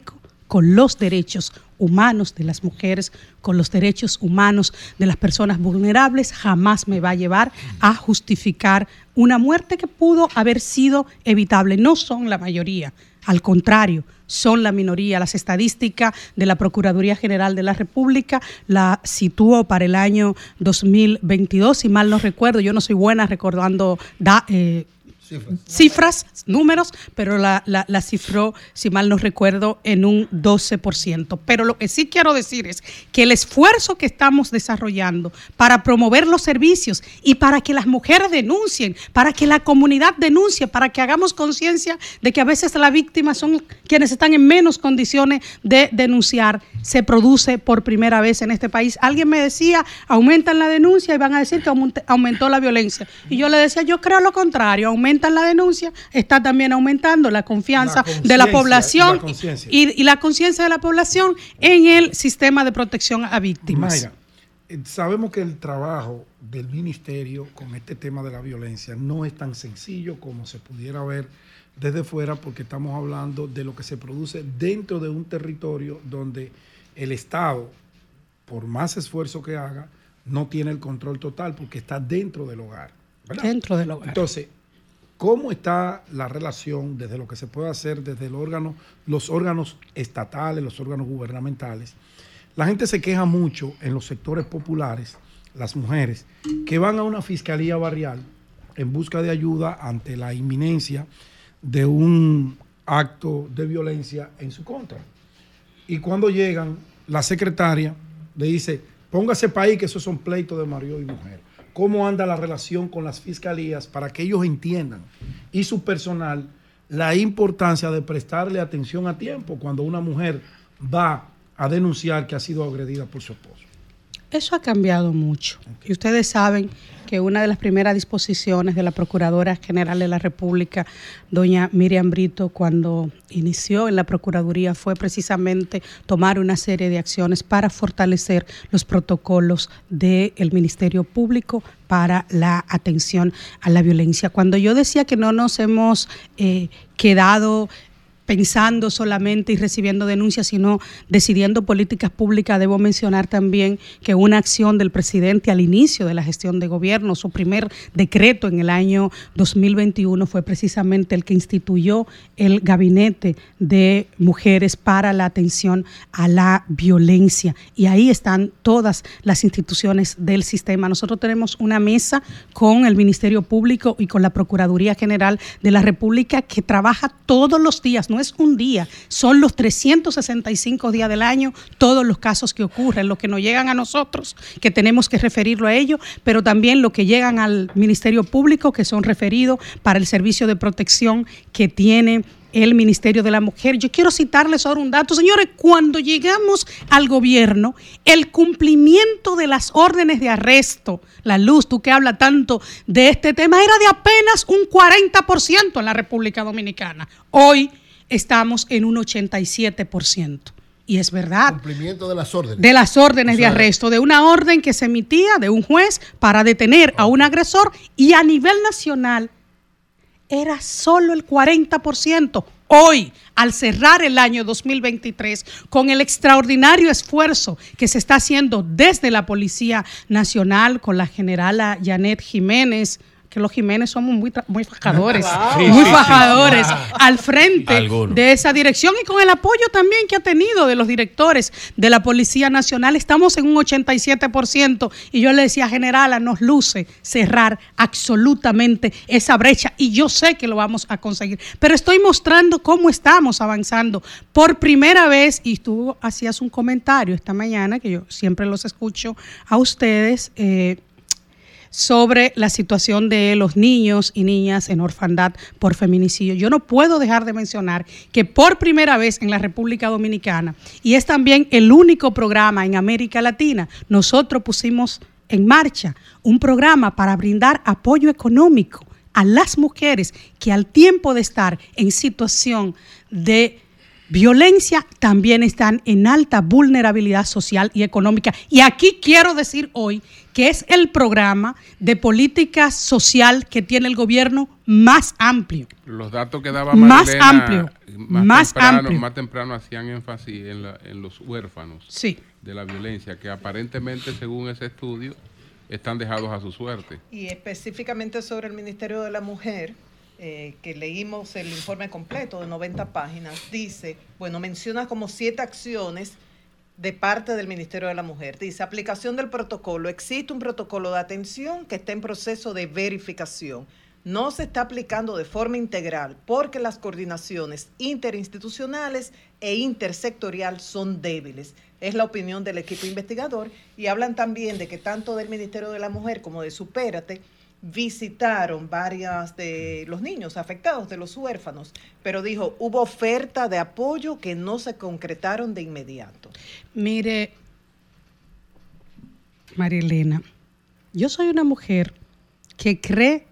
con los derechos humanos de las mujeres, con los derechos humanos de las personas vulnerables, jamás me va a llevar a justificar una muerte que pudo haber sido evitable. No son la mayoría, al contrario, son la minoría. Las estadísticas de la Procuraduría General de la República la situó para el año dos mil veintidós, si mal no recuerdo, yo no soy buena recordando da, eh, Cifras. cifras, números, pero la, la, la cifró, si mal no recuerdo, en un doce por ciento. Pero lo que sí quiero decir es que el esfuerzo que estamos desarrollando para promover los servicios y para que las mujeres denuncien, para que la comunidad denuncie, para que hagamos conciencia de que a veces las víctimas son quienes están en menos condiciones de denunciar, se produce por primera vez en este país. Alguien me decía, aumentan la denuncia y van a decir que aumentó la violencia. Y yo le decía, yo creo lo contrario, aumenta la denuncia, está también aumentando la confianza la de la población y la, y, y la conciencia de la población en el sistema de protección a víctimas. Mayra, eh, sabemos que el trabajo del ministerio con este tema de la violencia no es tan sencillo como se pudiera ver desde fuera, porque estamos hablando de lo que se produce dentro de un territorio donde el Estado, por más esfuerzo que haga, no tiene el control total porque está dentro del hogar, ¿verdad? Dentro del hogar. Entonces, ¿cómo está la relación desde lo que se puede hacer desde el órgano, los órganos estatales, los órganos gubernamentales? La gente se queja mucho en los sectores populares, las mujeres, que van a una fiscalía barrial en busca de ayuda ante la inminencia de un acto de violencia en su contra. Y cuando llegan, la secretaria le dice, póngase para ahí que esos son pleitos de marido y mujer. ¿Cómo anda la relación con las fiscalías para que ellos entiendan y su personal la importancia de prestarle atención a tiempo cuando una mujer va a denunciar que ha sido agredida por su esposo? Eso ha cambiado mucho. Okay. Y ustedes saben que una de las primeras disposiciones de la Procuradora General de la República, doña Miriam Brito, cuando inició en la Procuraduría, fue precisamente tomar una serie de acciones para fortalecer los protocolos del Ministerio Público para la atención a la violencia. Cuando yo decía que no nos hemos eh, quedado pensando solamente y recibiendo denuncias, sino decidiendo políticas públicas, debo mencionar también que una acción del presidente al inicio de la gestión de gobierno, su primer decreto en el año dos mil veintiuno fue precisamente el que instituyó el Gabinete de Mujeres para la Atención a la Violencia. Y ahí están todas las instituciones del sistema. Nosotros tenemos una mesa con el Ministerio Público y con la Procuraduría General de la República que trabaja todos los días, no es un día, son los trescientos sesenta y cinco días del año, todos los casos que ocurren, los que nos llegan a nosotros, que tenemos que referirlo a ellos, pero también los que llegan al Ministerio Público, que son referidos para el servicio de protección que tiene el Ministerio de la Mujer. Yo quiero citarles ahora un dato. Señores, cuando llegamos al gobierno, el cumplimiento de las órdenes de arresto, la Luz, tú que hablas tanto de este tema, era de apenas un cuarenta por ciento en la República Dominicana. Hoy estamos en un ochenta y siete por ciento. Y es verdad. Cumplimiento de las órdenes. De las órdenes o sea, de arresto, de una orden que se emitía de un juez para detener a un agresor, y a nivel nacional era solo el cuarenta por ciento. Hoy, al cerrar el año dos mil veintitrés, con el extraordinario esfuerzo que se está haciendo desde la Policía Nacional, con la generala Janet Jiménez, que los Jiménez somos muy, muy fajadores, sí, muy sí, fajadores, sí, sí. al frente Alguno. de esa dirección, y con el apoyo también que ha tenido de los directores de la Policía Nacional, estamos en un ochenta y siete por ciento, y yo le decía, generala, nos luce cerrar absolutamente esa brecha, y yo sé que lo vamos a conseguir, pero estoy mostrando cómo estamos avanzando. Por primera vez, y tú hacías un comentario esta mañana, que yo siempre los escucho a ustedes, eh, sobre la situación de los niños y niñas en orfandad por feminicidio. Yo no puedo dejar de mencionar que por primera vez en la República Dominicana, y es también el único programa en América Latina, nosotros pusimos en marcha un programa para brindar apoyo económico a las mujeres que al tiempo de estar en situación de violencia también están en alta vulnerabilidad social y económica. Y aquí quiero decir hoy que es el programa de política social que tiene el gobierno más amplio. Los datos que daba más Marilena, amplio, más, más temprano, amplio. más temprano hacían énfasis en, la, en los huérfanos sí. de la violencia, que aparentemente, según ese estudio, están dejados a su suerte. Y específicamente sobre el Ministerio de la Mujer, eh, que leímos el informe completo de noventa páginas, dice, bueno, menciona como siete acciones de parte del Ministerio de la Mujer. Dice, aplicación del protocolo. Existe un protocolo de atención que está en proceso de verificación. No se está aplicando de forma integral porque las coordinaciones interinstitucionales e intersectorial son débiles. Es la opinión del equipo investigador, y hablan también de que tanto del Ministerio de la Mujer como de Supérate visitaron varias de los niños afectados, de los huérfanos, pero dijo, hubo oferta de apoyo que no se concretaron de inmediato. Mire, María Elena, yo soy una mujer que cree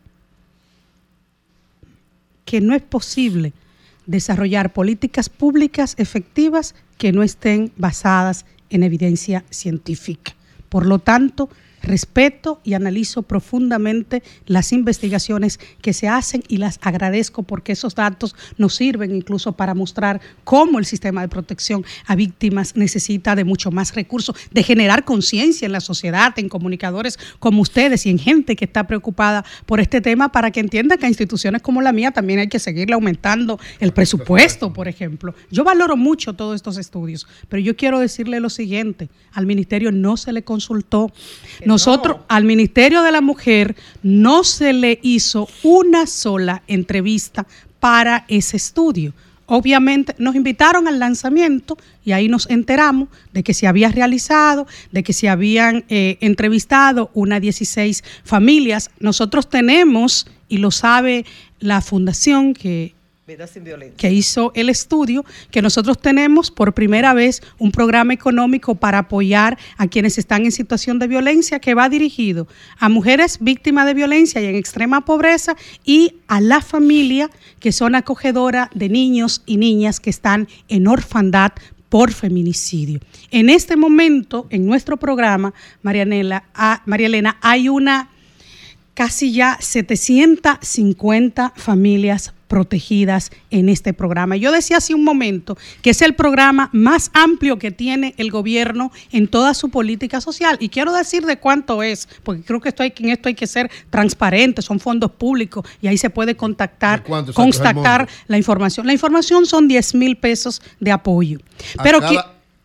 que no es posible desarrollar políticas públicas efectivas que no estén basadas en evidencia científica. Por lo tanto, respeto y analizo profundamente las investigaciones que se hacen y las agradezco porque esos datos nos sirven incluso para mostrar cómo el sistema de protección a víctimas necesita de mucho más recursos, de generar conciencia en la sociedad, en comunicadores como ustedes y en gente que está preocupada por este tema, para que entiendan que a instituciones como la mía también hay que seguirle aumentando el presupuesto, por ejemplo. Yo valoro mucho todos estos estudios, pero yo quiero decirle lo siguiente, al ministerio no se le consultó. Nosotros, no. Al Ministerio de la Mujer no se le hizo una sola entrevista para ese estudio. Obviamente nos invitaron al lanzamiento y ahí nos enteramos de que se había realizado, de que se habían eh, entrevistado unas dieciséis familias. Nosotros tenemos, y lo sabe la fundación que... Vida sin violencia. Que hizo el estudio, que nosotros tenemos por primera vez un programa económico para apoyar a quienes están en situación de violencia, que va dirigido a mujeres víctimas de violencia y en extrema pobreza, y a la familia que son acogedoras de niños y niñas que están en orfandad por feminicidio. En este momento, en nuestro programa, Marianela, a, María Elena, hay una casi ya setecientas cincuenta familias protegidas en este programa. Yo decía hace un momento que es el programa más amplio que tiene el gobierno en toda su política social, y quiero decir de cuánto es, porque creo que esto hay, en esto hay que ser transparente, son fondos públicos y ahí se puede contactar, constatar la información. La información son diez mil pesos de apoyo. Pero que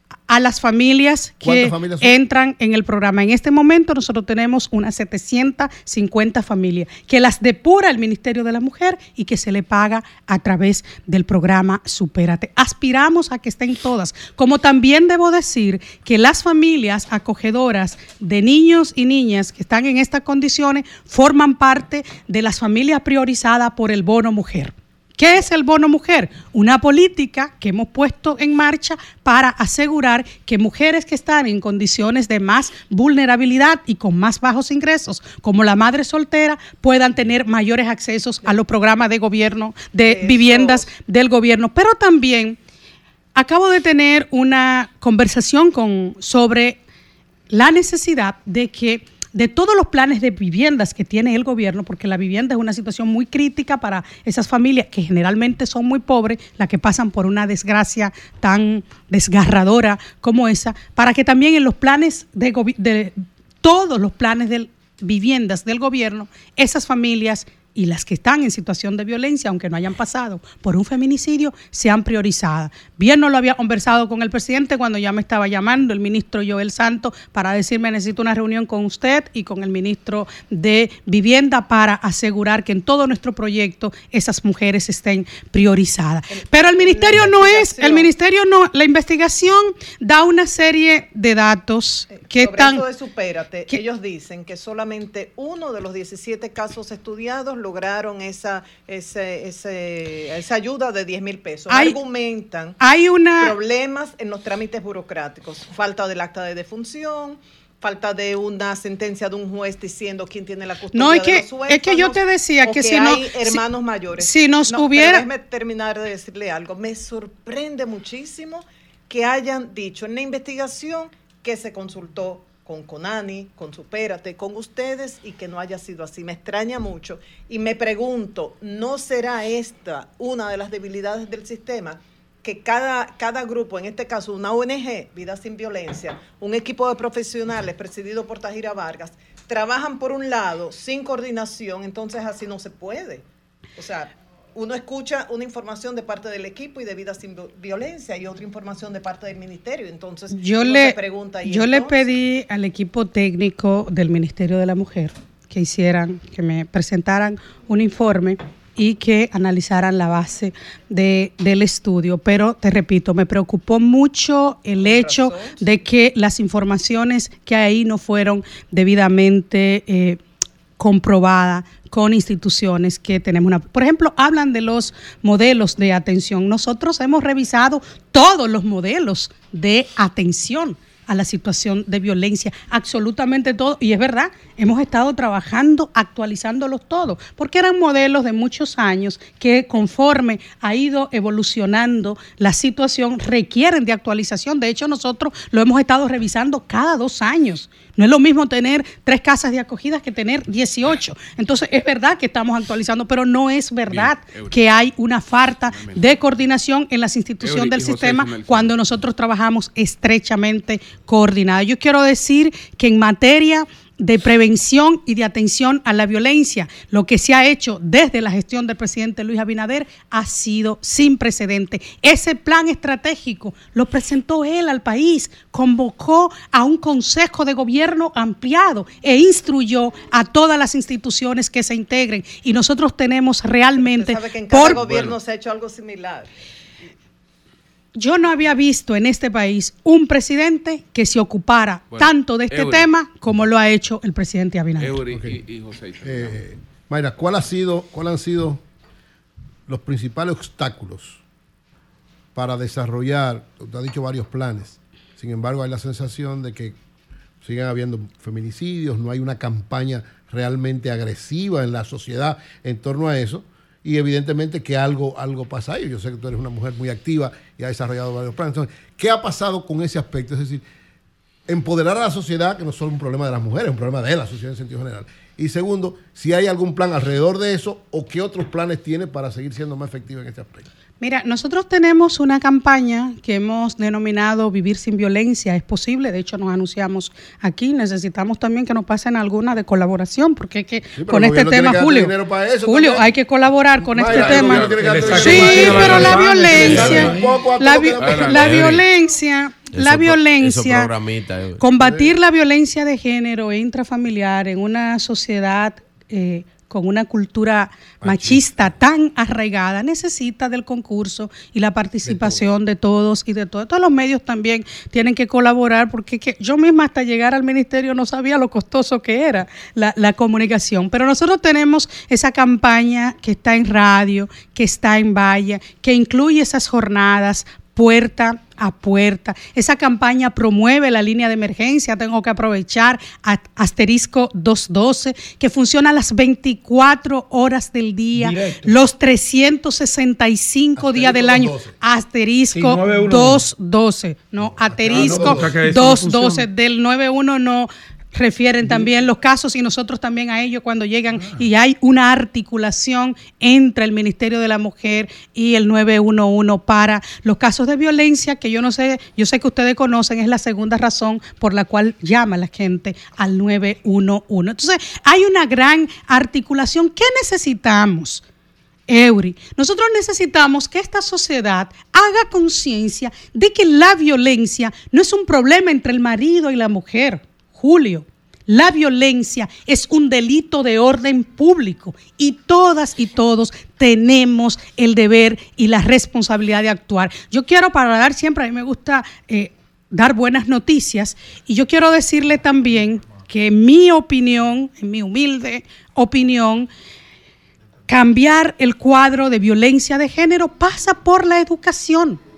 a las familias que familias entran en el programa. En este momento nosotros tenemos unas setecientas cincuenta familias que las depura el Ministerio de la Mujer y que se le paga a través del programa Supérate. Aspiramos a que estén todas, como también debo decir que las familias acogedoras de niños y niñas que están en estas condiciones forman parte de las familias priorizadas por el Bono Mujer. ¿Qué es el Bono Mujer? Una política que hemos puesto en marcha para asegurar que mujeres que están en condiciones de más vulnerabilidad y con más bajos ingresos, como la madre soltera, puedan tener mayores accesos a los programas de gobierno, de Eso. viviendas del gobierno. Pero también acabo de tener una conversación con, sobre la necesidad de que de todos los planes de viviendas que tiene el gobierno, porque la vivienda es una situación muy crítica para esas familias que generalmente son muy pobres, las que pasan por una desgracia tan desgarradora como esa, para que también en los planes de, de todos los planes de viviendas del gobierno, esas familias y las que están en situación de violencia, aunque no hayan pasado por un feminicidio, sean priorizadas. Bien, no lo había conversado con el presidente cuando ya me estaba llamando el ministro Joel Santos para decirme necesito una reunión con usted y con el ministro de Vivienda para asegurar que en todo nuestro proyecto esas mujeres estén priorizadas. Pero el ministerio no es, el ministerio no, la investigación da una serie de datos que Sobre están... Eso de Supérate, que, ellos dicen que solamente uno de los diecisiete casos estudiados lograron esa, ese, ese, esa ayuda de diez mil pesos. Hay, Argumentan hay una, problemas en los trámites burocráticos, falta del acta de defunción, falta de una sentencia de un juez diciendo quién tiene la custodia No, es de que, los huérfanos, es que yo te decía o que, que si no... hay hermanos si, mayores. Si nos no, hubiera... Déjeme terminar de decirle algo. Me sorprende muchísimo que hayan dicho en la investigación que se consultó con Conani, con Supérate, con ustedes y que no haya sido así. Me extraña mucho y me pregunto, ¿no será esta una de las debilidades del sistema? Que cada, cada grupo, en este caso una O N G, Vida Sin Violencia, un equipo de profesionales presidido por Tajira Vargas, trabajan por un lado sin coordinación, entonces así no se puede. O sea, uno escucha una información de parte del equipo y de Vida Sin Violencia y otra información de parte del ministerio. Entonces, yo uno le, se pregunta, ¿y yo entonces? le pedí al equipo técnico del Ministerio de la Mujer que hicieran, que me presentaran un informe y que analizaran la base de, del estudio. Pero, te repito, me preocupó mucho el hecho de que las informaciones que ahí no fueron debidamente eh, comprobadas con instituciones que tenemos una... Por ejemplo, hablan de los modelos de atención. Nosotros hemos revisado todos los modelos de atención a la situación de violencia, absolutamente todo, y es verdad, hemos estado trabajando, actualizándolos todos, porque eran modelos de muchos años que conforme ha ido evolucionando la situación requieren de actualización. De hecho, nosotros lo hemos estado revisando cada dos años. No es lo mismo tener tres casas de acogida que tener dieciocho. Entonces, es verdad que estamos actualizando, pero no es verdad Bien, que hay una falta de coordinación en las instituciones Eury, del sistema José, cuando nosotros trabajamos estrechamente coordinados. Yo quiero decir que en materia de prevención y de atención a la violencia, lo que se ha hecho desde la gestión del presidente Luis Abinader ha sido sin precedente. Ese plan estratégico lo presentó él al país, convocó a un consejo de gobierno ampliado e instruyó a todas las instituciones que se integren, y nosotros tenemos realmente... Usted sabe que en cada por, gobierno bueno, se ha hecho algo similar. Yo no había visto en este país un presidente que se ocupara bueno, tanto de este Eury. tema como lo ha hecho el presidente Abinader. Eury okay. y, y José. Eh, Mayra, ¿cuál ha sido, cuál han sido los principales obstáculos para desarrollar? Usted ha dicho varios planes. Sin embargo, hay la sensación de que siguen habiendo feminicidios, no hay una campaña realmente agresiva en la sociedad en torno a eso. Y evidentemente que algo, algo pasa ahí. Yo sé que tú eres una mujer muy activa y ha desarrollado varios planes. Entonces, ¿qué ha pasado con ese aspecto? Es decir, empoderar a la sociedad, que no es solo un problema de las mujeres, es un problema de la sociedad en sentido general. Y segundo, si hay algún plan alrededor de eso o qué otros planes tiene para seguir siendo más efectiva en este aspecto. Mira, nosotros tenemos una campaña que hemos denominado Vivir sin Violencia es Posible. De hecho, nos anunciamos aquí. Necesitamos también que nos pasen alguna de colaboración, porque es que sí, con este tema, Julio, eso, Julio, también. hay que colaborar con Vaya, este tema. Sí, pero la violencia, la, vi la violencia... Eso, la violencia, combatir la violencia de género e intrafamiliar en una sociedad eh, con una cultura machista, machista tan arraigada, necesita del concurso y la participación de, de todos y de todos. Todos los medios también tienen que colaborar, porque que yo misma hasta llegar al ministerio no sabía lo costoso que era la, la comunicación. Pero nosotros tenemos esa campaña que está en radio, que está en Valla, que incluye esas jornadas puerta a puerta. Esa campaña promueve la línea de emergencia. Tengo que aprovechar a asterisco doscientos doce, que funciona las veinticuatro horas del día, Directo. los trescientos sesenta y cinco asterisco días del año. doce. Asterisco sí, doscientos doce, no, asterisco ah, no, doscientos doce del noventa y uno no refieren también los casos, y nosotros también a ellos cuando llegan, y hay una articulación entre el Ministerio de la Mujer y el nueve uno uno para los casos de violencia, que yo no sé, yo sé que ustedes conocen, es la segunda razón por la cual llama la gente al nueve uno uno. Entonces, hay una gran articulación. ¿Qué necesitamos? Eury, nosotros necesitamos que esta sociedad haga conciencia de que la violencia no es un problema entre el marido y la mujer. Julio, la violencia es un delito de orden público y todas y todos tenemos el deber y la responsabilidad de actuar. Yo quiero, para dar siempre, a mí me gusta eh, dar buenas noticias, y yo quiero decirle también que en mi opinión, en mi humilde opinión, cambiar el cuadro de violencia de género pasa por la educación.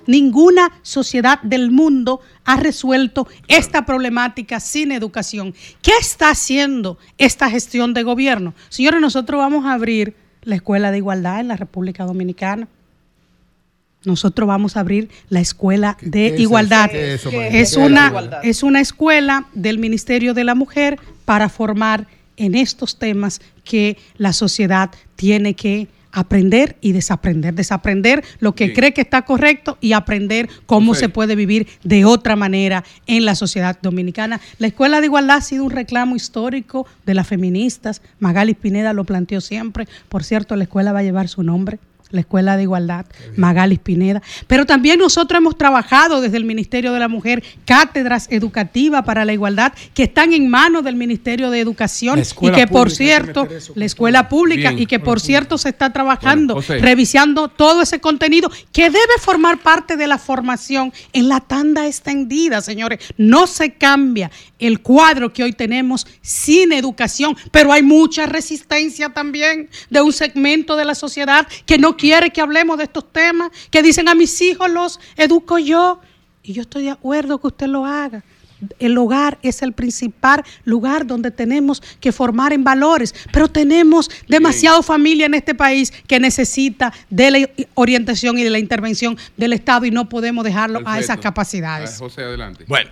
Ninguna sociedad del mundo ha resuelto esta problemática sin educación. ¿Qué está haciendo esta gestión de gobierno? Señores, nosotros vamos a abrir la Escuela de Igualdad en la República Dominicana. Nosotros vamos a abrir la Escuela de Igualdad. Es, es, una, es una escuela del Ministerio de la Mujer para formar en estos temas que la sociedad tiene que aprender y desaprender. Desaprender lo que sí. cree que está correcto y aprender cómo sí. se puede vivir de otra manera en la sociedad dominicana. La Escuela de Igualdad ha sido un reclamo histórico de las feministas. Magali Pineda lo planteó siempre. Por cierto, la escuela va a llevar su nombre. La Escuela de Igualdad, Magali Pineda. Pero también nosotros hemos trabajado desde el Ministerio de la Mujer cátedras educativas para la igualdad que están en manos del Ministerio de Educación y que por cierto, la escuela pública Bien. y que por cierto se está trabajando, bueno, revisando todo ese contenido que debe formar parte de la formación en la tanda extendida, señores. No se cambia el cuadro que hoy tenemos sin educación, pero hay mucha resistencia también de un segmento de la sociedad que no quiere que hablemos de estos temas, que dicen a mis hijos los educo yo, y yo estoy de acuerdo que usted lo haga. El hogar es el principal lugar donde tenemos que formar en valores, pero tenemos demasiada familia en este país que necesita de la orientación y de la intervención del Estado y no podemos dejarlo Perfecto. a esas capacidades. José, adelante. Bueno,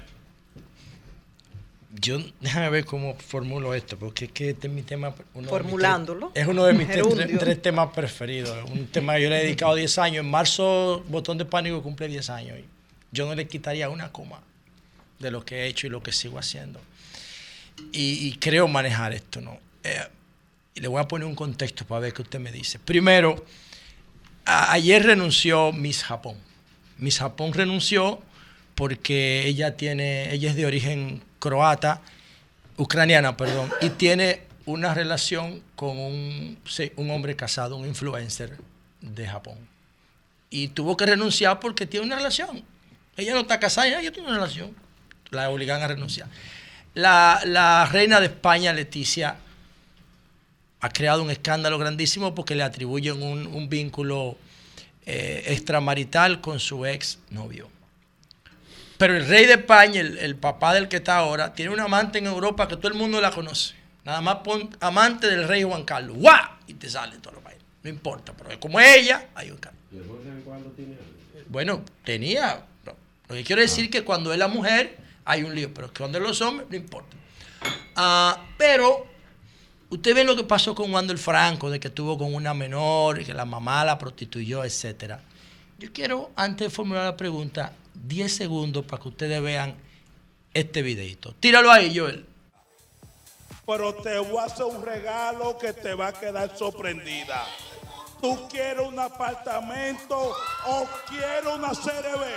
yo déjame ver cómo formulo esto, porque es que este es mi tema. Uno Formulándolo. Mis tres, es uno de mis tres, tres, tres temas preferidos. Un tema que yo le he dedicado diez años. En marzo, Botón de Pánico cumple diez años. Y yo no le quitaría una coma de lo que he hecho y lo que sigo haciendo. Y, y creo manejar esto, ¿no? Eh, y le voy a poner un contexto para ver qué usted me dice. Primero, a, ayer renunció Miss Japón. Miss Japón renunció porque ella tiene, ella es de origen croata, ucraniana, perdón, y tiene una relación con un, sí, un hombre casado, un influencer de Japón. Y tuvo que renunciar porque tiene una relación. Ella no está casada, ella tiene una relación. La obligan a renunciar. La, la reina de España, Leticia, ha creado un escándalo grandísimo porque le atribuyen un, un vínculo eh, extramarital con su ex novio. Pero el rey de España, el, el papá del que está ahora, tiene una amante en Europa que todo el mundo la conoce. Nada más pon amante del rey Juan Carlos. ¡Guau! Y te sale todo lo país. No importa, pero como ella, hay un cambio. ¿Y el José cuándo tenía? Bueno, tenía. No. Lo que quiero decir es que cuando es la mujer, hay un lío. Pero cuando es los hombres, no importa. Uh, pero usted ve lo que pasó con Wandel Franco, de que estuvo con una menor, y que la mamá la prostituyó, etcétera. Yo quiero, antes de formular la pregunta, diez segundos para que ustedes vean este videito. Tíralo ahí, Joel. Pero te voy a hacer un regalo que te va a quedar sorprendida. ¿Tú quieres un apartamento o quieres una C R B?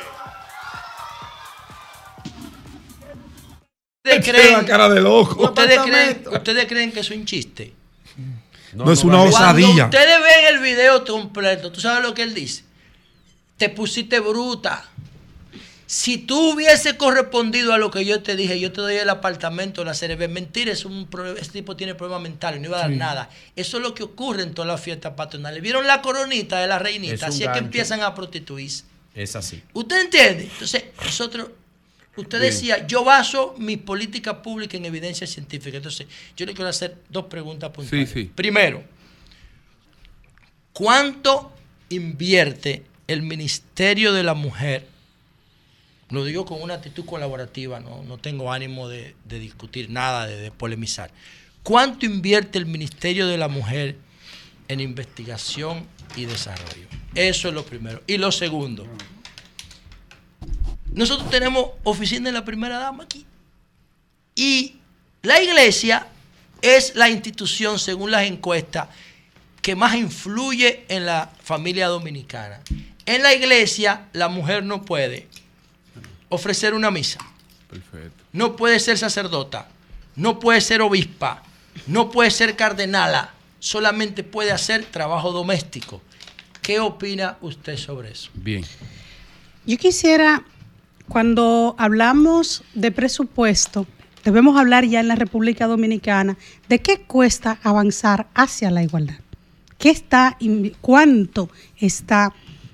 ¿Ustedes creen, la cara de loco. ¿ustedes creen, ¿Ustedes creen que eso es un chiste? No, no es una osadilla. Cuando ustedes ven el video completo, ¿tú sabes lo que él dice? Te pusiste bruta. Si tú hubiese correspondido a lo que yo te dije, yo te doy el apartamento, la C R B. Mentira, es un, este tipo tiene problemas mentales, no iba a dar sí. nada. Eso es lo que ocurre en todas las fiestas patronales. ¿Vieron la coronita de la reinita? Es así es que empiezan a prostituirse. Es así. ¿Usted entiende? Entonces, nosotros, usted Bien. decía, yo baso mi política pública en evidencia científica. Entonces, yo le quiero hacer dos preguntas puntuales. Sí, sí. Primero, ¿cuánto invierte el Ministerio de la Mujer? Lo digo con una actitud colaborativa, no, no tengo ánimo de, de discutir nada, de, de polemizar. ¿Cuánto invierte el Ministerio de la Mujer en investigación y desarrollo? Eso es lo primero. Y lo segundo, nosotros tenemos oficina de la primera dama aquí. Y la iglesia es la institución, según las encuestas, que más influye en la familia dominicana. En la iglesia, la mujer no puede ofrecer una misa. Perfecto. No puede ser sacerdota, no puede ser obispa, no puede ser cardenala, solamente puede hacer trabajo doméstico. ¿Qué opina usted sobre eso? Bien. Yo quisiera, cuando hablamos de presupuesto, debemos hablar ya en la República Dominicana de qué cuesta avanzar hacia la igualdad. ¿Qué está, cuánto está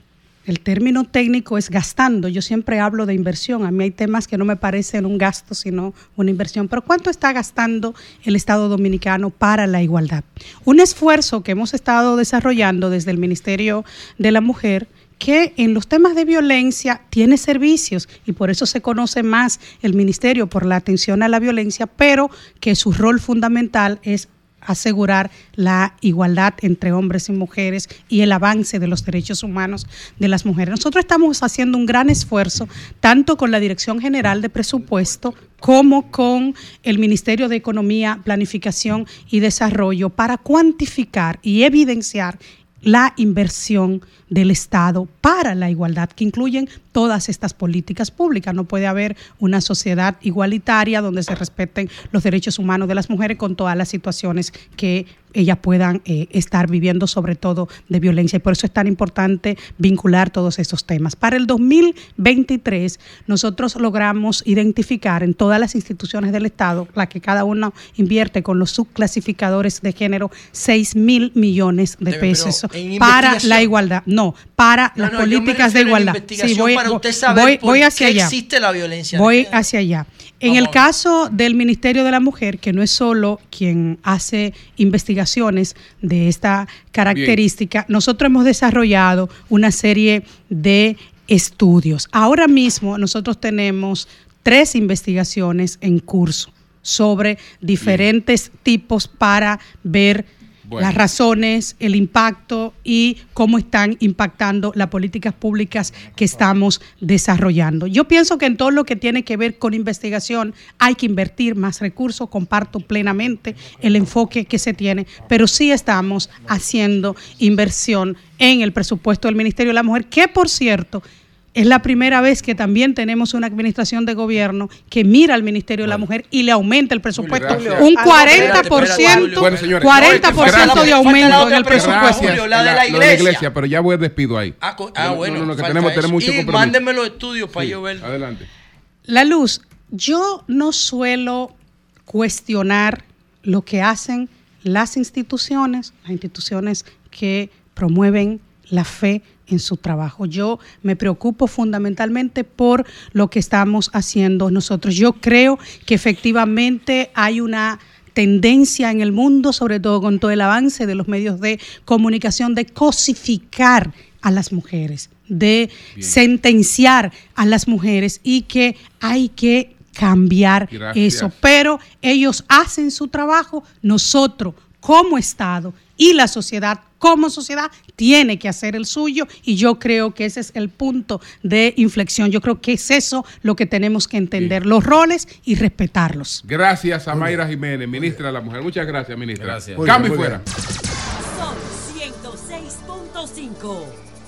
el término técnico es gastando. Yo siempre hablo de inversión. A mí hay temas que no me parecen un gasto, sino una inversión. Pero ¿cuánto está gastando el Estado Dominicano para la igualdad? Un esfuerzo que hemos estado desarrollando desde el Ministerio de la Mujer, que en los temas de violencia tiene servicios y por eso se conoce más el Ministerio por la atención a la violencia, pero que su rol fundamental es asegurar la igualdad entre hombres y mujeres y el avance de los derechos humanos de las mujeres. Nosotros estamos haciendo un gran esfuerzo, tanto con la Dirección General de Presupuesto como con el Ministerio de Economía, Planificación y Desarrollo, para cuantificar y evidenciar la inversión del Estado para la igualdad, que incluyen todas estas políticas públicas. No puede haber una sociedad igualitaria donde se respeten los derechos humanos de las mujeres con todas las situaciones que ellas puedan eh, estar viviendo, sobre todo de violencia. Y por eso es tan importante vincular todos estos temas. Para el dos mil veintitrés, nosotros logramos identificar en todas las instituciones del Estado, la que cada uno invierte con los subclasificadores de género, seis mil millones de pesos para la igualdad. No, para No, las no, yo me políticas de refiero a igualdad. investigación Sí, voy, para voy- usted saber voy- por voy hacia qué allá. existe la violencia de Voy género. hacia allá. En el caso del Ministerio de la Mujer, que no es solo quien hace investigaciones de esta característica, nosotros hemos desarrollado una serie de estudios. Ahora mismo nosotros tenemos tres investigaciones en curso sobre diferentes tipos para ver Bueno. las razones, el impacto y cómo están impactando las políticas públicas que estamos desarrollando. Yo pienso que en todo lo que tiene que ver con investigación hay que invertir más recursos, comparto plenamente el enfoque que se tiene, pero sí estamos haciendo inversión en el presupuesto del Ministerio de la Mujer, que por cierto, es la primera vez que también tenemos una administración de gobierno que mira al Ministerio de la Mujer y le aumenta el presupuesto gracias. un cuarenta por ciento, Bueno, señores, cuarenta por ciento gracias. de aumento en el Gracias, presupuesto. la de la lo de la iglesia. pero ya voy despido ahí. Ah, co- ah, No, no, bueno, no, no, que falta tenemos, eso. tenemos mucho Y compromiso. mándenme los estudios para Sí, yo ver. Adelante. La Luz, yo no suelo cuestionar lo que hacen las instituciones, las instituciones que promueven la fe en su trabajo. Yo me preocupo fundamentalmente por lo que estamos haciendo nosotros. Yo creo que efectivamente hay una tendencia en el mundo, sobre todo con todo el avance de los medios de comunicación, de cosificar a las mujeres, de Bien. sentenciar a las mujeres, y que hay que cambiar Gracias. eso. Pero ellos hacen su trabajo, nosotros como Estado y la sociedad como sociedad tiene que hacer el suyo, y yo creo que ese es el punto de inflexión. Yo creo que es eso lo que tenemos que entender, los roles y respetarlos. Gracias a Mayra Jiménez, ministra de la Mujer. Muchas gracias, ministra. Gracias. Cambio y Muy fuera. Son ciento seis punto cinco.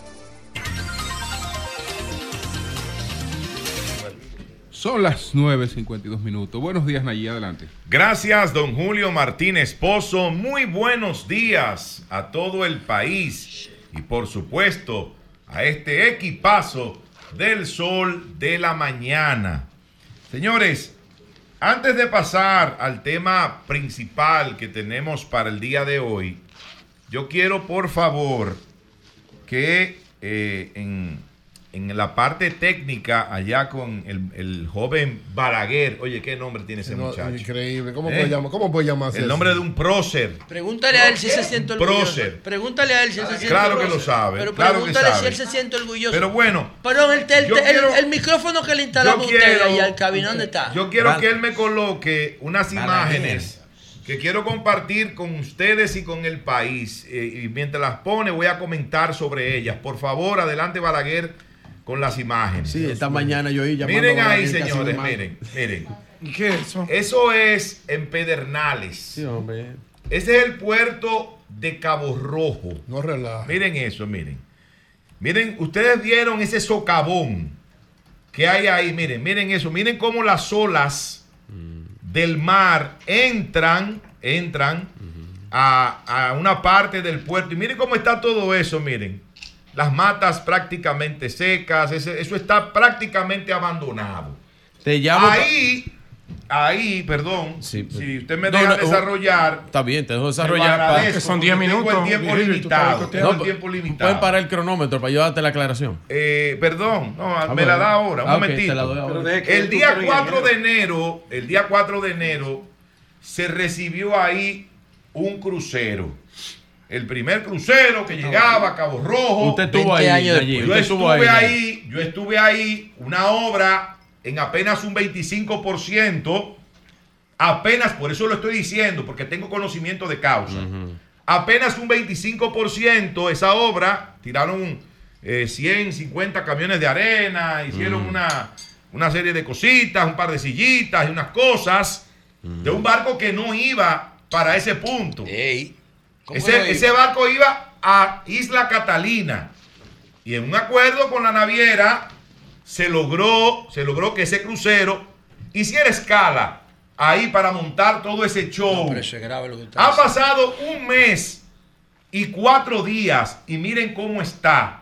Son las nueve cincuenta y dos minutos. Buenos días, Nayí, adelante. Gracias, don Julio Martínez Pozo. Muy buenos días a todo el país y, por supuesto, a este equipazo del Sol de la Mañana. Señores, antes de pasar al tema principal que tenemos para el día de hoy, yo quiero, por favor, que eh, en... en la parte técnica, allá con el, el joven Balaguer. Oye, ¿qué nombre tiene ese No, muchacho? increíble. ¿Cómo ¿Eh? puede llamar- cómo puede llamarse El eso? nombre de un prócer. Pregúntale a él si se siente orgulloso. Prócer. Pregúntale a él si se siente Claro que orgulloso. lo sabe, Pero claro que pregúntale sabe. si él se siente orgulloso. Pero bueno, Perdón, el, el, yo el- quiero- el micrófono que le instalamos a yo usted quiero- ahí al cabina, ¿dónde está? Yo quiero Val- que él me coloque unas Balaguer. imágenes que quiero compartir con ustedes y con el país. Eh, y mientras las pone, voy a comentar sobre ellas. Por favor, adelante, Balaguer, con las imágenes. Sí, esta mañana yo oí llamando Miren a ahí, Balaguer, casi señores, me mato. miren, miren. ¿Qué es eso? Eso es en Pedernales. Sí, hombre. Ese es el puerto de Cabo Rojo. No relaja. Miren eso, miren. Miren, ustedes vieron ese socavón que hay ahí. Miren, miren eso. Miren cómo las olas del mar entran, entran a, a una parte del puerto. Y miren cómo está todo eso, miren. Las matas prácticamente secas. Ese- eso está prácticamente abandonado. Te llamo. Ahí ahí, perdón, Sí, si usted me no, deja no, desarrollar. Está bien, te dejo se lo desarrollar. agradezco, Que son diez porque minutos. Tengo el tiempo Virgilio, tú limitado. estás Tengo el No, tiempo limitado. Pueden parar el cronómetro para yo darte la aclaración. Eh, perdón, no, Ah, me bueno. la da ahora, un Ah, ok, momentito. te la doy ahora. Pero deje que El tú día termines, cuatro de ingeniero. enero, el día cuatro de enero, se recibió ahí un crucero. El primer crucero que llegaba a Cabo Rojo. Usted estuvo veinte ahí, años Nayib, Yo usted estuvo estuve ahí. ahí, yo estuve ahí, una obra en apenas un veinticinco por ciento, apenas, por eso lo estoy diciendo, porque tengo conocimiento de causa. Apenas un veinticinco por ciento esa obra, tiraron eh, ciento cincuenta camiones de arena, hicieron una, una serie de cositas, un par de sillitas y unas cosas, de un barco que no iba para ese punto. Ey, ¿cómo que no Ese, iba? ese barco iba a Isla Catalina y en un acuerdo con la naviera se logró, se logró que ese crucero hiciera escala ahí para montar todo ese show. No, pero eso es grave lo que usted Ha hace. pasado un mes y cuatro días y miren cómo está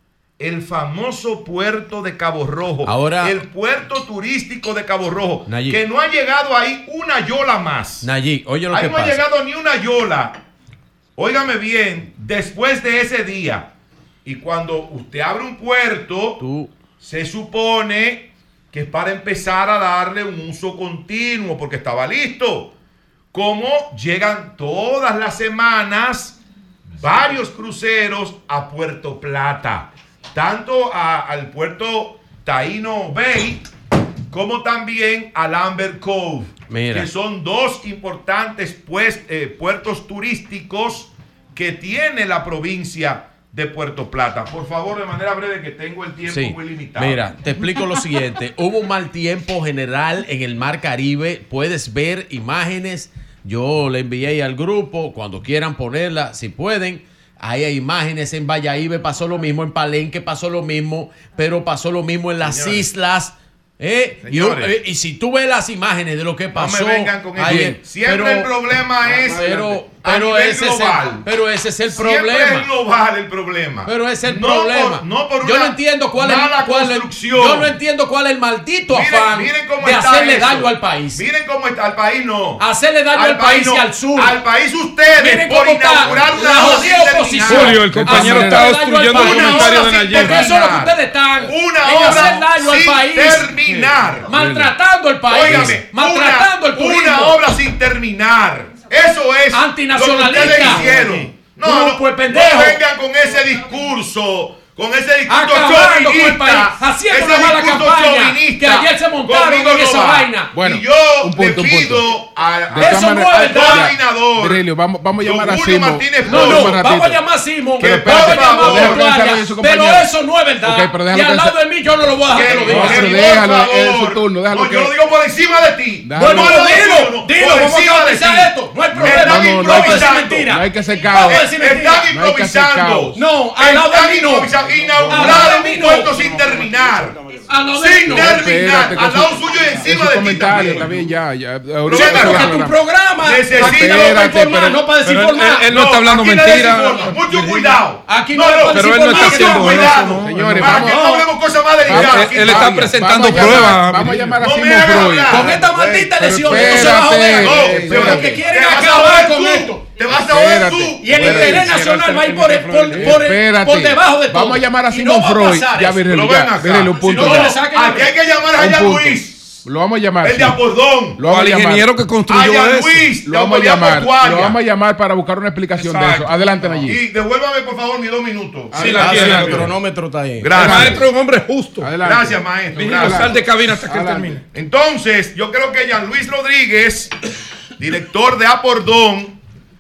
el famoso puerto de Cabo Rojo. Ahora- el puerto turístico de Cabo Rojo, Nayib. que no ha llegado ahí una yola más. Nayib, oye lo Ahí que no ha pasa. llegado ni una yola. Óigame bien, después de ese día, y cuando usted abre un puerto, Tú, se supone que es para empezar a darle un uso continuo, porque estaba listo. Como llegan todas las semanas varios cruceros a Puerto Plata, tanto a- al puerto Taíno Bay como también al Amber Cove, Mira. que son dos importantes pues, eh, puertos turísticos que tiene la provincia de Puerto Plata. Por favor, de manera breve, que tengo el tiempo sí. muy limitado. Mira, te explico lo siguiente. Hubo un mal tiempo general en el Mar Caribe. Puedes ver imágenes. Yo le envié al grupo. Cuando quieran ponerla, si pueden. Ahí hay imágenes. En Valladolid pasó lo mismo. En Palenque pasó lo mismo. Pero pasó lo mismo en las Señores. islas. ¿eh? Y, Señores. eh, y si tú ves las imágenes de lo que No pasó. me vengan con eso. ayer, Siempre pero- el problema es Pero, a pero, nivel ese es el, global. pero ese es el Siempre problema. es global el problema. Pero es el No problema. por- no por yo una no entiendo cuál es, mala cuál es- construcción. yo no entiendo cuál es el maldito Miren- afán miren cómo de está hacerle eso. daño al país. Miren cómo está. Al país no. Hacerle daño al país y al sur. Al país ustedes Miren por cómo está inaugurar una la obra jodida sin oposición. terminar. Julio, el compañero Hacerle está daño al obstruyendo el país. comentario de Una obra sin Nayib. Porque eso es lo que terminar. ustedes están. Una en obra hacer daño al sin país. terminar. Maltratando al país. Óigame, maltratando una, el turismo. una obra sin terminar. Eso es Antinacionalista. lo que ustedes hicieron. No, No, no, pues, no pendejo. vengan con ese discurso. Con ese discurso Acabando con el país, chauvinista, haciendo ese una mala discurso campaña, chauvinista. que ayer se montaron Conmigo con no esa va. vaina. Bueno, y yo un punto, un le pido punto. a, De a todas Eso no maneras- es verdad. al coordinador, Virgilio, vamos, vamos a llamar don a Julio Simón. Martínez No, Polo, no, un ratito. vamos a llamar a Simón. Que, Vamos por a llamar a favor, otro déjame área, pensar su pero compañero. eso no es verdad. Ok, pero y déjame al lado pensar- de mí yo no lo voy a dejar que lo que- diga. No, pero que, déjalo, por es su favor. turno, déjalo No, que- yo lo digo por encima de ti. Déjalo. Bueno, No, no, dilo, no, no, dilo, por vamos a encima de autorizar ti. esto. No hay Están problema. No, no, no hay que- Vamos a decir improvisando. mentira. No hay que hacer Vamos a caos. decir mentira. Están No hay que hacer improvisando. caos. No, al lado de Están mí no. improvisando. Al lado Inauguraron de mí un no. puerto sin terminar. Al lado de mí Sin no. terminar. Espérate, Al que lado su- suyo y es encima su de ti comentario, está también. bien, ya, ya. Sí, Ahorita pero se que va Tu a- programa Necesito- aquí no es para Espérate, informar, pero- no para pero él- desinformar. él no está hablando aquí mentira. nadie se informa. Mucho cuidado. Aquí no es para pero él no está desinformar. haciendo Mucho eso, cuidado. ¿no? Señores, Para vamos- que no hablemos cosas más delicadas. Vamos- aquí. él está Vaya, presentando vamos a llamar- pruebas, Vamos a llamar a No me Simón hagan Freud. hablar. Con esta maldita Pero lesión, esto se va a espérate, joder. No, espérate. Los que quieren Te vas a acabar joder con tú. esto. Te vas a joder Espérate. tú. Y el Espérate, interés nacional va a ir por, el- por, por, el- Espérate. por debajo de todo. Vamos a llamar a Y Simón no va a Freud. pasar Ya, eso. Virgilio, Pero ven ya. acá. Virgilio, un punto. Si no, ya. le saquen Aquí hay que llamar a Un Jan punto. Luis. Lo vamos a llamar. El sí. de Apordón. Lo vamos Al a llamar. ingeniero que A construyó Jan eso. Luis. Lo de vamos a autoridad llamar. portuaria. Lo vamos a llamar para buscar una explicación de Exacto. eso. Adelante, allí. Y devuélvame, por favor, mis dos minutos. Sí, la tiene. El cronómetro está ahí. El Gracias. maestro es un hombre justo. Adelante. Gracias, maestro. Vigilio, Gracias. sal de cabina hasta que él Adelante. termine. Entonces, yo creo que Jean Luis Rodríguez, director de Apordón,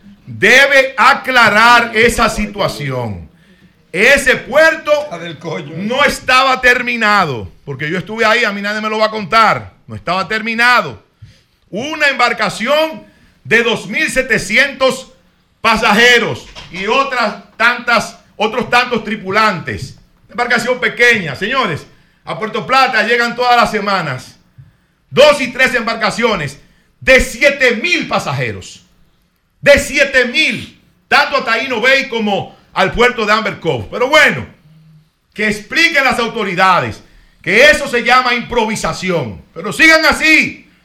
debe aclarar esa situación. Ese puerto no estaba terminado, porque yo estuve ahí, a mí nadie me lo va a contar. No estaba terminado. Una embarcación de dos mil setecientos pasajeros y otras tantas, otros tantos tripulantes. Embarcación pequeña, señores. A Puerto Plata llegan todas las semanas dos y tres embarcaciones de siete mil pasajeros. De siete mil, tanto a Taíno Bay como al puerto de Amber Cove. Pero bueno, que expliquen las autoridades que eso se llama improvisación. Pero sigan así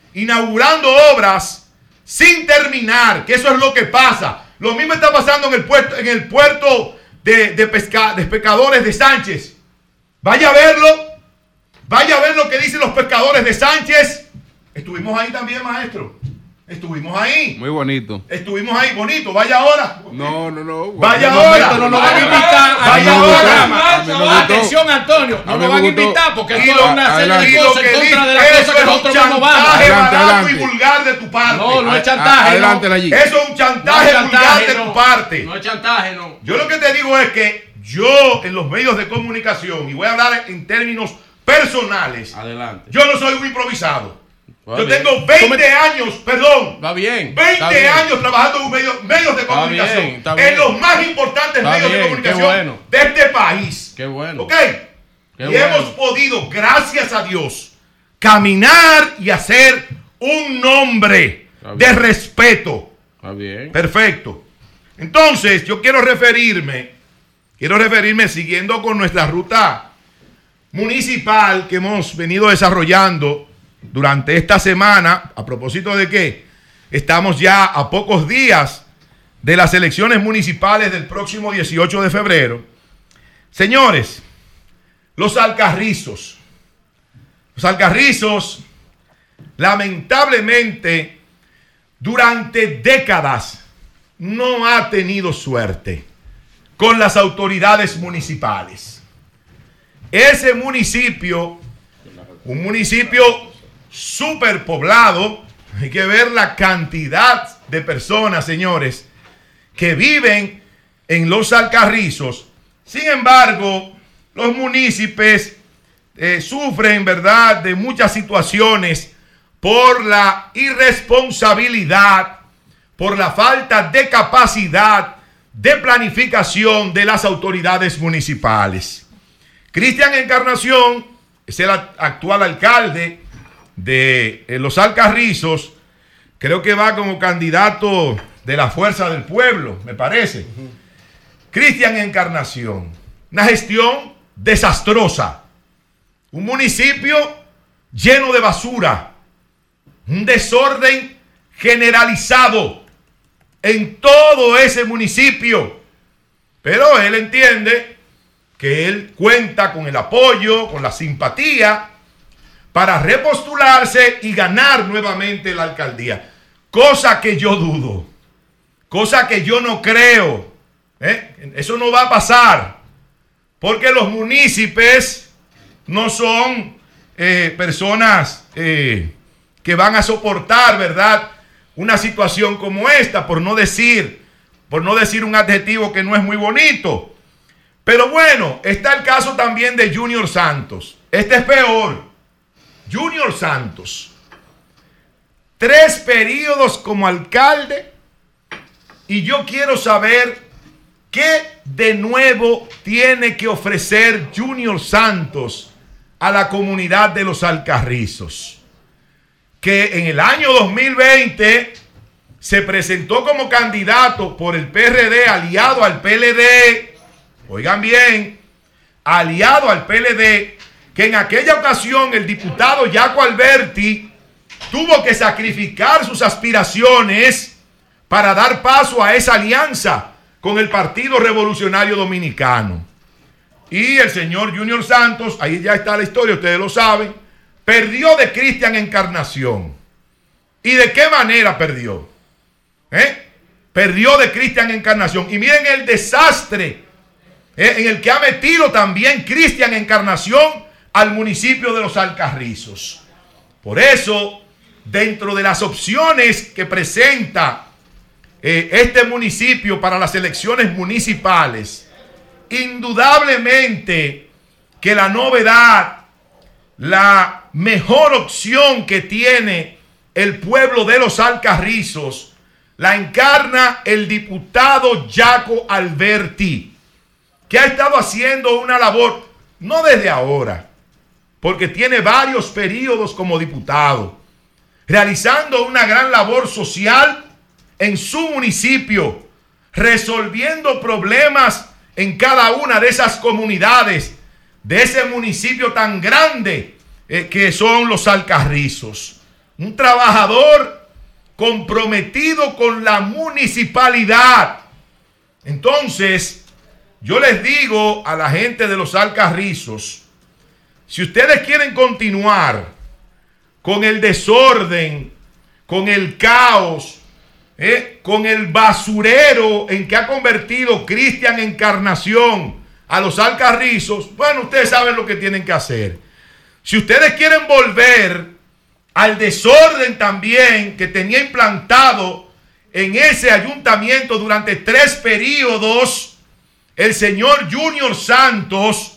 inaugurando obras sin terminar, que eso es lo que pasa. Lo mismo está pasando en el puerto, en el puerto de, de, pesca, de pescadores de Sánchez. Vaya a verlo, vaya a ver lo que dicen los pescadores de Sánchez. Estuvimos ahí también, maestro. Estuvimos ahí. Muy bonito. Estuvimos ahí, bonito. Vaya ahora. No, no, no. Vaya ahora. No nos van a invitar. Vaya ahora. Atención, Antonio. No nos van a invitar porque Y es lo- una serie y de lo cosas que en contra dice, de las eso cosas que es un nosotros no vamos. chantaje Adelante, barato adelante. y vulgar de tu parte. No, no es A- chantaje. adelante, no. allí. Eso es un chantaje, No es vulgar chantaje, de no. tu parte. No es chantaje, no. Yo lo que te digo es que yo en los medios de comunicación, y voy a hablar en términos personales, Adelante. yo no soy un improvisado. Va Yo bien. tengo veinte años, perdón, Va bien. está veinte bien. años trabajando en medios, medios de Está comunicación, bien, está en bien. los más importantes Está medios bien, de qué comunicación bueno. de este país. Qué bueno. ¿Ok? Qué y bueno. hemos podido, gracias a Dios, caminar y hacer un nombre Está de bien. respeto. Está bien. Perfecto. Entonces, yo quiero referirme, quiero referirme siguiendo con nuestra ruta municipal que hemos venido desarrollando durante esta semana, a propósito de que estamos ya a pocos días de las elecciones municipales del próximo dieciocho de febrero. Señores, los Alcarrizos, los Alcarrizos, lamentablemente, durante décadas no ha tenido suerte con las autoridades municipales. Ese municipio, un municipio superpoblado, hay que ver la cantidad de personas, señores, que viven en los Alcarrizos. Sin embargo, los municipios eh, sufren, ¿verdad?, de muchas situaciones por la irresponsabilidad, por la falta de capacidad de planificación de las autoridades municipales. Cristian Encarnación es el actual alcalde de eh, los Alcarrizos. Creo que va como candidato de la Fuerza del Pueblo, me parece. Uh-huh. Cristian Encarnación, una gestión desastrosa, un municipio lleno de basura, un desorden generalizado en todo ese municipio. Pero él entiende que él cuenta con el apoyo, con la simpatía para repostularse y ganar nuevamente la alcaldía. Cosa que yo dudo, cosa que yo no creo. ¿eh? Eso no va a pasar, porque los municipios no son eh, personas eh, que van a soportar, ¿verdad?, una situación como esta, por no decir, por no decir un adjetivo que no es muy bonito. Pero bueno, está el caso también de Junior Santos. Este es peor. Junior Santos, tres periodos como alcalde, y yo quiero saber qué de nuevo tiene que ofrecer Junior Santos a la comunidad de los Alcarrizos, que en el año dos mil veinte se presentó como candidato por el P R D, aliado al P L D, oigan bien, aliado al P L D, que en aquella ocasión el diputado Jaco Alberti tuvo que sacrificar sus aspiraciones para dar paso a esa alianza con el Partido Revolucionario Dominicano. Y el señor Junior Santos, ahí ya está la historia, ustedes lo saben, perdió de Cristian Encarnación. ¿Y de qué manera perdió? ¿Eh? Perdió de Cristian Encarnación. Y miren el desastre ¿eh? en el que ha metido también Cristian Encarnación al municipio de los Alcarrizos. Por eso, dentro de las opciones que presenta eh, este municipio para las elecciones municipales, indudablemente que la novedad, la mejor opción que tiene el pueblo de los Alcarrizos, la encarna el diputado Jaco Alberti, que ha estado haciendo una labor, no desde ahora, porque tiene varios periodos como diputado, realizando una gran labor social en su municipio, resolviendo problemas en cada una de esas comunidades, de ese municipio tan grande eh, que son los Alcarrizos. un trabajador comprometido con la municipalidad. Entonces, yo les digo a la gente de los Alcarrizos, si ustedes quieren continuar con el desorden, con el caos, eh, con el basurero en que ha convertido Cristian Encarnación a los Alcarrizos, bueno, ustedes saben lo que tienen que hacer. Si ustedes quieren volver al desorden también que tenía implantado en ese ayuntamiento durante tres periodos el señor Junior Santos,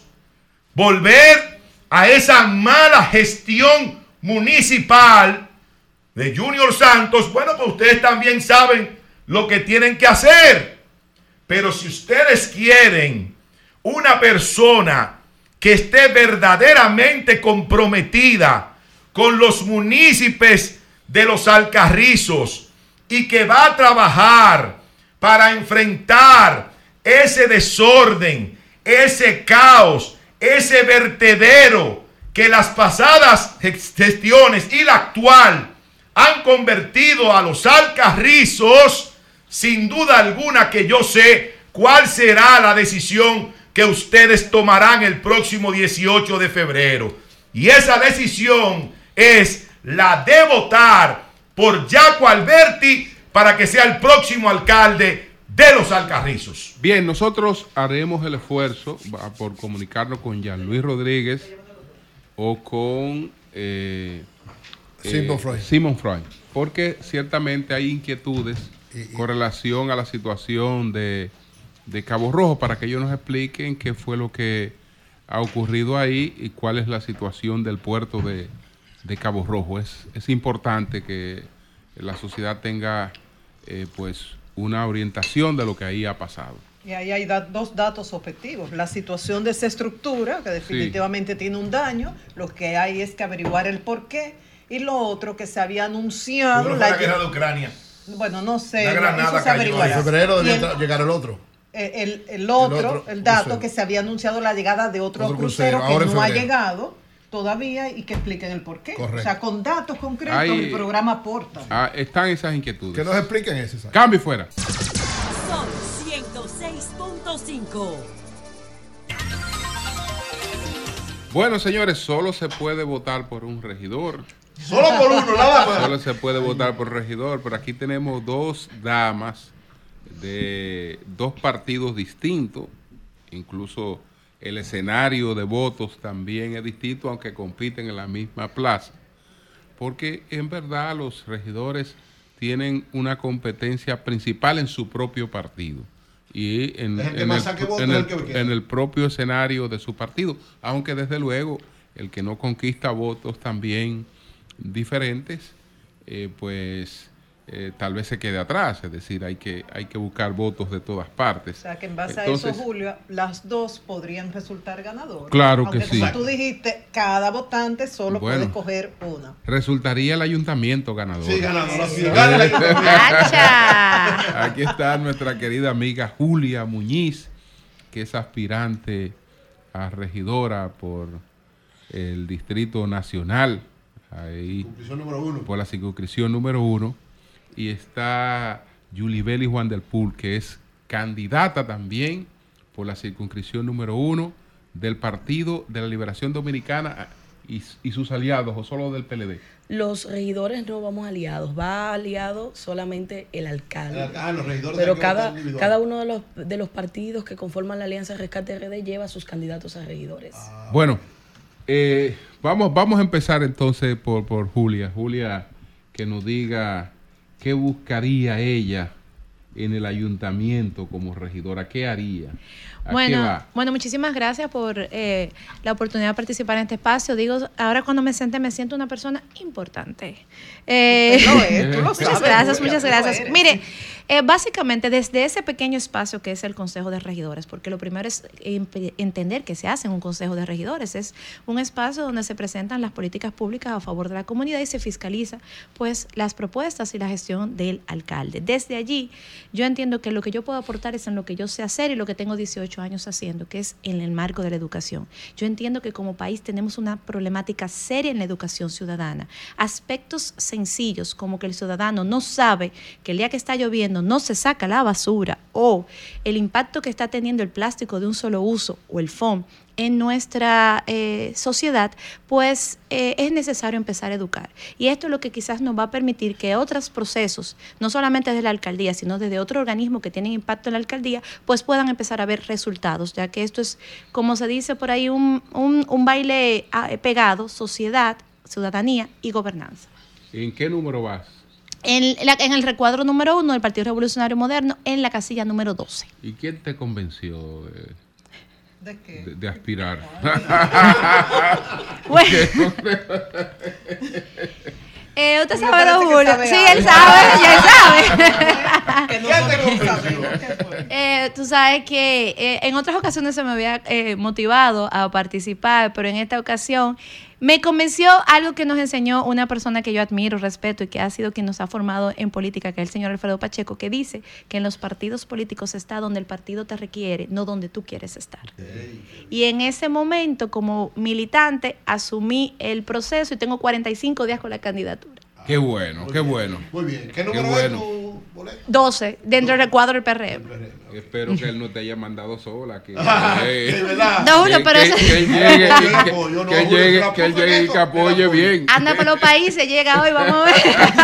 volver a esa mala gestión municipal de Junior Santos, bueno, pues ustedes también saben lo que tienen que hacer. Pero si ustedes quieren una persona que esté verdaderamente comprometida con los municipios de los Alcarrizos y que va a trabajar para enfrentar ese desorden, ese caos, ese vertedero que las pasadas gestiones y la actual han convertido a los Alcarrizos, sin duda alguna que yo sé cuál será la decisión que ustedes tomarán el próximo dieciocho de febrero. Y esa decisión es la de votar por Yaco Alberti para que sea el próximo alcalde de los Alcarrizos. Bien, nosotros haremos el esfuerzo por comunicarnos con Jean Luis Rodríguez o con eh, Simon eh, Freud. Simon Freud, porque ciertamente hay inquietudes y, y, con relación a la situación de, de Cabo Rojo, para que ellos nos expliquen qué fue lo que ha ocurrido ahí y cuál es la situación del puerto de, de Cabo Rojo. Es, es importante que la sociedad tenga eh, pues una orientación de lo que ahí ha pasado. Y ahí hay da- dos datos objetivos. La situación de esa estructura, que definitivamente sí tiene un daño. Lo que hay es que averiguar el por qué. Y lo otro que se había anunciado... Seguro la, fue la guerra de Ucrania. Bueno, no sé. Una granada eso se cayó. averiguará. En febrero Y debía el- llegar el otro. El, el, el otro, El otro el dato crucero. que se había anunciado la llegada de otro, Otro crucero, crucero, ahora que en no ha febrero. llegado todavía y que expliquen el por qué. Correcto. O sea, con datos concretos Hay- el programa aporta. Ah, están esas inquietudes. Que nos expliquen eso. ¿sabes? Cambio y fuera. Sol ciento seis punto cinco. Bueno, señores, solo se puede votar por un regidor. Solo por uno, nada más. Solo se puede votar por regidor, pero aquí tenemos dos damas de dos partidos distintos, incluso el escenario de votos también es distinto, aunque compiten en la misma plaza, porque en verdad los regidores tienen una competencia principal en su propio partido y en, El que en más el, saque votos en es el- el que queda. en el propio escenario de su partido, aunque desde luego el que no conquista votos también diferentes, eh, pues eh, tal vez se quede atrás, es decir, hay que, hay que buscar votos de todas partes. O sea, que en base Entonces, a eso, Julio, las dos podrían resultar ganadoras. Claro que Aunque, sí. como tú dijiste, cada votante solo Bueno. puede escoger una. resultaría el ayuntamiento ganador. Sí, ganador. Sí. Sí, gana el ayuntamiento. ¡Acha! Aquí está nuestra querida amiga Julia Muñiz, que es aspirante a regidora por el Distrito Nacional, ahí Conclusión número uno. por la circunscripción número uno. Y está Yulibeli Juan del Pool, que es candidata también por la circunscripción número uno del Partido de la Liberación Dominicana y, y sus aliados, o solo del P L D. Los regidores no vamos aliados, va aliado solamente el alcalde. Ah, los regidores Pero tienen que votar cada, individual. cada uno de los, de los partidos que conforman la Alianza Rescate R D lleva a sus candidatos a regidores. Bueno, eh, vamos, vamos a empezar entonces por, por Julia. Julia, que nos diga qué buscaría ella en el ayuntamiento como regidora, qué haría. ¿A qué Bueno, va? bueno, muchísimas gracias por eh, la oportunidad de participar en este espacio. Digo, ahora cuando me senté me siento una persona importante. Eh, Lo es, tú lo muchas sabes, gracias, Julia, muchas tú lo gracias. eres. Mire, Eh, básicamente desde ese pequeño espacio que es el Consejo de Regidores, porque lo primero es entender que se hace en un Consejo de Regidores, es un espacio donde se presentan las políticas públicas a favor de la comunidad y se fiscaliza pues las propuestas y la gestión del alcalde. Desde allí yo entiendo que lo que yo puedo aportar es en lo que yo sé hacer y lo que tengo dieciocho años haciendo, que es en el marco de la educación. Yo entiendo que como país tenemos una problemática seria en la educación ciudadana. Aspectos sencillos como que el ciudadano no sabe que el día que está lloviendo no se saca la basura, o el impacto que está teniendo el plástico de un solo uso o el foam en nuestra eh, sociedad, pues eh, es necesario empezar a educar. Y esto es lo que quizás nos va a permitir que otros procesos, no solamente desde la alcaldía, sino desde otro organismo que tienen impacto en la alcaldía, pues puedan empezar a ver resultados, ya que esto es, como se dice por ahí, un, un, un baile pegado, sociedad, ciudadanía y gobernanza. ¿En qué número vas? En, la, en el recuadro número uno del Partido Revolucionario Moderno, en la casilla número doce. ¿Y quién te convenció de, ¿De qué? de, de aspirar? Bueno. Eh, usted Julio sabe, don parece que Julio. sabe Sí, algo. él sabe, ya él sabe. Que nosotros no sabemos. Eh, tú sabes que eh, en otras ocasiones se me había eh, motivado a participar, pero en esta ocasión me convenció algo que nos enseñó una persona que yo admiro, respeto y que ha sido quien nos ha formado en política, que es el señor Alfredo Pacheco, que dice que en los partidos políticos está donde el partido te requiere, no donde tú quieres estar. Y en ese momento, como militante, asumí el proceso y tengo cuarenta y cinco días con la candidatura. Qué bueno, qué bueno. Muy bien. ¿Qué Qué número bueno. es tu boleto? doce, dentro del cuadro del P R M. Espero que él no te haya mandado sola. Que, Ah, eh, de verdad. No, Julio, que- pero que, eso- que él llegue, Yo le que- apoyo, no, que él Julio, llegue, yo le que él apoyo llegue y esto, que apoye yo le bien. Anda por los países, llega hoy, vamos a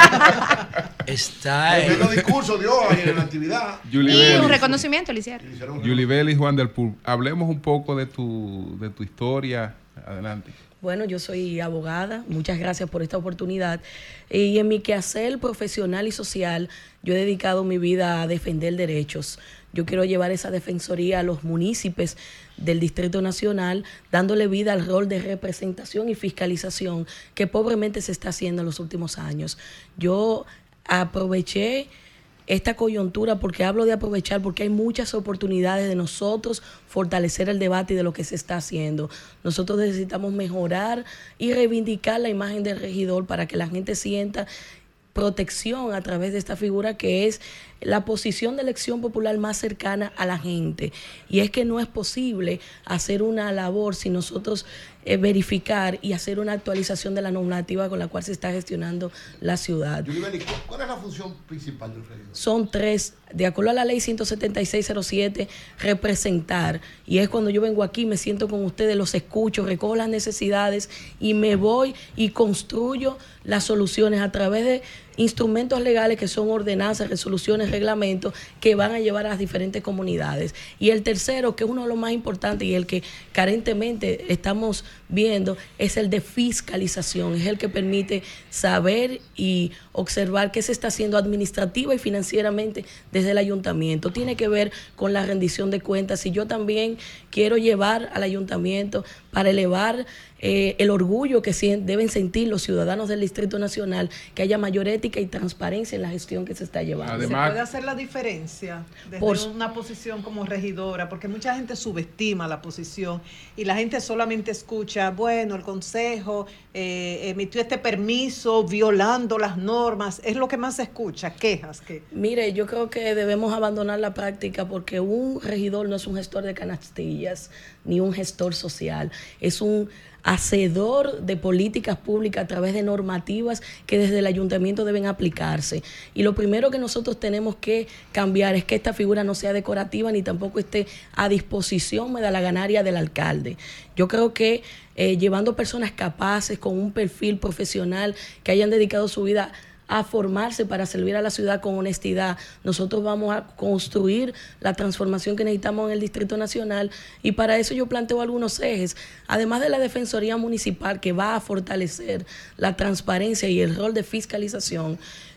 ver. Está El en... menos discurso dio ayer en la actividad. Julie Y un Bellis. reconocimiento le hicieron. Julie Bellis, Juan del Pul, hablemos un poco de tu, de tu historia. Adelante. Bueno, yo soy abogada, muchas gracias por esta oportunidad. Y en mi quehacer profesional y social, yo he dedicado mi vida a defender derechos. Yo quiero llevar esa defensoría a los municipios del Distrito Nacional, dándole vida al rol de representación y fiscalización que pobremente se está haciendo en los últimos años. Yo aproveché esta coyuntura, porque hablo de aprovechar, porque hay muchas oportunidades de nosotros fortalecer el debate y de lo que se está haciendo. Nosotros necesitamos mejorar y reivindicar la imagen del regidor para que la gente sienta protección a través de esta figura que es la posición de elección popular más cercana a la gente. Y es que no es posible hacer una labor sin nosotros eh, verificar y hacer una actualización de la normativa con la cual se está gestionando la ciudad. Yulibeli, ¿cu- ¿cuál es la función principal del regidor? Son tres, de acuerdo a la ley ciento setenta y seis cero siete, representar. Y es cuando yo vengo aquí, me siento con ustedes, los escucho, recojo las necesidades y me voy y construyo las soluciones a través de instrumentos legales que son ordenanzas, resoluciones, reglamentos que van a llevar a las diferentes comunidades. Y el tercero, que es uno de los más importantes y el que carentemente estamos viendo, es el de fiscalización, es el que permite saber y observar qué se está haciendo administrativa y financieramente desde el ayuntamiento. Tiene que ver con la rendición de cuentas y yo también quiero llevar al ayuntamiento para elevar eh, el orgullo que sien- deben sentir los ciudadanos del Distrito Nacional, que haya mayor ética y transparencia en la gestión que se está llevando. Además- ¿Se puede hacer la diferencia desde Por- una posición como regidora? Porque mucha gente subestima la posición y la gente solamente escucha, bueno, el consejo eh, emitió este permiso violando las normas. Es lo que más se escucha, quejas. que Mire, yo creo que debemos abandonar la práctica porque un regidor no es un gestor de canastillas ni un gestor social, es un hacedor de políticas públicas a través de normativas que desde el ayuntamiento deben aplicarse. Y lo primero que nosotros tenemos que cambiar es que esta figura no sea decorativa ni tampoco esté a disposición de la ganaria del alcalde. Yo creo que eh, llevando personas capaces, con un perfil profesional, que hayan dedicado su vida a formarse para servir a la ciudad con honestidad, nosotros vamos a construir la transformación que necesitamos en el Distrito Nacional y para eso yo planteo algunos ejes, además de la Defensoría Municipal que va a fortalecer la transparencia y el rol de fiscalización.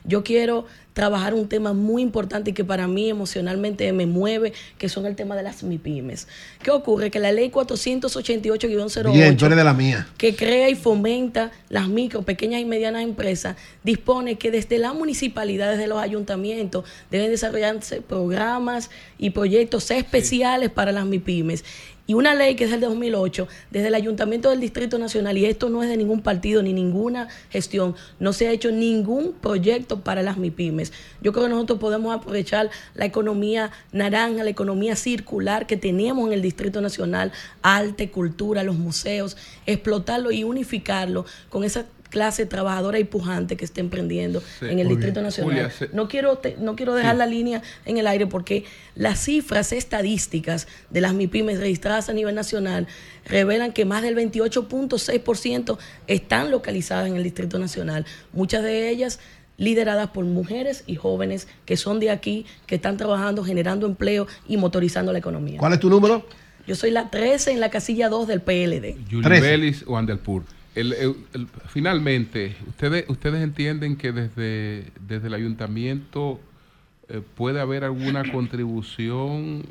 Yo quiero trabajar un tema muy importante y que para mí emocionalmente me mueve, que son el tema de las MIPYMES. ¿Qué ocurre? Que la ley cuatrocientos ochenta y ocho guión cero ocho, Bien, tú eres de la mía. que crea y fomenta las micro, pequeñas y medianas empresas, dispone que desde las municipalidades de los ayuntamientos deben desarrollarse programas y proyectos especiales sí. para las MIPYMES. Y una ley que es el de dos mil ocho, desde el Ayuntamiento del Distrito Nacional, y esto no es de ningún partido ni ninguna gestión, no se ha hecho ningún proyecto para las MIPYMES. Yo creo que nosotros podemos aprovechar la economía naranja, la economía circular que tenemos en el Distrito Nacional, arte, cultura, los museos, explotarlo y unificarlo con esa clase trabajadora y pujante que está emprendiendo sí, en el Distrito bien. Nacional. Julia, sí. No quiero te, no quiero dejar sí. la línea en el aire porque las cifras estadísticas de las MIPYMES registradas a nivel nacional revelan que más del veintiocho punto seis por ciento están localizadas en el Distrito Nacional. Muchas de ellas lideradas por mujeres y jóvenes que son de aquí, que están trabajando, generando empleo y motorizando la economía. ¿Cuál es tu número? Yo soy la trece en la casilla dos del P L D. Julie Vélez o Andelpur. El, el, el, finalmente, ustedes ustedes entienden que desde, desde el ayuntamiento eh, puede haber alguna contribución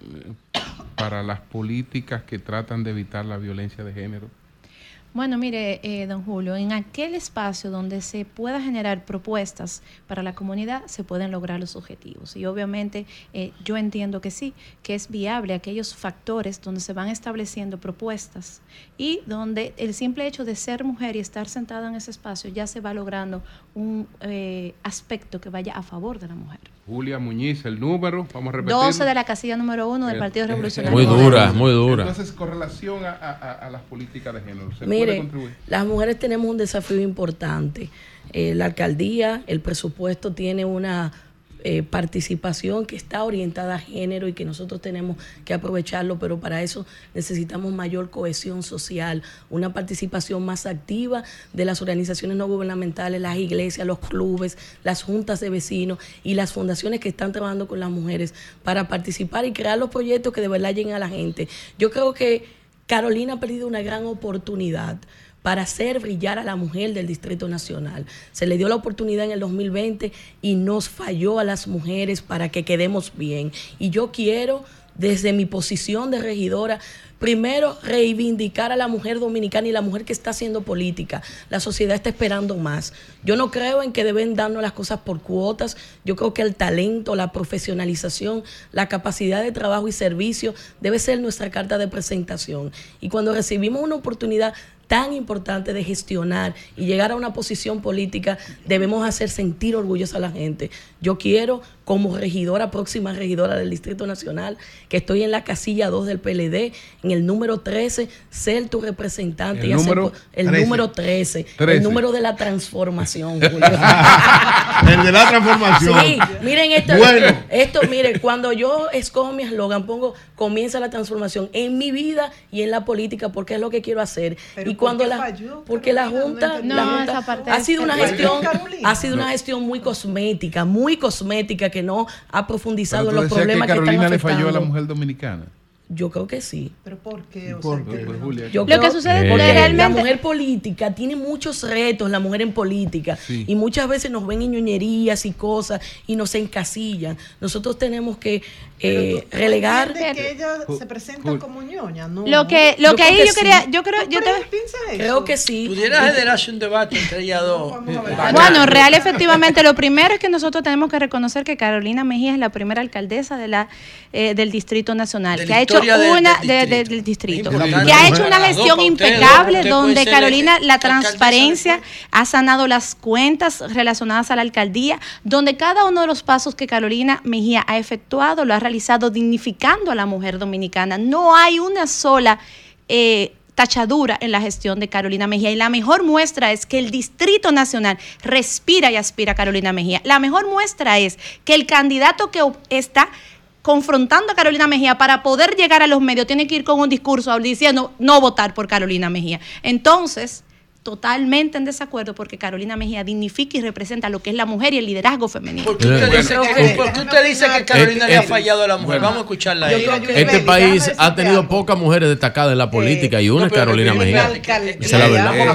para las políticas que tratan de evitar la violencia de género. Bueno, mire, eh, don Julio, en aquel espacio donde se pueda generar propuestas para la comunidad, se pueden lograr los objetivos. Y obviamente eh, yo entiendo que sí, que es viable aquellos factores donde se van estableciendo propuestas y donde el simple hecho de ser mujer y estar sentada en ese espacio ya se va logrando un eh, aspecto que vaya a favor de la mujer. Julia Muñiz, el número, vamos a repetir. doce de la casilla número uno del Partido Revolucionario. Muy dura, muy dura. Entonces, con relación a, a, a las políticas de género, ¿se Mire, puede contribuir? Las mujeres tenemos un desafío importante. Eh, la alcaldía, el presupuesto tiene una eh, participación que está orientada a género y que nosotros tenemos que aprovecharlo, pero para eso necesitamos mayor cohesión social, una participación más activa de las organizaciones no gubernamentales, las iglesias, los clubes, las juntas de vecinos y las fundaciones que están trabajando con las mujeres para participar y crear los proyectos que de verdad lleguen a la gente. Yo creo que Carolina ha perdido una gran oportunidad para hacer brillar a la mujer del Distrito Nacional. Se le dio la oportunidad en el dos mil veinte y nos falló a las mujeres para que quedemos bien. Y yo quiero, desde mi posición de regidora, primero reivindicar a la mujer dominicana y la mujer que está haciendo política. La sociedad está esperando más. Yo no creo en que deben darnos las cosas por cuotas. Yo creo que el talento, la profesionalización, la capacidad de trabajo y servicio debe ser nuestra carta de presentación. Y cuando recibimos una oportunidad tan importante de gestionar y llegar a una posición política, debemos hacer sentir orgullosa a la gente. Yo quiero, como regidora, próxima regidora del Distrito Nacional, que estoy en la casilla dos del P L D, en el número trece, ser tu representante. El y número hacer, el trece. número trece, trece. El número de la transformación, Julio. El de la transformación. Sí, miren esto. Bueno. Esto, mire, cuando yo escojo mi eslogan, pongo comienza la transformación en mi vida y en la política, porque es lo que quiero hacer. Pero y cuando ¿por qué la falló, porque la Carolina? Junta, No entendí. la No, Junta esa parte ha es sido una terrible. gestión, Carolina. ha sido una gestión muy cosmética, muy cosmética que no ha profundizado Pero en tú los decías problemas que que, Carolina están le falló a la afectando. mujer dominicana. Yo creo que sí. ¿Pero por qué? O ¿Por sea, qué? que- Pues, Julia, Yo Lo creo que sucede porque es que la realmente- mujer política tiene muchos retos, la mujer en política, Sí. y muchas veces nos ven en ñoñerías y cosas y nos encasillan. Nosotros tenemos que eh, ¿Tú relegar. entiendes que ella Ju- se presenta Ju- como ñoña? No. Lo que, lo Yo que creo ahí que yo quería, sí. yo creo, ¿Tú yo te, crees- piensa eso? Creo que sí. Pudiera generarse un debate entre ellas dos. Vamos a ver. Eh, Bueno, real, efectivamente, lo primero es que nosotros tenemos que reconocer que Carolina Mejía es la primera alcaldesa de la eh, del Distrito Nacional, De que la ha hecho historia del- una del de- de- distrito. del distrito, Es importante. que ha hecho una Las dos gestión para usted, impecable usted puede donde ser, Carolina eh, la alcaldesa transparencia después. ha sanado las cuentas relacionadas a la alcaldía, donde cada uno de los pasos que Carolina Mejía ha efectuado lo ha realizado dignificando a la mujer dominicana. No hay una sola eh, tachadura en la gestión de Carolina Mejía, y la mejor muestra es que el Distrito Nacional respira y aspira a Carolina Mejía. La mejor muestra es que el candidato que está confrontando a Carolina Mejía para poder llegar a los medios tiene que ir con un discurso diciendo no votar por Carolina Mejía. Entonces, totalmente en desacuerdo porque Carolina Mejía dignifica y representa lo que es la mujer y el liderazgo femenino. ¿Por qué usted dice que, ¿por qué usted dice que Carolina le ha fallado a la mujer? Vamos a escucharla a ella. Este país ha tenido pocas mujeres destacadas en la política y una es Carolina Mejía. Esa es la verdad.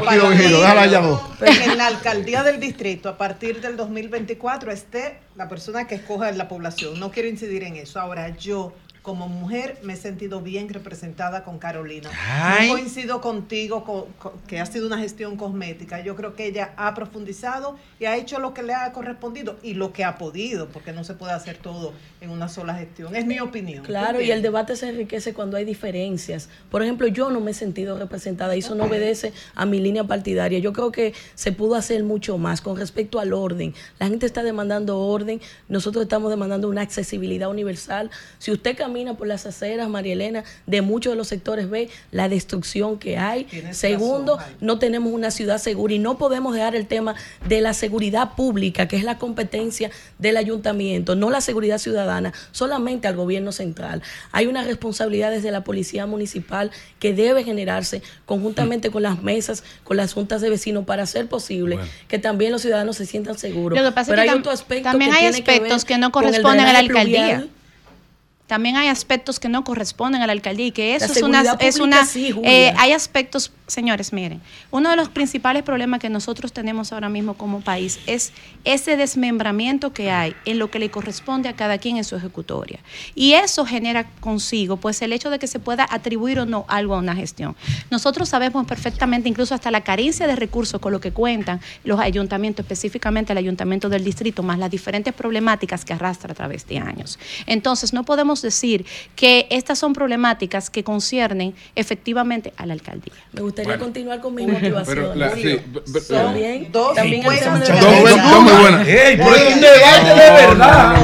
Pero en la alcaldía del distrito, a partir del dos mil veinticuatro, esté la persona que escoja en la población. No quiero incidir en eso. Ahora, yo, como mujer, me he sentido bien representada con Carolina. Ay. No coincido contigo con, con, que ha sido una gestión cosmética. Yo creo que ella ha profundizado y ha hecho lo que le ha correspondido y lo que ha podido, porque no se puede hacer todo en una sola gestión. Es mi opinión. Claro, y el debate se enriquece cuando hay diferencias. Por ejemplo, yo no me he sentido representada y eso no obedece a mi línea partidaria. Yo creo que se pudo hacer mucho más con respecto al orden. La gente está demandando orden, nosotros estamos demandando una accesibilidad universal. Si usted camina por las aceras, María Elena, de muchos de los sectores, ve la destrucción que hay. Tienes Segundo, razón, no tenemos una ciudad segura y no podemos dejar el tema de la seguridad pública, que es la competencia del ayuntamiento, no la seguridad ciudadana, solamente al gobierno central. Hay una responsabilidad desde la policía municipal que debe generarse conjuntamente con las mesas, con las juntas de vecinos para hacer posible bueno. que también los ciudadanos se sientan seguros. Lo que pasa Pero es que hay tam otro aspecto también que hay tiene aspectos que, que no corresponden a la alcaldía. También hay aspectos que no corresponden a la alcaldía y que eso es una, es una sí, eh, hay aspectos, señores, miren, uno de los principales problemas que nosotros tenemos ahora mismo como país es ese desmembramiento que hay en lo que le corresponde a cada quien en su ejecutoria. Y eso genera consigo, pues, el hecho de que se pueda atribuir o no algo a una gestión. Nosotros sabemos perfectamente, incluso hasta la carencia de recursos con lo que cuentan los ayuntamientos, específicamente el ayuntamiento del distrito, más las diferentes problemáticas que arrastra a través de años. Entonces, no podemos decir que estas son problemáticas que conciernen efectivamente a la alcaldía. Me gustaría bueno. continuar con mi motivación. La, sí, también dos también muy buenas. ¡Ey, pero es un debate de verdad!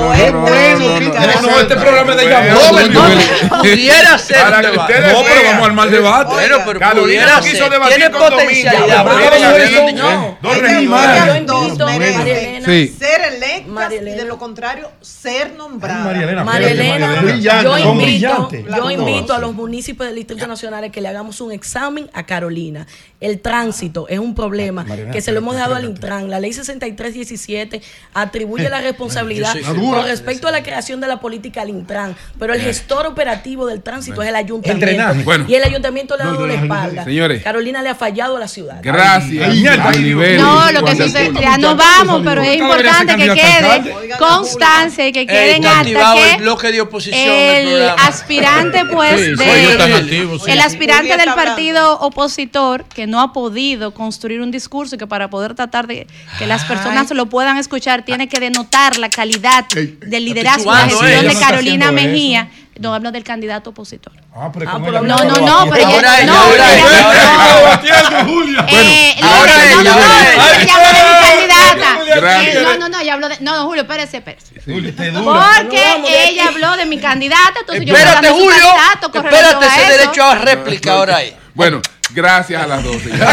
No, este programa de llamado. Pudiera ser. No, pero vamos a armar debate. Bueno, pero Carolina no quiso debatir tiene con potencialidad. Dos regímenes. Ser electas y de lo contrario, ser nombradas. María Elena, yo invito, yo invito a los municipios del Distrito Nacional que le hagamos un examen a Carolina. El tránsito es un problema que se lo hemos dado al Intran. La ley sesenta y tres diecisiete atribuye la responsabilidad con respecto a la creación de la política al Intran, pero el gestor operativo del tránsito es el ayuntamiento. Bueno. Y el ayuntamiento le ha dado la espalda. Señores, Carolina le ha fallado a la ciudad. Gracias. Al nivel. No, lo que sucede, ya nos vamos, pero es importante que quede constancia y que quede en alta que el bloque de oposición el aspirante pues Sí, de, sí, están activos, sí. el aspirante del partido opositor que no ha podido construir un discurso y que para poder tratar de que las personas lo puedan escuchar tiene que denotar la calidad del liderazgo y la gestión de Carolina Mejía. No hablo del candidato opositor. Ah, pero ah, pero no, no, no, pero ahora ella, ella, no, ahora ella, ella, no, Julia. Eh, bueno, ahora no, ella, no, no, ahora ella habló de mi candidata. Gracias. Eh, no, no, no, ella habló de, no, no, Julio, espérese, espérese. Julia, te dura. Porque ella habló de mi candidata, entonces yo espérate, voy a Julio, su candidato con espérate relación a ese eso. derecho a réplica ahora ahí. Bueno, gracias a las dos. señores.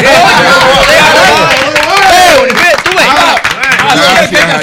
Tú ves. Gracias a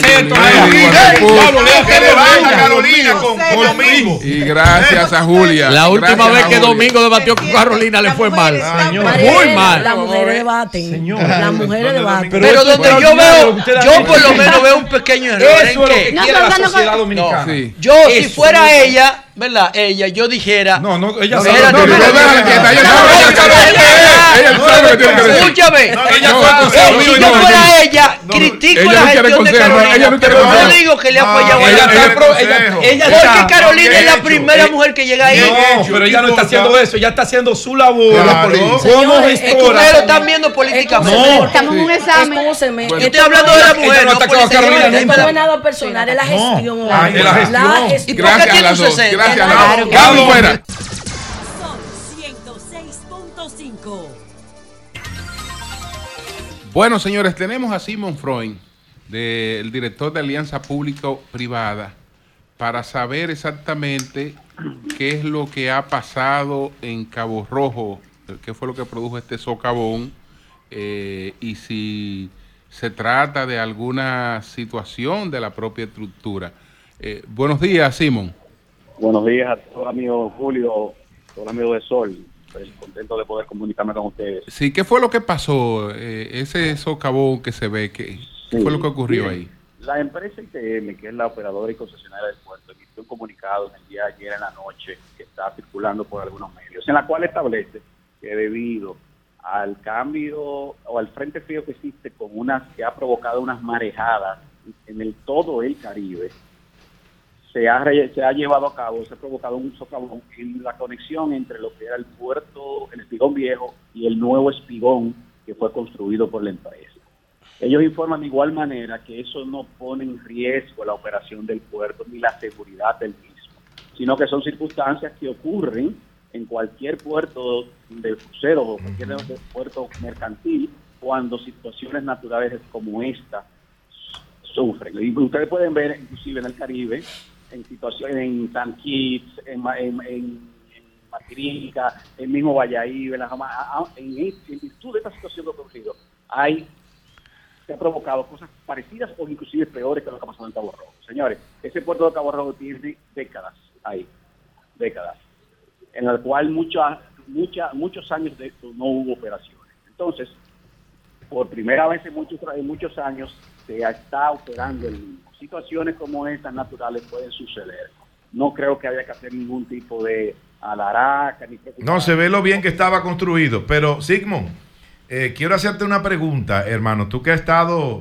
Carolina conmigo. Y gracias a Julia. La última Gracias vez a que Julia. Domingo debatió con Carolina le fue mal. Muy mal. Las mujeres debaten. Las mujeres debaten. Pero donde yo veo, yo por lo menos veo un pequeño error. Eso es lo que No, quiere no, la no, sociedad no. dominicana. Sí. Yo, si Eso fuera es lo que- ella, ¿verdad? Ella, yo dijera. No, no, ella No, sabe. espérate, No, no, espérate, no, déjala quieta, ella No, sabe lo que no, tiene que decir. Ella sabe lo que tiene que decir. Escúchame. ella No, fue no, consejo no, Si mío y yo no, fuera no. ella, critico ella la no quiere gestión de consejo, no, Carolina, ella no quiere pero no consejo. digo que le ha No, fallado a Ella ella. está pro- ella- ella Porque está- Carolina es la hecho. primera mujer que llega ahí. No, No, pero ella no está haciendo eso, ella está haciendo su labor Claro. como Señores, es que gestora. Ustedes lo están viendo políticamente. No. Estamos en un examen. Escúcheme. Bueno. Yo estoy hablando de la mujer, Ella no no atacaba a política. Carolina Esto nunca. no es nada personal, es la gestión. Ah, es la gestión. ¿Y por qué Gracias a tiene las un dos. sesenta? Gracias a Claro las dos. que Vamos sí. fuera. Son ciento seis punto cinco. Bueno, señores, tenemos a Simon Freund, del director de Alianza Público-Privada, para saber exactamente qué es lo que ha pasado en Cabo Rojo, qué fue lo que produjo este socavón, eh, y si se trata de alguna situación de la propia estructura. Eh, buenos días, Simon. Buenos días a todos los amigos Julio, todos los amigos de Sol. pues, contento de poder comunicarme con ustedes. Sí, ¿qué fue lo que pasó? Eh, ese socavón que se ve, ¿qué, ¿qué Sí. fue lo que ocurrió Miren, ahí? La empresa I T M, que es la operadora y concesionaria del puerto, emitió un comunicado en el día de ayer en la noche que está circulando por algunos medios, en la cual establece que debido al cambio o al frente frío que existe con unas que ha provocado unas marejadas en el todo el Caribe, se ha, re- se ha llevado a cabo, se ha provocado un socavón en la conexión entre lo que era el puerto, el espigón viejo y el nuevo espigón que fue construido por la empresa. Ellos informan de igual manera que eso no pone en riesgo la operación del puerto ni la seguridad del mismo, sino que son circunstancias que ocurren en cualquier puerto de crucero o cualquier uh-huh. puerto mercantil cuando situaciones naturales como esta sufren. Y ustedes pueden ver inclusive en el Caribe, en situaciones en San Kitts, en, en, en, en Martinica, el mismo Valladolid, en, en, en virtud de esta situación que ha ocurrido, hay se ha provocado cosas parecidas o inclusive peores que lo que ha pasado en Cabo Rojo. Señores, ese puerto de Cabo Rojo tiene décadas ahí, décadas, en el cual mucha, mucha, muchos años de esto no hubo operaciones. Entonces, por primera vez en muchos, en muchos años se está operando el mismo. Situaciones como estas naturales pueden suceder. No creo que haya que hacer ningún tipo de alaraca ni preocupación. No, se ve lo bien que estaba construido, pero Sigmund, Eh, quiero hacerte una pregunta, hermano. Tú que has estado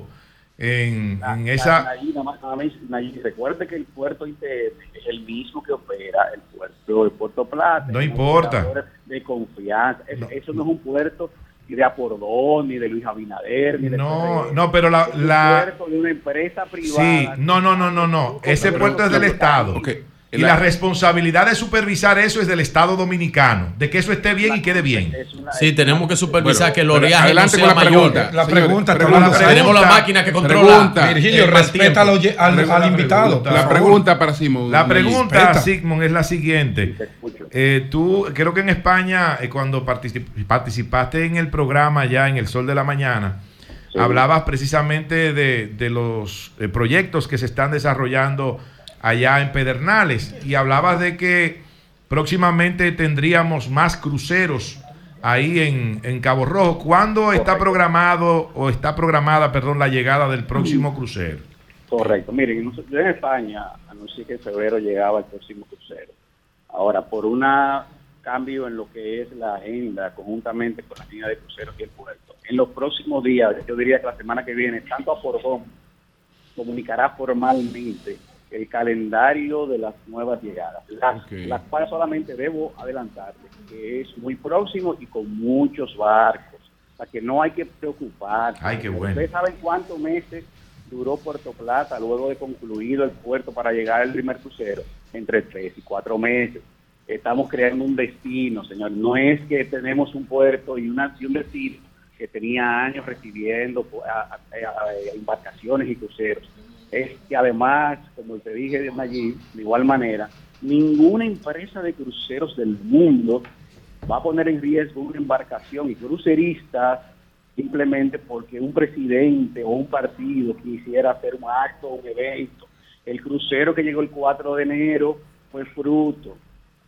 en, Na, en esa... Nayib, nada más, nada más, Nayib, recuerde que el puerto I T M es el mismo que opera el puerto de Puerto Plata. No importa. De confianza. No. Eso no es un puerto ni de Apordón, ni de Luis Abinader, ni de... No, no, pero la... Es un la... puerto de una empresa privada. Sí, no, no, no, no, no. Ese puerto es del Estado. Okay. Y la responsabilidad de supervisar eso es del Estado dominicano, de que eso esté bien y quede bien. Sí, tenemos que supervisar bueno, que el oleaje no sea con la mayor. pregunta. La pregunta, pregunta, pregunta, tenemos la máquina que controla. Pregunta. Virgilio, respeta al, oye- al, al La invitado. pregunta, la pregunta para Simón. La pregunta, Respeta. Sigmund, es la siguiente. Eh, tú, creo que en España, eh, cuando particip- participaste en el programa ya en El Sol de la Mañana, sí. hablabas precisamente de, de los eh, proyectos que se están desarrollando allá en Pedernales y hablabas de que próximamente tendríamos más cruceros ahí en, en Cabo Rojo. ¿Cuándo Correcto. está programado o está programada, perdón, la llegada del próximo crucero? Correcto. Miren, yo en España anuncié que en febrero llegaba el próximo crucero. Ahora, por un cambio en lo que es la agenda conjuntamente con la línea de cruceros y el puerto, en los próximos días, yo diría que la semana que viene, tanto a Portón comunicará formalmente el calendario de las nuevas llegadas, las, okay. las cuales solamente debo adelantarle que es muy próximo y con muchos barcos, o sea que no hay que preocuparse. Ay, qué bueno. Ustedes saben cuántos meses duró Puerto Plata luego de concluido el puerto para llegar al primer crucero, entre tres y cuatro meses. Estamos creando un destino, señor. No es que tenemos un puerto y, una, y un destino que tenía años recibiendo a, a, a embarcaciones y cruceros. Es que además, como te dije de allí, de igual manera, ninguna empresa de cruceros del mundo va a poner en riesgo una embarcación y cruceristas simplemente porque un presidente o un partido quisiera hacer un acto o un evento. El crucero que llegó el cuatro de enero fue fruto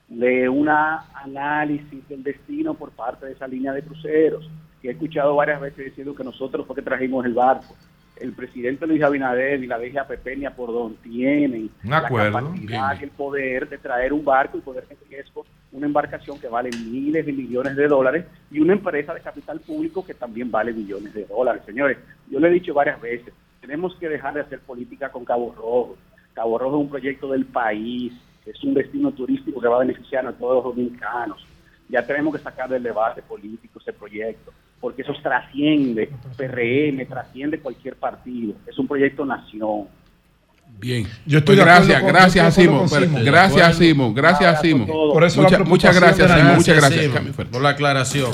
de un análisis del destino por parte de esa línea de cruceros, que he escuchado varias veces diciendo que nosotros fue que trajimos el barco. El presidente Luis Abinader y la D G A P P ni Apordón tienen la capacidad y el poder de traer un barco y poner en riesgo una embarcación que vale miles de millones de dólares y una empresa de capital público que también vale millones de dólares. Señores, yo le he dicho varias veces, tenemos que dejar de hacer política con Cabo Rojo. Cabo Rojo es un proyecto del país, es un destino turístico que va a beneficiar a todos los dominicanos. Ya tenemos que sacar del debate político ese proyecto, porque eso trasciende P R M, trasciende cualquier partido. Es un proyecto nación. Bien, yo estoy pues gracias, con, gracias a Simón, gracias a Simón, gracias a Simón. Por eso Mucha, muchas gracias, Simón, muchas gracias Simón, por la aclaración.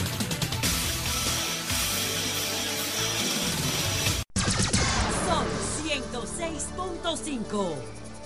Son ciento seis punto cinco.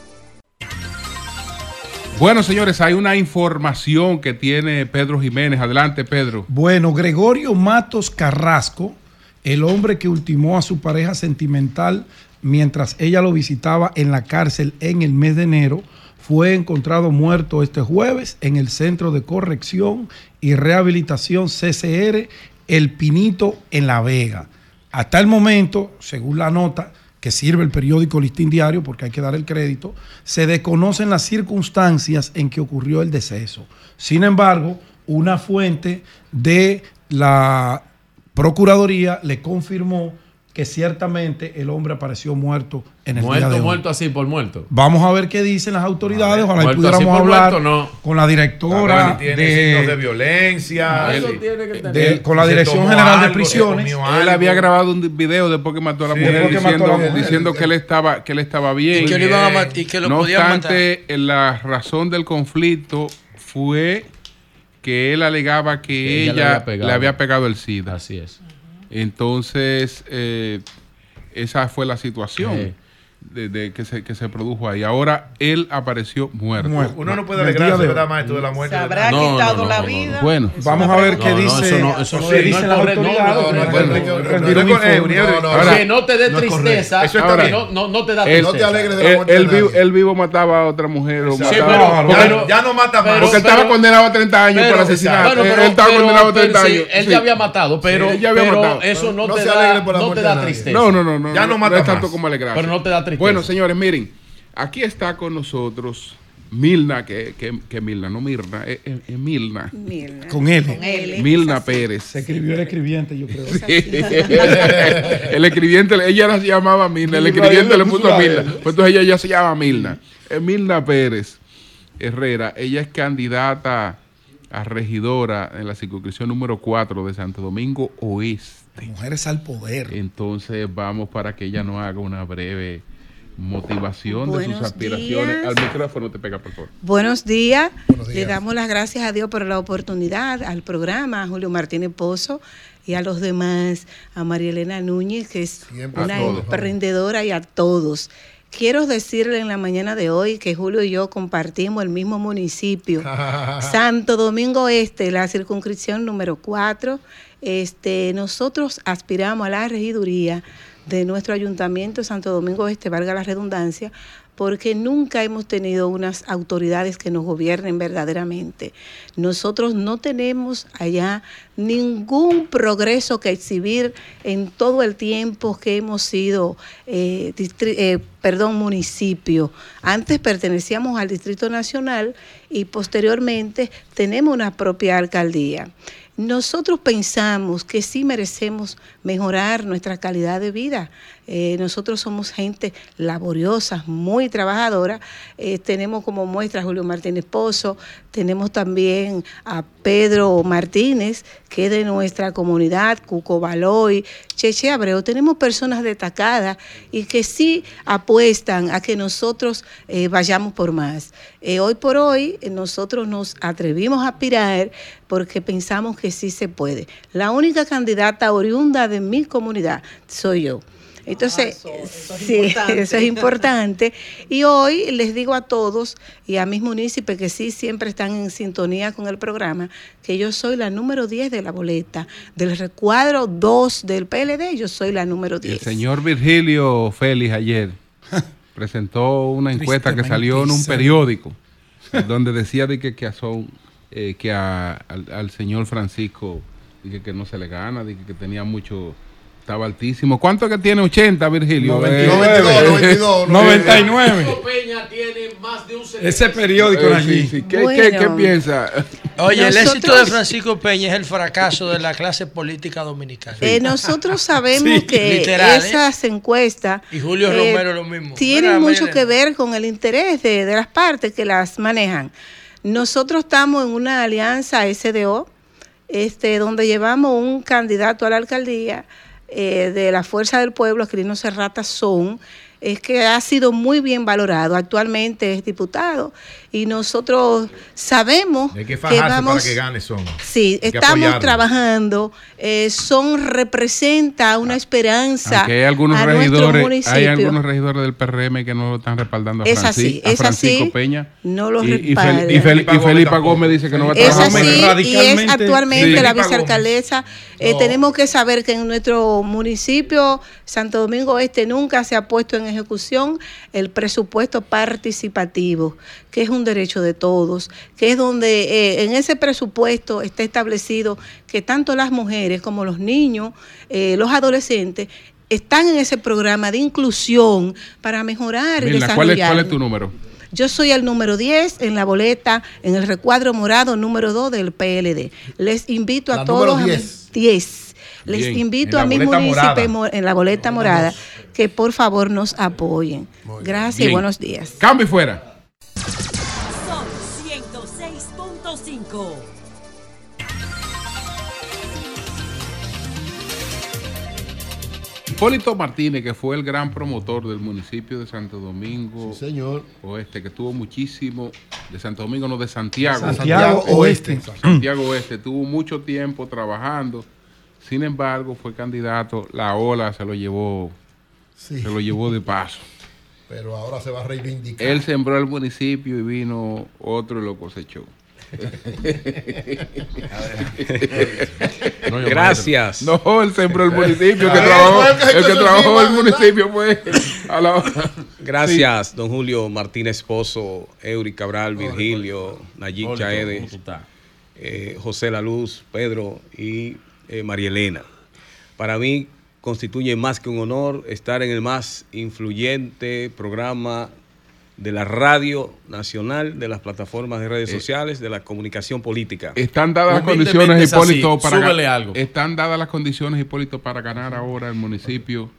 Bueno, señores, hay una información que tiene Pedro Jiménez. Adelante, Pedro. Bueno, Gregorio Matos Carrasco, el hombre que ultimó a su pareja sentimental mientras ella lo visitaba en la cárcel en el mes de enero, fue encontrado muerto este jueves en el Centro de Corrección y Rehabilitación C C R El Pinito en La Vega. Hasta el momento, según la nota que sirve el periódico Listín Diario, porque hay que dar el crédito, se desconocen las circunstancias en que ocurrió el deceso. Sin embargo, una fuente de la Procuraduría le confirmó que ciertamente el hombre apareció muerto en el muerto, día de hoy. Muerto así por muerto. Vamos a ver qué dicen las autoridades. Ojalá muerto pudiéramos así por hablar muerto, no. con la directora Tiene de, signos de violencia. de- Él- de- con la se Dirección tomó General de algo, Prisiones. se comió Él algo. había grabado un video después que mató a la Sí, mujer, después que mató a diciendo, la mujer. diciendo que él estaba que él estaba bien. Y que lo iban a mat- y que lo no podían obstante, la razón del conflicto fue que él alegaba que Que ella ella, le había pegado. le había pegado el SIDA. Así es. Entonces, eh, esa fue la situación Sí. de, de que, se, que se produjo ahí. Ahora él apareció muerto. Muerto. Uno no puede En el alegrarse, día de ¿verdad, hoy. maestro, de la muerte? Se de- habrá No, quitado no, no, la no, vida. Bueno, Vamos a ver qué No, no, dice, eso no- eso no qué es- dicen no las es correcto. autoridades. No, no, no, Rendir- no, rendir no, un no, informe. Uniebro, no, Ahora, que no te dé no es tristeza. Eso está Ahora, bien. no, no, no te da él, No te tristeza. alegres de la él, muerte de él vivo, nadie. él vivo mataba a otra mujer. O Exacto. Sí, mataba- pero- ya, pero- ya no mata más. porque él estaba pero- condenado a treinta años Pero- por asesinato. bueno, Él- pero- él estaba pero- condenado a pero treinta sí, años. él Sí. ya había matado, pero, Sí, él ya había pero matado. eso no, No te se da, alegre por la no muerte te de da nadie. tristeza. No, no, no, no. Ya no no, mata es tanto más. como alegrarse. Pero no te da tristeza. Bueno, señores, miren, aquí está con nosotros Milna, que, que, que Milna, no Mirna, es, es- es Milna. Milna. Con él. Con él. Milna Es así. Pérez. Se escribió el escribiente, yo creo. El escribiente, ella no se llamaba Milna, el escribiente le puso a Milna. Pues entonces ella ya se llama Milna. Es Milna Pérez Herrera. Ella es candidata a regidora en la circunscripción número cuatro de Santo Domingo Oeste. Mujeres al poder. Entonces vamos para que ella nos haga una breve motivación de sus Buenos aspiraciones. días. Al micrófono te pega, por favor. Buenos días. Buenos días. Le damos las gracias a Dios por la oportunidad, al programa, a Julio Martínez Pozo y a los demás, a María Elena Núñez, que es Siempre una a todos. emprendedora, y a todos. Quiero decirle en la mañana de hoy que Julio y yo compartimos el mismo municipio, Santo Domingo Este, la circunscripción número cuatro. Este, nosotros aspiramos a la regiduría de nuestro ayuntamiento de Santo Domingo Este, valga la redundancia, porque nunca hemos tenido unas autoridades que nos gobiernen verdaderamente. Nosotros no tenemos allá ningún progreso que exhibir en todo el tiempo que hemos sido, eh, distri- eh, perdón, municipio. Antes pertenecíamos al Distrito Nacional y posteriormente tenemos una propia alcaldía. Nosotros pensamos que sí merecemos mejorar nuestra calidad de vida. Eh, nosotros somos gente laboriosa, muy trabajadora. Eh, tenemos como muestra a Julio Martínez Pozo, tenemos también a Pedro Martínez, que es de nuestra comunidad, Cuco Baloy, Cheche Abreu. Tenemos personas destacadas y que sí apuestan a que nosotros eh, vayamos por más. Eh, hoy por hoy eh, nosotros nos atrevimos a aspirar porque pensamos que sí se puede. La única candidata oriunda de mi comunidad soy yo. Entonces, Ah, eso- eso es sí, importante. eso es importante. Y hoy les digo a todos y a mis municipios que sí siempre están en sintonía con el programa, que yo soy la número diez de la boleta. Del recuadro dos del P L D, yo soy la número El diez. señor Virgilio Félix ayer presentó una encuesta que salió en un Tristemente, periódico donde decía de que, que, a son, eh, que a- al, al señor Francisco de que, que no se le gana, de que, que tenía mucho, estaba altísimo. ¿Cuánto que tiene? ochenta, Virgilio. noventa y Eh, noventa y dos, noventa y dos, noventa y nueve. Peña tiene más de un Ese periódico eh, allí. sí, sí. ¿Qué, Bueno. qué- qué piensa? Oye, el Nosotros- éxito de Francisco Peña es el fracaso de la clase política dominicana. Eh, nosotros sabemos Sí, que literal, ¿eh? esas encuestas Y Julio eh, Romero lo mismo. tienen Mira, mucho miren. que ver con el interés de, de las partes que las manejan. Nosotros estamos en una alianza S D O, este, donde llevamos un candidato a la alcaldía eh, de la Fuerza del Pueblo, Aquilino Serrata Son, es que ha sido muy bien valorado. Actualmente es diputado y nosotros sabemos Hay que fajarse vamos, para que gane Son. Sí, Hay que estamos apoyarlo. trabajando. Eh, Son representa una esperanza Aunque hay algunos a nuestro regidores, municipio. hay algunos regidores del P R M que no lo están respaldando a, Es Franci- así, a es Francisco así. Peña. No lo y, y, Fel- respaldan. y, Fel- y Felipa Gómez Felipa tampoco. Gómez dice que no va a Es trabajar. así, y es radicalmente- actualmente Sí. la Felipa vicealcaldesa. Eh, No. Tenemos que saber que en nuestro municipio, Santo Domingo Este, nunca se ha puesto en en ejecución el presupuesto participativo, que es un derecho de todos, que es donde eh, en ese presupuesto está establecido que tanto las mujeres como los niños, eh, los adolescentes, están en ese programa de inclusión para mejorar y Mirna, desarrollar. ¿cuál es, ¿Cuál es tu número? Yo soy el número diez en la boleta, en el recuadro morado número dos del P L D. Les invito a La todos número a diez. diez. Les Bien, invito en a la mi boleta municipio morada. en la boleta morada que por favor nos apoyen. Gracias Bien. y buenos días. Cambio y fuera. Son ciento seis punto cinco. Hipólito Martínez, que fue el gran promotor del municipio de Santo Domingo Sí, señor. Oeste, que tuvo muchísimo, de Santo Domingo, no, de Santiago. Santiago Oeste. Santiago Oeste, tuvo mucho tiempo trabajando. Sin embargo, fue candidato, la ola se lo llevó, Sí. se lo llevó de paso. Pero ahora se va a reivindicar. Él sembró el municipio y vino otro y lo cosechó. No, Gracias. No, él sembró el municipio, el que Ay, trabajó, fue el que se el que echó trabajó el encima, municipio fue a la Gracias, don Julio Martínez Pozo, Eury Cabral, Virgilio, Nayib Hola, Chaedes, ¿cómo tú estás? eh, José La Luz, Pedro y eh, María Elena. Para mí constituye más que un honor estar en el más influyente programa de la radio nacional, de las plataformas de redes Eh, sociales, de la comunicación política. Están dadas las Humildemente condiciones, es así. Hipólito, para Súbele ga- algo. Están dadas las condiciones, Hipólito, para ganar ahora el municipio.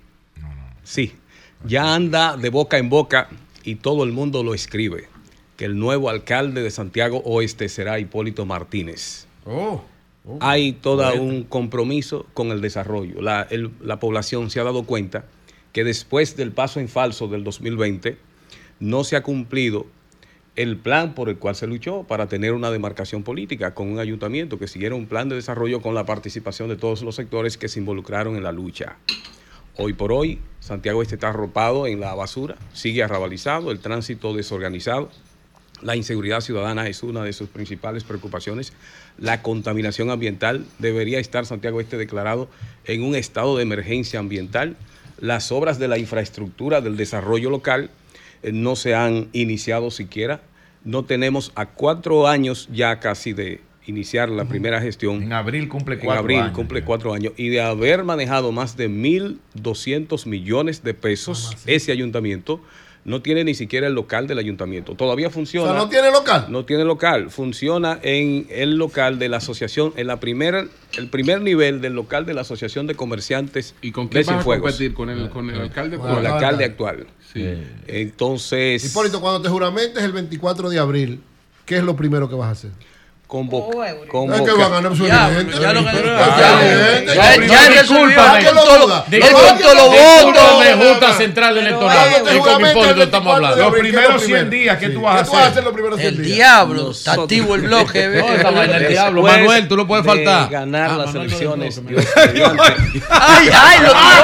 Sí, ya anda de boca en boca y todo el mundo lo escribe, que el nuevo alcalde de Santiago Oeste será Hipólito Martínez. Oh, oh. Hay todo Bueno. un compromiso con el desarrollo. La, el- la población se ha dado cuenta que después del paso en falso del dos mil veinte no se ha cumplido el plan por el cual se luchó para tener una demarcación política con un ayuntamiento que siguiera un plan de desarrollo con la participación de todos los sectores que se involucraron en la lucha. Hoy por hoy, Santiago Este está arropado en la basura, sigue arrabalizado, el tránsito desorganizado, la inseguridad ciudadana es una de sus principales preocupaciones, la contaminación ambiental, debería estar Santiago Este declarado en un estado de emergencia ambiental, las obras de la infraestructura del desarrollo local eh, no se han iniciado siquiera, no tenemos a cuatro años ya casi de iniciar la primera gestión. En abril cumple En cuatro abril años. cumple cuatro años. Y de haber manejado más de mil doscientos millones de pesos, ese ayuntamiento no tiene ni siquiera el local del ayuntamiento. Todavía funciona. O sea, ¿no tiene local? No tiene local. Funciona en el local de la asociación, en la primera, el primer nivel del local de la Asociación de Comerciantes ¿Y con de quién vas a Cienfuegos. competir? ¿Con el, con el alcalde Con actual? el alcalde actual. Sí. Entonces, Hipólito, cuando te juramentes el veinticuatro de abril, ¿qué es lo primero que vas a hacer? convoca. Es que va a ganar su evidente. ya lo Pero ganó. es evidente. Ya- Lo ya primero- él resolvió. discúlpame. Él contó lo- Discúlpame. él contó los votos. de Junta Central Electoral. Cuando te Es con juramentas Hipólito el estamos hablando. veinticuatro de Los abril, ¿qué es lo primeros cien primero? días, ¿qué Sí. tú vas a ¿Qué tú vas a hacer? hacer los primeros cien El días? diablo, está activo el bloque. No, esta vaina el diablo. Después Manuel, tú no puedes de faltar. ganar Ah, las Manuel, elecciones. no, no, Dios mediante. ¡Ay, ay! Lo tiró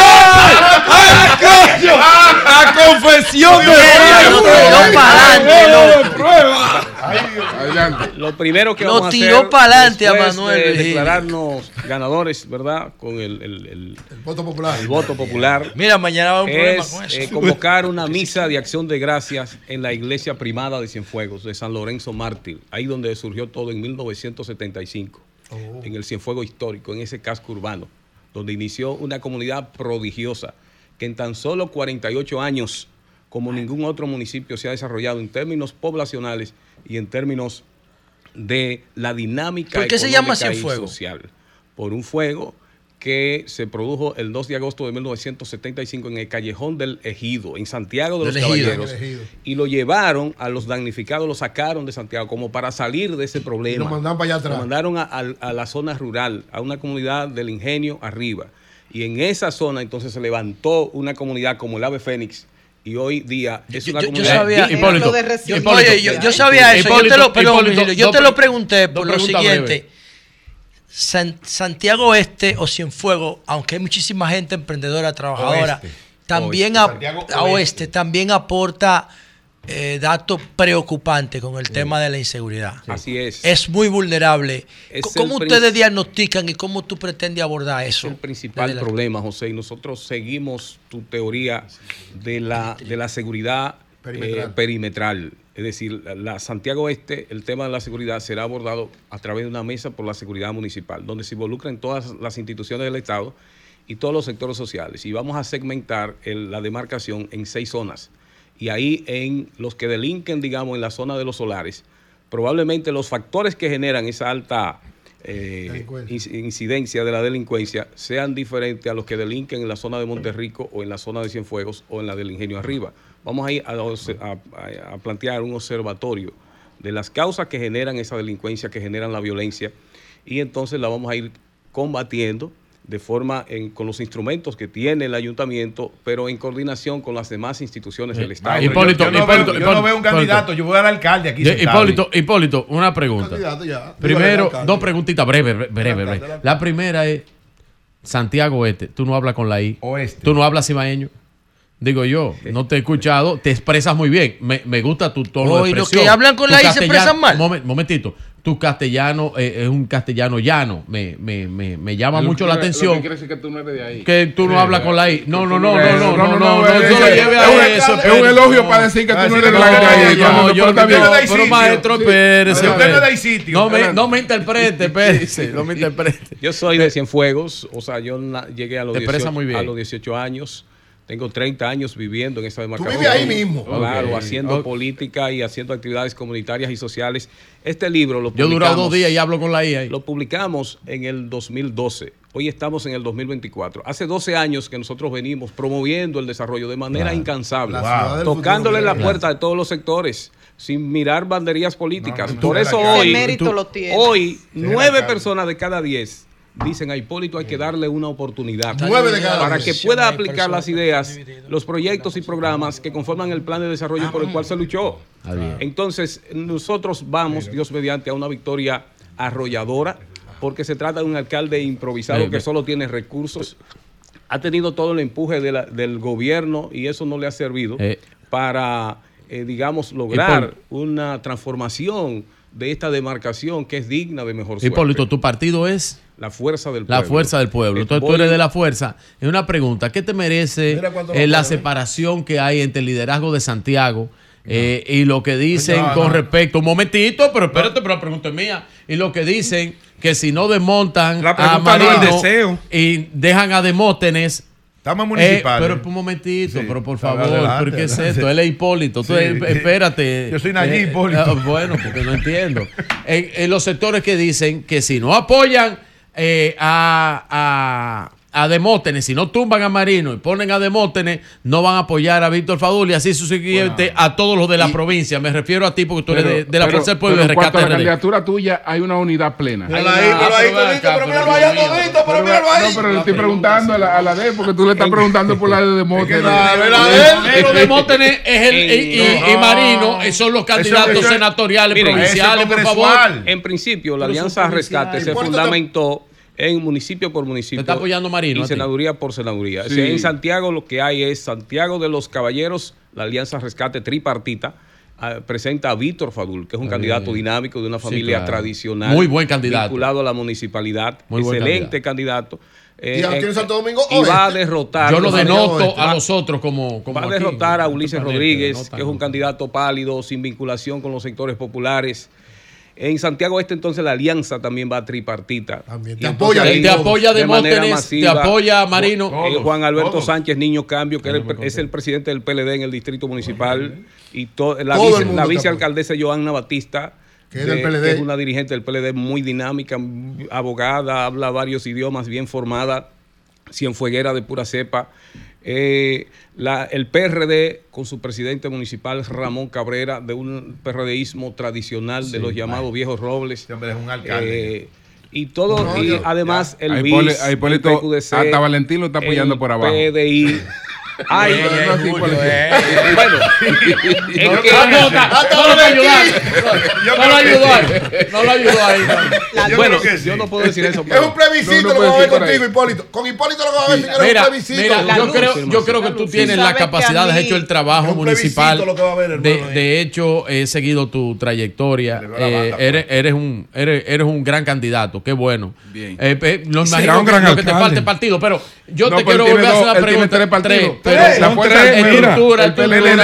para ¡A confesión de Lo tiró para adelante. prueba! Adelante. Lo primero que Lo vamos a hacer tiró para adelante a después Manuel de Virgilio. declararnos ganadores, ¿verdad? Con el, el- el- El voto popular. el voto popular. Mira, mañana va a haber un problema Es con eso. eh, convocar una misa de acción de gracias en la iglesia primada de Cienfuegos, de San Lorenzo Mártir, ahí donde surgió todo en mil novecientos setenta y cinco, en el Cienfuegos histórico, en ese casco urbano, donde inició una comunidad prodigiosa que en tan solo cuarenta y ocho años, como ningún otro municipio se ha desarrollado en términos poblacionales y en términos de la dinámica ¿Por qué se llama económica y Cienfuegos? social. Por un fuego que se produjo el dos de agosto de mil novecientos setenta y cinco en el Callejón del Ejido, en Santiago de los Del Ejido. Caballeros. El Ejido. Y lo llevaron a los damnificados, lo sacaron de Santiago como para salir de ese problema. Y lo mandaron para allá atrás. Lo mandaron a, a- a la zona rural, a una comunidad del ingenio arriba. Y en esa zona entonces se levantó una comunidad como el Ave Fénix. Y hoy día es Yo- una yo- yo comunidad. sabía- Hipólito, Lo de Yo- recién- oye, yo, yo sabía eso. Hipólito, yo te lo, perdón, Hipólito, Virgilio, yo dos te lo pre- pregunté dos por lo preguntas siguiente. breves. San- Santiago Este o Cienfuegos, aunque hay muchísima gente emprendedora, trabajadora, Oeste. también Oeste. a- Santiago a oeste, Oeste. también aporta eh, dato preocupante con el tema de la inseguridad. Sí. Así es. Es muy vulnerable. Es ¿Cómo el ustedes prin- diagnostican y cómo tú pretendes abordar eso? Es el principal Desde la- problema, José, y nosotros seguimos tu teoría de la, de la seguridad Perimetral. eh, perimetral. Es decir, la, la Santiago Oeste, el tema de la seguridad será abordado a través de una mesa por la seguridad municipal, donde se involucran todas las instituciones del Estado y todos los sectores sociales. Y vamos a segmentar el- la demarcación en seis zonas. Y ahí en los que delinquen, digamos, en la zona de los solares, probablemente los factores que generan esa alta eh, inc- incidencia de la delincuencia sean diferentes a los que delinquen en la zona de Monterrico o en la zona de Cienfuegos o en la del Ingenio Arriba. Vamos a ir a, a- a plantear un observatorio de las causas que generan esa delincuencia, que generan la violencia, y entonces la vamos a ir combatiendo de forma en- con los instrumentos que tiene el ayuntamiento, pero en coordinación con las demás instituciones del Estado. Hipólito, yo, no Hipólito, veo, yo no Hipólito, veo un candidato, yo voy al alcalde aquí. Ye- sentado. Hipólito, Hipólito, una pregunta. Candidato ya. Primero, Dígale al alcalde. dos preguntitas breves, bre- breve, breve. La primera es, Santiago Oeste, tú no hablas con la I. Oeste. Tú no hablas cibaeño. Digo yo, no te he escuchado, te expresas muy bien. Me, me gusta tu tono Oh, de y los expresión. que hablan con Tu la I se castellano- expresan mal. Momen- momentito. Tu castellano eh, es un castellano llano. Me, me, me, me llama Lo mucho que la quiere- atención. Lo que quiere decir que tú no eres de ahí. Que tú no Sí, hablas eh, con la I. No, que no, tú no, no, eres- no, no, no, no, es- no lo es- lleve es a un- eso. Es un elogio para decir que tú no eres de la No, calle. yo Cuando no, tú yo estás bien. no, Usted pero no maestro, sí. espérese. Usted no espérese. da sitio. No me, Adelante. no me interprete, espérese. No me interprete. Yo soy de Cienfuegos, o sea, yo na- llegué a los, Te expresa dieciocho, muy bien. a los dieciocho años. Tengo treinta años viviendo en esa demarcación. vives ahí mismo? Claro, Ok. haciendo Ok. política y haciendo actividades comunitarias y sociales. Este libro lo Yo he durado publicamos- dos días y hablo con la I ahí. Lo publicamos en el dos mil doce. Hoy estamos en el dos mil veinticuatro. Hace doce años que nosotros venimos promoviendo el desarrollo de manera Claro. incansable, La ciudad del tocándole futuro. la puerta de todos los sectores, sin mirar banderías políticas. No, Por tú eso de la calle. hoy, ¿Qué mérito tú- lo tiene? hoy de la nueve calle. personas de cada diez dicen a Hipólito hay que darle una oportunidad Nueve de cada para diez. que pueda aplicar las ideas, los proyectos y programas que conforman el plan de desarrollo por el cual se luchó. Ah, bien. Entonces, nosotros vamos, Dios mediante, a una victoria arrolladora, porque se trata de un alcalde improvisado Bien, que bien. solo tiene recursos. Ha tenido todo el empuje de la- del gobierno y eso no le ha servido Eh. para, eh, digamos, lograr Hipólito. una transformación de esta demarcación que es digna de mejor suerte. Hipólito, tu partido es La fuerza del la pueblo. fuerza del pueblo. Entonces tú Voy- eres de la fuerza. Es una pregunta, ¿qué te merece Mira cuánto eh, lo la puede. separación que hay entre el liderazgo de Santiago eh, y lo que dicen No, con no. respecto, un momentito, pero espérate, pero la pregunta es mía, y lo que dicen que si no desmontan La a pregunta no es Marino deseo. y dejan a Demóstenes. Estamos en Eh, municipal. pero un momentito, Sí. pero por Adelante, favor, adelante, ¿por qué es adelante. esto? Él es Hipólito. Tú, Sí. eh, espérate. Yo soy Nayib Eh, Hipólito. ah, bueno, porque no entiendo. En, en los sectores que dicen que si no apoyan eh, a, a, a Demóstenes, si no tumban a Marino y ponen a Demóstenes, no van a apoyar a Víctor Fadul y así sucesivamente a todos los de la provincia. Me refiero a ti porque tú eres de, de la pero- Fuerza del Pueblo y pero de en cuanto Rescate a la R D. candidatura tuya hay una unidad plena. Míralo ahí, míralo ahí, todito, pero míralo ahí, todito, pero míralo ahí. No, pero le estoy preguntando a la, a la de él, porque tú le estás preguntando por la de Demóstenes. la- la de él. Pero Demóstenes es el, y, y- y No. Marino eh, son los candidatos eso es- senatoriales, Miren, provinciales, ese por favor. congresual. En principio, la Pero Alianza son Rescate provinciales. se Hipólito fundamentó en municipio por municipio. Te está apoyando Marino Y a ti. senaduría por senaduría. Sí. O sea, en Santiago lo que hay es Santiago de los Caballeros, la Alianza Rescate tripartita, ah, presenta a Víctor Fadul, que es un Ah, candidato bien. dinámico de una Sí, familia claro. tradicional. Muy buen candidato. Vinculado a la municipalidad. Muy buen excelente candidato. Eh, Y aquí en eh, Santo Domingo y va a Oeste. derrotar. Yo lo denoto Oeste. a los otros como, como Va a aquí. derrotar a Este Ulises planeta, Rodríguez, no tan- que es un candidato pálido, sin vinculación con los sectores populares. En Santiago Este, entonces, la alianza también va tripartita. También. Y Te entonces apoya Te, ahí, te apoya de manera Demóstenes, te masiva, apoya Marino. eh, Juan Alberto todos. Sánchez Niño Cambio, que era el- es el presidente del P L D en el distrito municipal, y to- la, Todo el vice- mundo la te vicealcaldesa Joanna Batista, Que es del P L D. que es una dirigente del P L D muy dinámica, abogada, habla varios idiomas, bien formada, cienfueguera de pura cepa. Eh, la- el P R D con su presidente municipal Ramón Cabrera, de un PRDismo tradicional de los llamados viejos robles. Este hombre es un alcalde. Eh, y todo, No, y yo- además el A B I Hipólito- S, a Hipólito, el P Q D C, hasta Valentín lo está apoyando el por abajo. P D I, Ay, No, ay, no, ay, sí, Julio, cualquier- eh. Bueno, es No, que- no, no, no lo ayudó ahí. Yo No creo lo que ayudó sí. ahí. No lo ayudó ahí. Yo bueno, creo que sí. Yo no puedo decir eso. Es un plebiscito lo que va a ver contigo, Hipólito. Con Hipólito lo que va a ver, señores, es Mira, un plebiscito. mira, yo creo, yo creo que tú tienes la capacidad, has hecho el trabajo municipal. De, de hecho, he seguido tu trayectoria. Eh, eres, eres un eres, eres un gran candidato. Qué bueno. Bien. Eh, eh, no Será imagino un que, gran lo que te alcalde. falta es partido, pero yo No, te pero quiero él volver a tiene hacer la dos- él pregunta. tiene tres partidos. pero Tres, la fuerza tres, del mira, estructura, el P L D,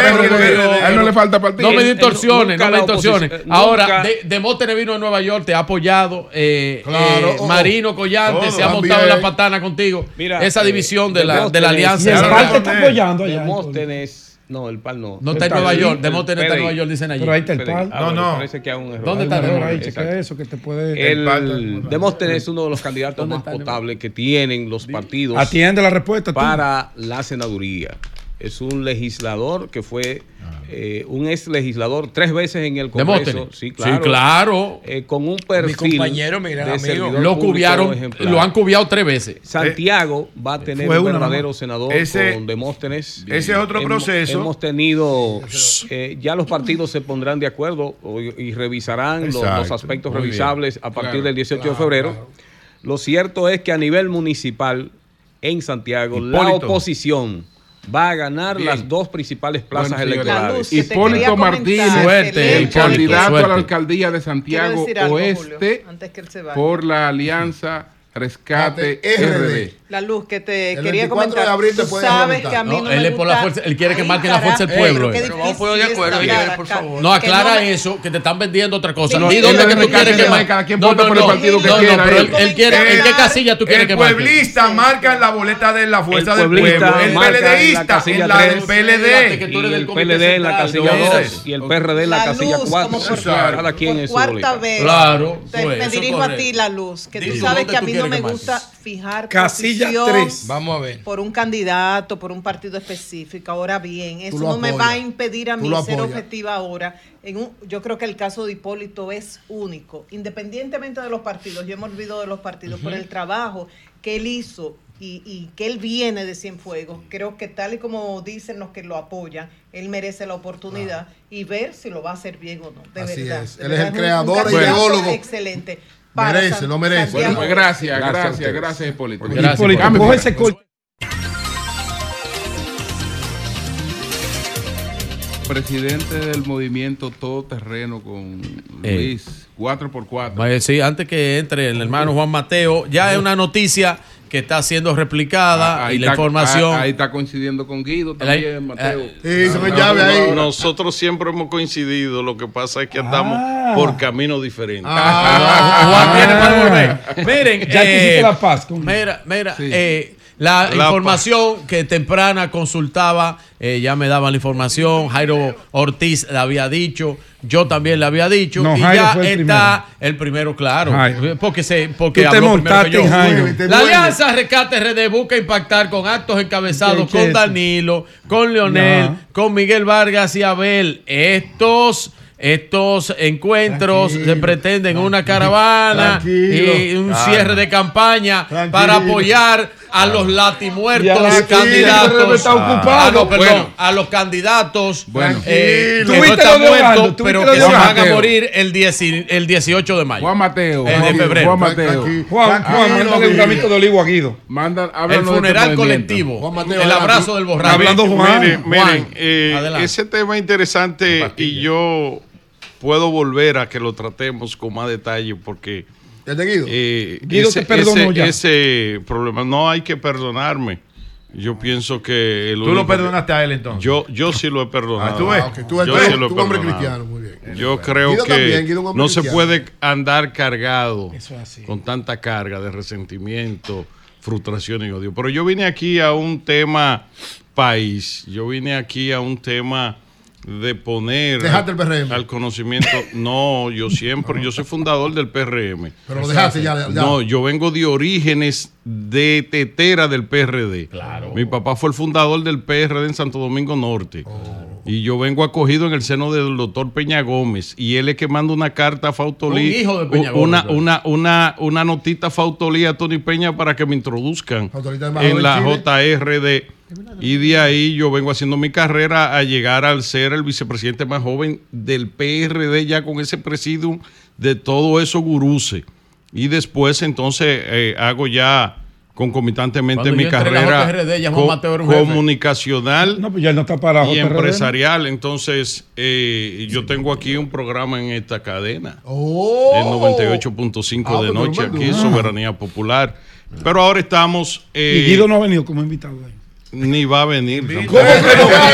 a él no le falta partido. No me Él- él distorsiones, nunca no me la distorsiones. oposición- Ahora, nunca- de, Demóstenes vino a Nueva York, te ha apoyado. Eh, Claro, eh, oh, Marino Collante todo, se ha también. montado en la patana contigo. Mira, Esa eh, división de la, de la Demóstenes- alianza. Y el esa- P A L está apoyando allá, Demóstenes. No, el P A L no. No está en El Nueva P A L, York, el Demóstenes está en P D I. Nueva York, dicen allí. Pero ahí está el P D I. P A L. Ah, No, bueno, no. Parece que hay un error. ¿Dónde Hay está un error ahí, Demóstenes? chequea eso que te puede. El Demóstenes es uno de los candidatos más potables que tienen los partidos Atiende la respuesta tú. para la senaduría. Es un legislador que fue eh, un ex legislador tres veces en el Congreso. Demóstenes. Sí, claro. Sí, claro. Eh, con un perfil. compañero, mi gran de amigo. servidor Lo público cubiaron, ejemplar. lo han cubiado tres veces. Santiago va a tener Fue un una verdadero nomás. senador Ese- con Demóstenes. ese es otro Hemos- proceso. Hemos tenido, eh, ya los partidos se pondrán de acuerdo o- y revisarán los, Exacto. los aspectos Muy bien. revisables a partir Claro, del dieciocho de claro, febrero. claro. Lo cierto es que a nivel municipal, en Santiago, la Hipólito. oposición va a ganar Bien. las dos principales plazas Bueno, señores, electorales. Hipólito Martínez, Suerte, el Hipólito, candidato suerte. a la alcaldía de Santiago Quiero decir algo, Oeste Julio, antes que él se vaya. por la alianza Rescate R D. La luz que te El quería veinticuatro comentar. de abril te Tú puedes sabes argumentar. que a mí no, No, me él es por la gusta- fuerza, él quiere que Ay, marque la fuerza del carajo, pueblo. qué eh. difícil vamos a poner de es acuerdo, hablar Miguel, por acá. favor. No, Que aclara me- eso, que te están vendiendo otra cosa. No, ¿Y él dónde es que tú rescate quieres que R D. marque? Cada quien No, vota no, por el no. partido que No, no, quiera, pero él. él, él quiere, ¿en qué casilla tú quieres El que marque? pueblista marca en la boleta de la fuerza El del pueblista pueblo. El marca en la PLDista casilla en la del tres. P L Fíjate D. que tú Y eres del el comité P L D en la central, casilla entonces. dos y el P R D en la La casilla luz, cuatro. como por- Cada quien en su Cuarta boleta. vez. Claro, Te- pues, me eso dirijo correcto. a ti, La Luz, que tú Dime, sabes ¿dónde que a tú mí no quieres me que marque? gusta fijar Casilla posición tres. Vamos a ver. por un candidato, por un partido específico. Ahora bien, eso lo no me apoyas. va a impedir a Tú mí lo ser apoyas. objetiva ahora. En un, yo creo que el caso de Hipólito es único, independientemente de los partidos. Yo me olvido de los partidos por el trabajo que él hizo y, y que él viene de Cienfuegos. Creo que tal y como dicen los que lo apoyan, él merece la oportunidad y ver si lo va a hacer bien o no. De Así verdad. es. de Él es verdad, el un- creador un e candidato ideólogo. excelente. Para Merece, San- no merece. Santiago. Bueno, pues gracias, Gracias a gracias, ustedes. gracias, Hipólito. Gracias, Hipólito, Cambio coge fuera. ese corte. Presidente del movimiento Todoterreno con Eh. Luis, cuatro por cuatro. Vaya, sí, antes que entre el hermano Juan Mateo, ya es una noticia que está siendo replicada Ah, ahí y la está- información. ah, Ahí está coincidiendo con Guido El ahí- también, Mateo. Sí, se me llave ahí. Nosotros siempre hemos coincidido, lo que pasa es que andamos Ah. por caminos diferentes. Ah, Juan viene para volver. Miren, Ya eh, hiciste la paz con- mira, mira, Sí. eh, la, La información que temprana consultaba, eh, ya me daban la información, Jairo Ortiz la había dicho, yo también le había dicho, No, y Jairo ya fue el está el primero, claro, Jairo. porque se, porque Tú te habló primero montaste que yo. en Jairo. Te La mueves. Alianza Rescate R D busca impactar con actos encabezados ¿Qué- qué con es? Danilo, con Leonel, No. con Miguel Vargas y Abel. Estos, estos encuentros Tranquilo, se pretenden una caravana tranquilo. y un Claro. cierre de campaña Tranquilo. para apoyar a los latimuertos Ya, tranquilo, candidatos. está ocupado. Ah, no, perdón, Bueno. a los candidatos Bueno. eh, que ¿Tú no viste están lo de Orlando? muertos, ¿Tú pero viste lo que de se van a Orlando? morir el, diez el dieciocho de mayo. Juan Mateo. Eh, de Juan- febrero. Juan Mateo. Tranquilo. Juan, Juan, Tranquilo, mándale un Guido. ramito de olivo a Guido. Mandan, El háblanos de este funeral movimiento. colectivo. Juan Mateo, el adelante. abrazo del borracho. Hablando Juan. Miren, Juan, miren, eh, adelante. ese tema es interesante y yo puedo volver a que lo tratemos con más detalle porque ¿El de Guido? eh, Guido ese, te perdonó ese- ya. ese problema no hay que perdonarme. Yo pienso que el Tú lo único que- perdonaste a él entonces. Yo, yo sí lo he perdonado. Ah, ¿tú ves? Ah, ok. Tú eres Yo sí lo he tú hombre perdonado. cristiano, muy bien. Yo creo Guido que también, Guido un hombre no se cristiano. puede andar cargado Eso es así. con tanta carga de resentimiento, frustración y odio. Pero yo vine aquí a un tema país. Yo vine aquí a un tema de poner Dejaste el P R M. al conocimiento. No, yo siempre, yo soy fundador del P R M. Pero lo dejaste ya. ya. No, yo vengo de orígenes de tetera del P R D. Claro. Mi papá fue el fundador del P R D en Santo Domingo Norte. Y yo vengo acogido en el seno del doctor Peña Gómez. Y él es que manda una carta a Fautolí. Un hijo de Peña una, Gómez. una, una, una notita a Fautolí, a Tony Peña, para que me introduzcan en la J R D. Y de ahí yo vengo haciendo mi carrera a llegar al ser el vicepresidente más joven del P R D, ya con ese presidium de todo eso guruce. Y después entonces eh, hago ya concomitantemente Cuando mi yo entré en la carrera J R D, ya Juan co- Mateo era un jefe. comunicacional No, pues ya él no está para y J R D, ¿no? empresarial. Entonces, eh, yo tengo aquí un programa en esta cadena, Oh. en noventa y ocho punto cinco Ah, de pero noche, no me aquí, duda. Soberanía Popular. Pero ahora estamos... eh, Y Guido no ha venido como invitado ahí. ni va a venir. ¿Cómo tampoco. que no va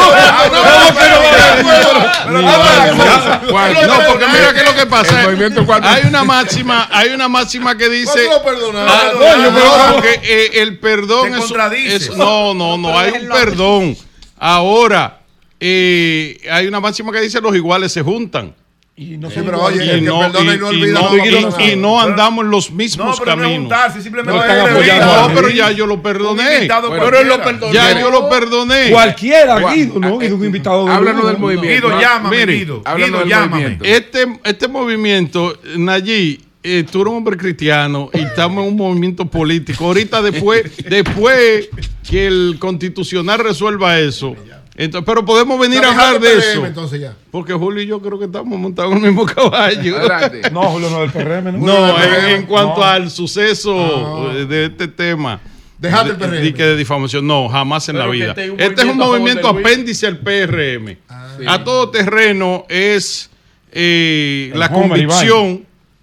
a venir? Ni va a venir. Juan, No, porque mira qué es lo que pasa. El movimiento cuatro- Hay una máxima, hay una máxima que dice. ¿Cuándo lo perdonaron? Ah, Coño, no, pero- porque eh, el perdón Te es, contradice. es- no, no, no, hay un perdón. Ahora, eh, hay una máxima que dice los iguales se juntan. Y no Sí, pero oye, el que no, perdona y no olvida, no, no y- lo perdona. y no andamos en los mismos No, pero no es caminos. juntarse, simplemente no, están pero apoyando ya, a no, pero Luis. ya yo lo perdoné. invitado Pero cualquiera. él lo perdonó. Ya yo lo perdoné. Cualquiera, Gua- Guido, ¿no? Guido, un invitado de Háblanos lujo. del movimiento. Guido, llámame, Mire, Guido. háblanos Guido, del llámame. movimiento. Este, este movimiento, Nayí, eh, tú eres un hombre cristiano y estamos en un movimiento político. Ahorita después, después que el constitucional resuelva eso. Entonces, pero podemos venir a hablar de eso. Entonces ya. Porque Julio y yo creo que estamos montados en el mismo caballo. Adelante. No, Julio, no del P R M, ¿no? No, en, en cuanto No. al suceso Ah. eh, de este tema. Dejaste de, el P R M. de que de difamación. No, jamás en Pero la que vida. este es un Este es un movimiento a favor movimiento de Luis. apéndice al P R M. Sí. A todo terreno es eh, El la Homer convicción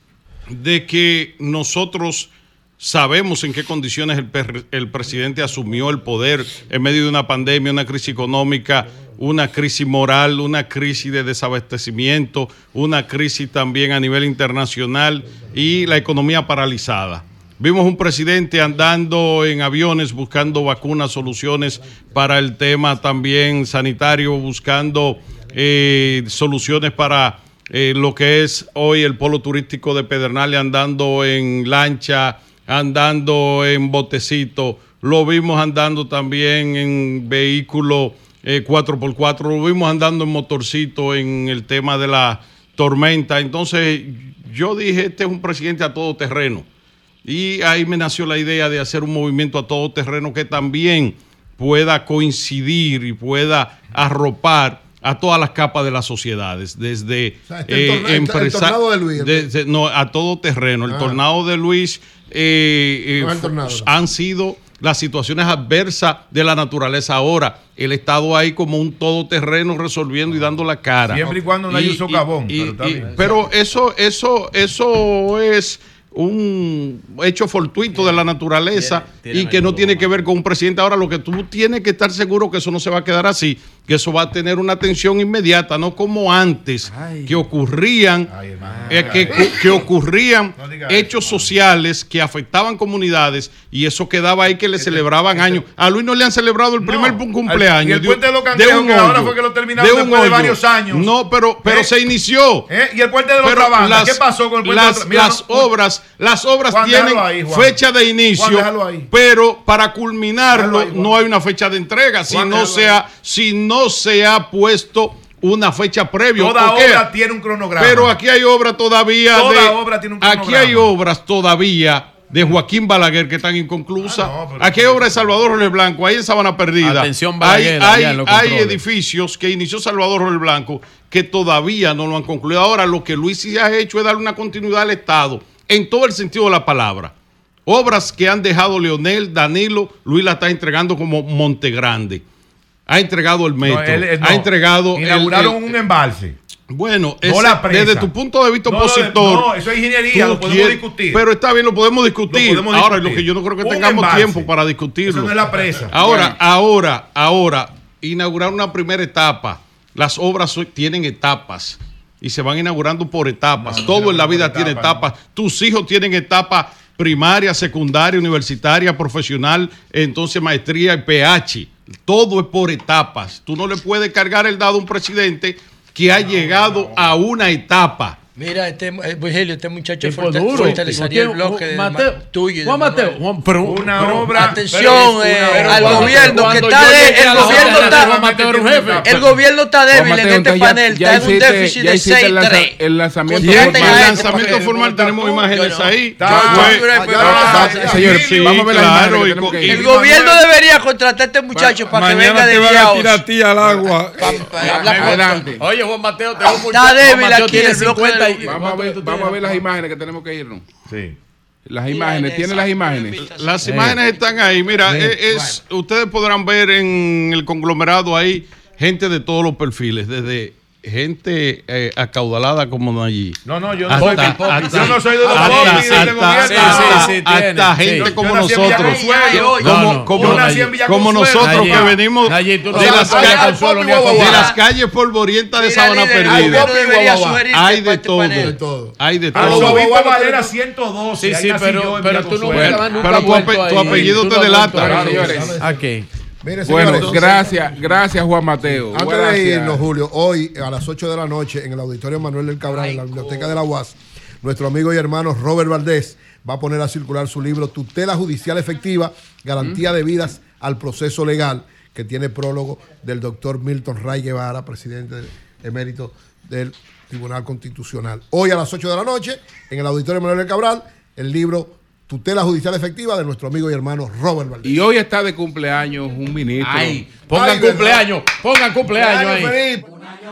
de que nosotros sabemos en qué condiciones el, per- el presidente asumió el poder en medio de una pandemia, una crisis económica, una crisis moral, una crisis de desabastecimiento, una crisis también a nivel internacional y la economía paralizada. Vimos un presidente andando en aviones buscando vacunas, soluciones para el tema también sanitario, buscando eh, soluciones para eh, lo que es hoy el polo turístico de Pedernales, andando en lancha, andando en botecito. Lo vimos andando también en vehículo eh, cuatro por cuatro, lo vimos andando en motorcito en el tema de la tormenta. Entonces yo dije, este es un presidente a todo terreno. Y ahí me nació la idea de hacer un movimiento a todo terreno que también pueda coincidir y pueda arropar a todas las capas de las sociedades, desde O sea, este el torna- el- el empresa- tornado de Luis, desde- no, a todo terreno. El Ah. tornado de Luis eh, eh, No es el fu- tornado. han sido las situaciones adversas de la naturaleza. Ahora, el Estado ahí como un todoterreno resolviendo y dando la cara. Siempre y cuando no haya un socavón, pero está bien. pero eso, eso, eso es un hecho fortuito de la naturaleza Tiene- tiene y que no algo tiene que ver con un presidente. Ahora, lo que tú tienes que estar seguro que eso no se va a quedar así, que eso va a tener una atención inmediata, no como antes, que ocurrían, eh, que, que ocurrían hechos sociales que afectaban comunidades y eso quedaba ahí que le celebraban años. A Luis no le han celebrado el primer cumpleaños. y el de- puente de los de cangrejos un que ahora hoyo, fue que lo terminaron de un después de hoyo. varios años. No, pero, pero ¿Eh? se inició. ¿Eh? Y el puente de los Pero Trabandas, ¿qué pasó con el puente las, de los Mira, las no- obras, las obras Juan, tienen déjalo ahí, Juan. fecha de inicio, Juan, déjalo ahí. pero para culminarlo Déjalo ahí, Juan. no hay una fecha de entrega, si Juan, no, déjalo se ha, si no se ha puesto una fecha previa. Toda ¿O qué? obra tiene un cronograma. Pero aquí hay obra todavía Toda de, obra tiene un aquí cronograma. hay obras todavía de Joaquín Balaguer que están inconclusas. Ah, no, pero- aquí hay obras de Salvador Jorge Blanco, ahí en Sabana Perdida. Atención, hay, Balaguer, allá hay, en los hay controles. edificios que inició Salvador Jorge Blanco que todavía no lo han concluido. Ahora lo que Luis sí ha hecho es darle una continuidad al Estado en todo el sentido de la palabra. Obras que han dejado Leonel, Danilo, Luis la está entregando como Montegrande. Ha entregado el metro, No, él- él no. ha entregado... el- Inauguraron el- un embalse. Bueno, No ese- la presa. desde tu punto de vista No, lo de- opositor... no, eso es ingeniería, tú lo podemos quieres- discutir. Pero está bien, lo podemos discutir. Lo podemos Ahora, discutir. lo que yo no creo que Un tengamos embalse. tiempo para discutirlo. Eso no es la presa. Ahora, Bueno. ahora, ahora, inaugurar una primera etapa. Las obras so- tienen etapas y se van inaugurando por etapas. No, no Todo se en la inaugura vida por tiene etapas, etapas. Tus hijos tienen etapas primaria, secundaria, universitaria, profesional, entonces maestría y P H. Todo es por etapas. Tú no le puedes cargar el dado a un presidente que ha llegado a una etapa. Mira, este, eh, Virgilio, este muchacho Tipo forta- duro. fortalecería el Juan bloque de Mateo, ma- tuyo y de Juan Mateo, Manuel. Juan- pero- Una pero- obra. pero- Atención pero- eh, pero- al cuando- gobierno que cuando está yo de, llegué a el la gobierno Juan está, Mateo era un jefe. el gobierno está débil Juan en Mateo, este entonces ya- panel, ya está en un hiciste- déficit ya de hiciste seis el lanza- tres. el lanzamiento Y el, formal. el lanzamiento formal tenemos imágenes ahí. Yo- Fue- yo- yo- Ah, yo- señores, sí, vamos a ver las claro, imágenes que y tenemos con- que y ir. El gobierno debería contratar a este muchacho para que venga Mañana de te van a guiaos. tirar a ti al agua. Adelante. Oye, Juan Mateo, tengo mucho. Está débil Juan Mateo aquí tiene el bloque cincuenta y- del- Vamos a ver, vamos a ver las imágenes que tenemos que irnos. Sí. Las imágenes, ¿tiene las imágenes? Las imágenes están ahí. Mira, Sí. es, es- ustedes podrán ver en el conglomerado ahí gente de todos los perfiles, desde gente eh, acaudalada como Nayib. No, no, yo no Hasta- soy de hasta- popis. Yo no soy de los hasta- popis de este hasta- gobierno. hasta- Sí, sí, sí, hasta tiene. gente Sí. como Yo nací en nosotros. Villaconsuelo. Como, No, no. como, Yo nací en Villaconsuelo. como nosotros Nayib. que venimos Nayib, tú no de, sabes las cuál es calles, Consuelo ni a de Guaguaguá. las calles polvorientas de Mira, Sabana líder, Perdida. el gobierno debería sugerirte Hay para de este todo. panel. Hay de A todo. los obispos Valera ciento doce. Sí, ahí sí, nací pero- yo en pero tú no Villaconsuelo. vas a- nunca Pero tu, vuelto ape- tu ahí. apellido Tú te no has delata. vuelto ahí. Señores. Aquí. Mire, Bueno, señores, gracias, gracias Juan Mateo. Antes Gracias. de irnos, Julio, hoy a las ocho de la noche en el Auditorio Manuel del Cabral, en la Biblioteca de la U A S, nuestro amigo y hermano Robert Valdés va a poner a circular su libro Tutela Judicial Efectiva, Garantía de Vidas al Proceso Legal, que tiene prólogo del doctor Milton Ray Guevara, presidente emérito del Tribunal Constitucional. Hoy a las ocho de la noche, en el Auditorio Manuel del Cabral, el libro Tutela Judicial Efectiva de nuestro amigo y hermano Robert Valdés. Y hoy está de cumpleaños un ministro. Ay, pongan Ay, cumpleaños, pongan cumpleaños ahí. Felipe.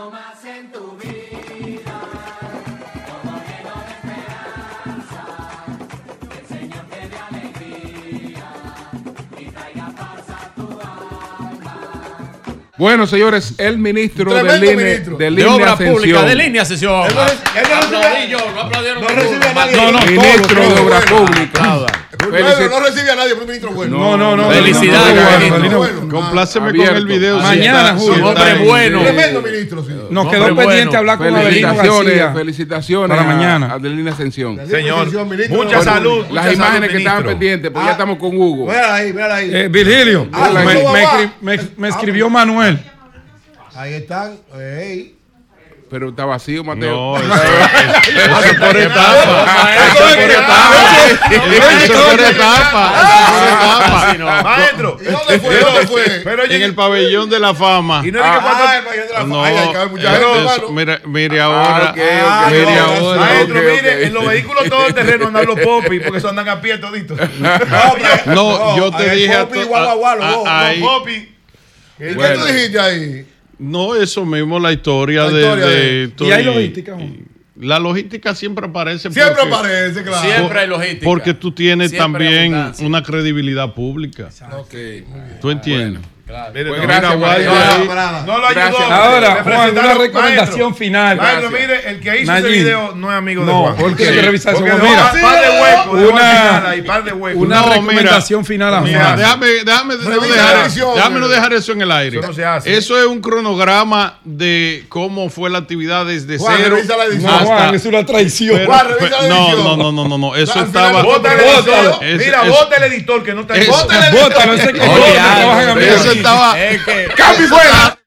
Bueno, señores, el ministro de, Tremendo línea, ministro. de De línea obra pública, Ascensión. de línea sesión. Él no recibe- él no recibe- Aplaudí yo, no aplaudieron No ninguno. recibe a nadie. No, no, Ministro todo, de todo, Obra bueno. Pública. Bueno, no recibe a nadie, pero un ministro bueno. No, no, no. Felicidades, no, no, ministro. no, no, Bueno. Compláceme Abierto. con el video. si Mañana, está- si Julio. está Hombre en- bueno. Tremendo ministro, sí. Nos Hombre, quedó pendiente bueno. hablar con Adelino Felicitaciones, García. felicitaciones Para a- mañana. a de línea Ascensión. Señor, Ministro. mucha Bueno, salud. Las mucha imágenes salud, que estaban ministro. pendientes, porque ya estamos con Hugo. Mira ahí, mira ahí. Eh, Virgilio, Ah, me, eso me va, va. escri- me- me escribió Manuel. Ahí están. Ey. Pero está vacío, Mateo. No, eso, eso es por etapa. Eso es por etapa. Eso es por etapa. Eso es por etapa. Maestro. ¿Y dónde fue? ¿Dónde fue? Pero En el pabellón de la fama. Y no es que cuando. Ah, el pabellón de la No, fama. Ay, hay que haber mucha eh, gente, eso- hermano. mira, mire ahora. ok, ok. Mire no, ahora. Maestro, ok, mire, ok. en los vehículos todo terreno andan los popis, porque eso andan a pie toditos. No, yo te ahí dije a Popi, to- guau, guau, guau, los a- dos, ahí- Los popis. ¿Y qué Bueno. tú dijiste ahí? No, eso mismo, la historia, La de, historia de- de- estoy- Y hay logística, Juan. La logística siempre aparece. Siempre porque- aparece, claro. Siempre hay logística. Porque tú tienes Siempre hay también abundancia. una credibilidad pública. Ok, muy bien. ¿Tú entiendes? Mire, Pues no, gracias, mira, Mateo. guarda ahí. Parada. No lo ayudó. Gracias. Ahora, Le Juan, una presentaron- recomendación Maestro, final. Maestro, Gracias. mire, el que hizo Nayib. ese video no es amigo de No, Juan. porque hay que revisar eso. Porque Mira, dejó par de huecos, dejó una- al final ahí, par de huecos. Una No, mira. recomendación final a Mira, Juan. déjame, déjame, no Revisa dejar, la edición, déjame no hombre. dejar eso en el aire. Eso no se hace. Eso es un cronograma de cómo fue la actividad desde Juan, cero. revisa la edición. No, hasta- Juan, es una traición. pero- Juan, revisa la no, edición. no, no, no, no, no, eso Al final, estaba. Vota el Bótalo. editor. Eso- Mira, eso- vota el editor que no está ahí. eso- Vota el editor. Bótalo, ese que Oye, todos algo, trabajan a mí. Eso estaba. Es que ¡Cambio fuera!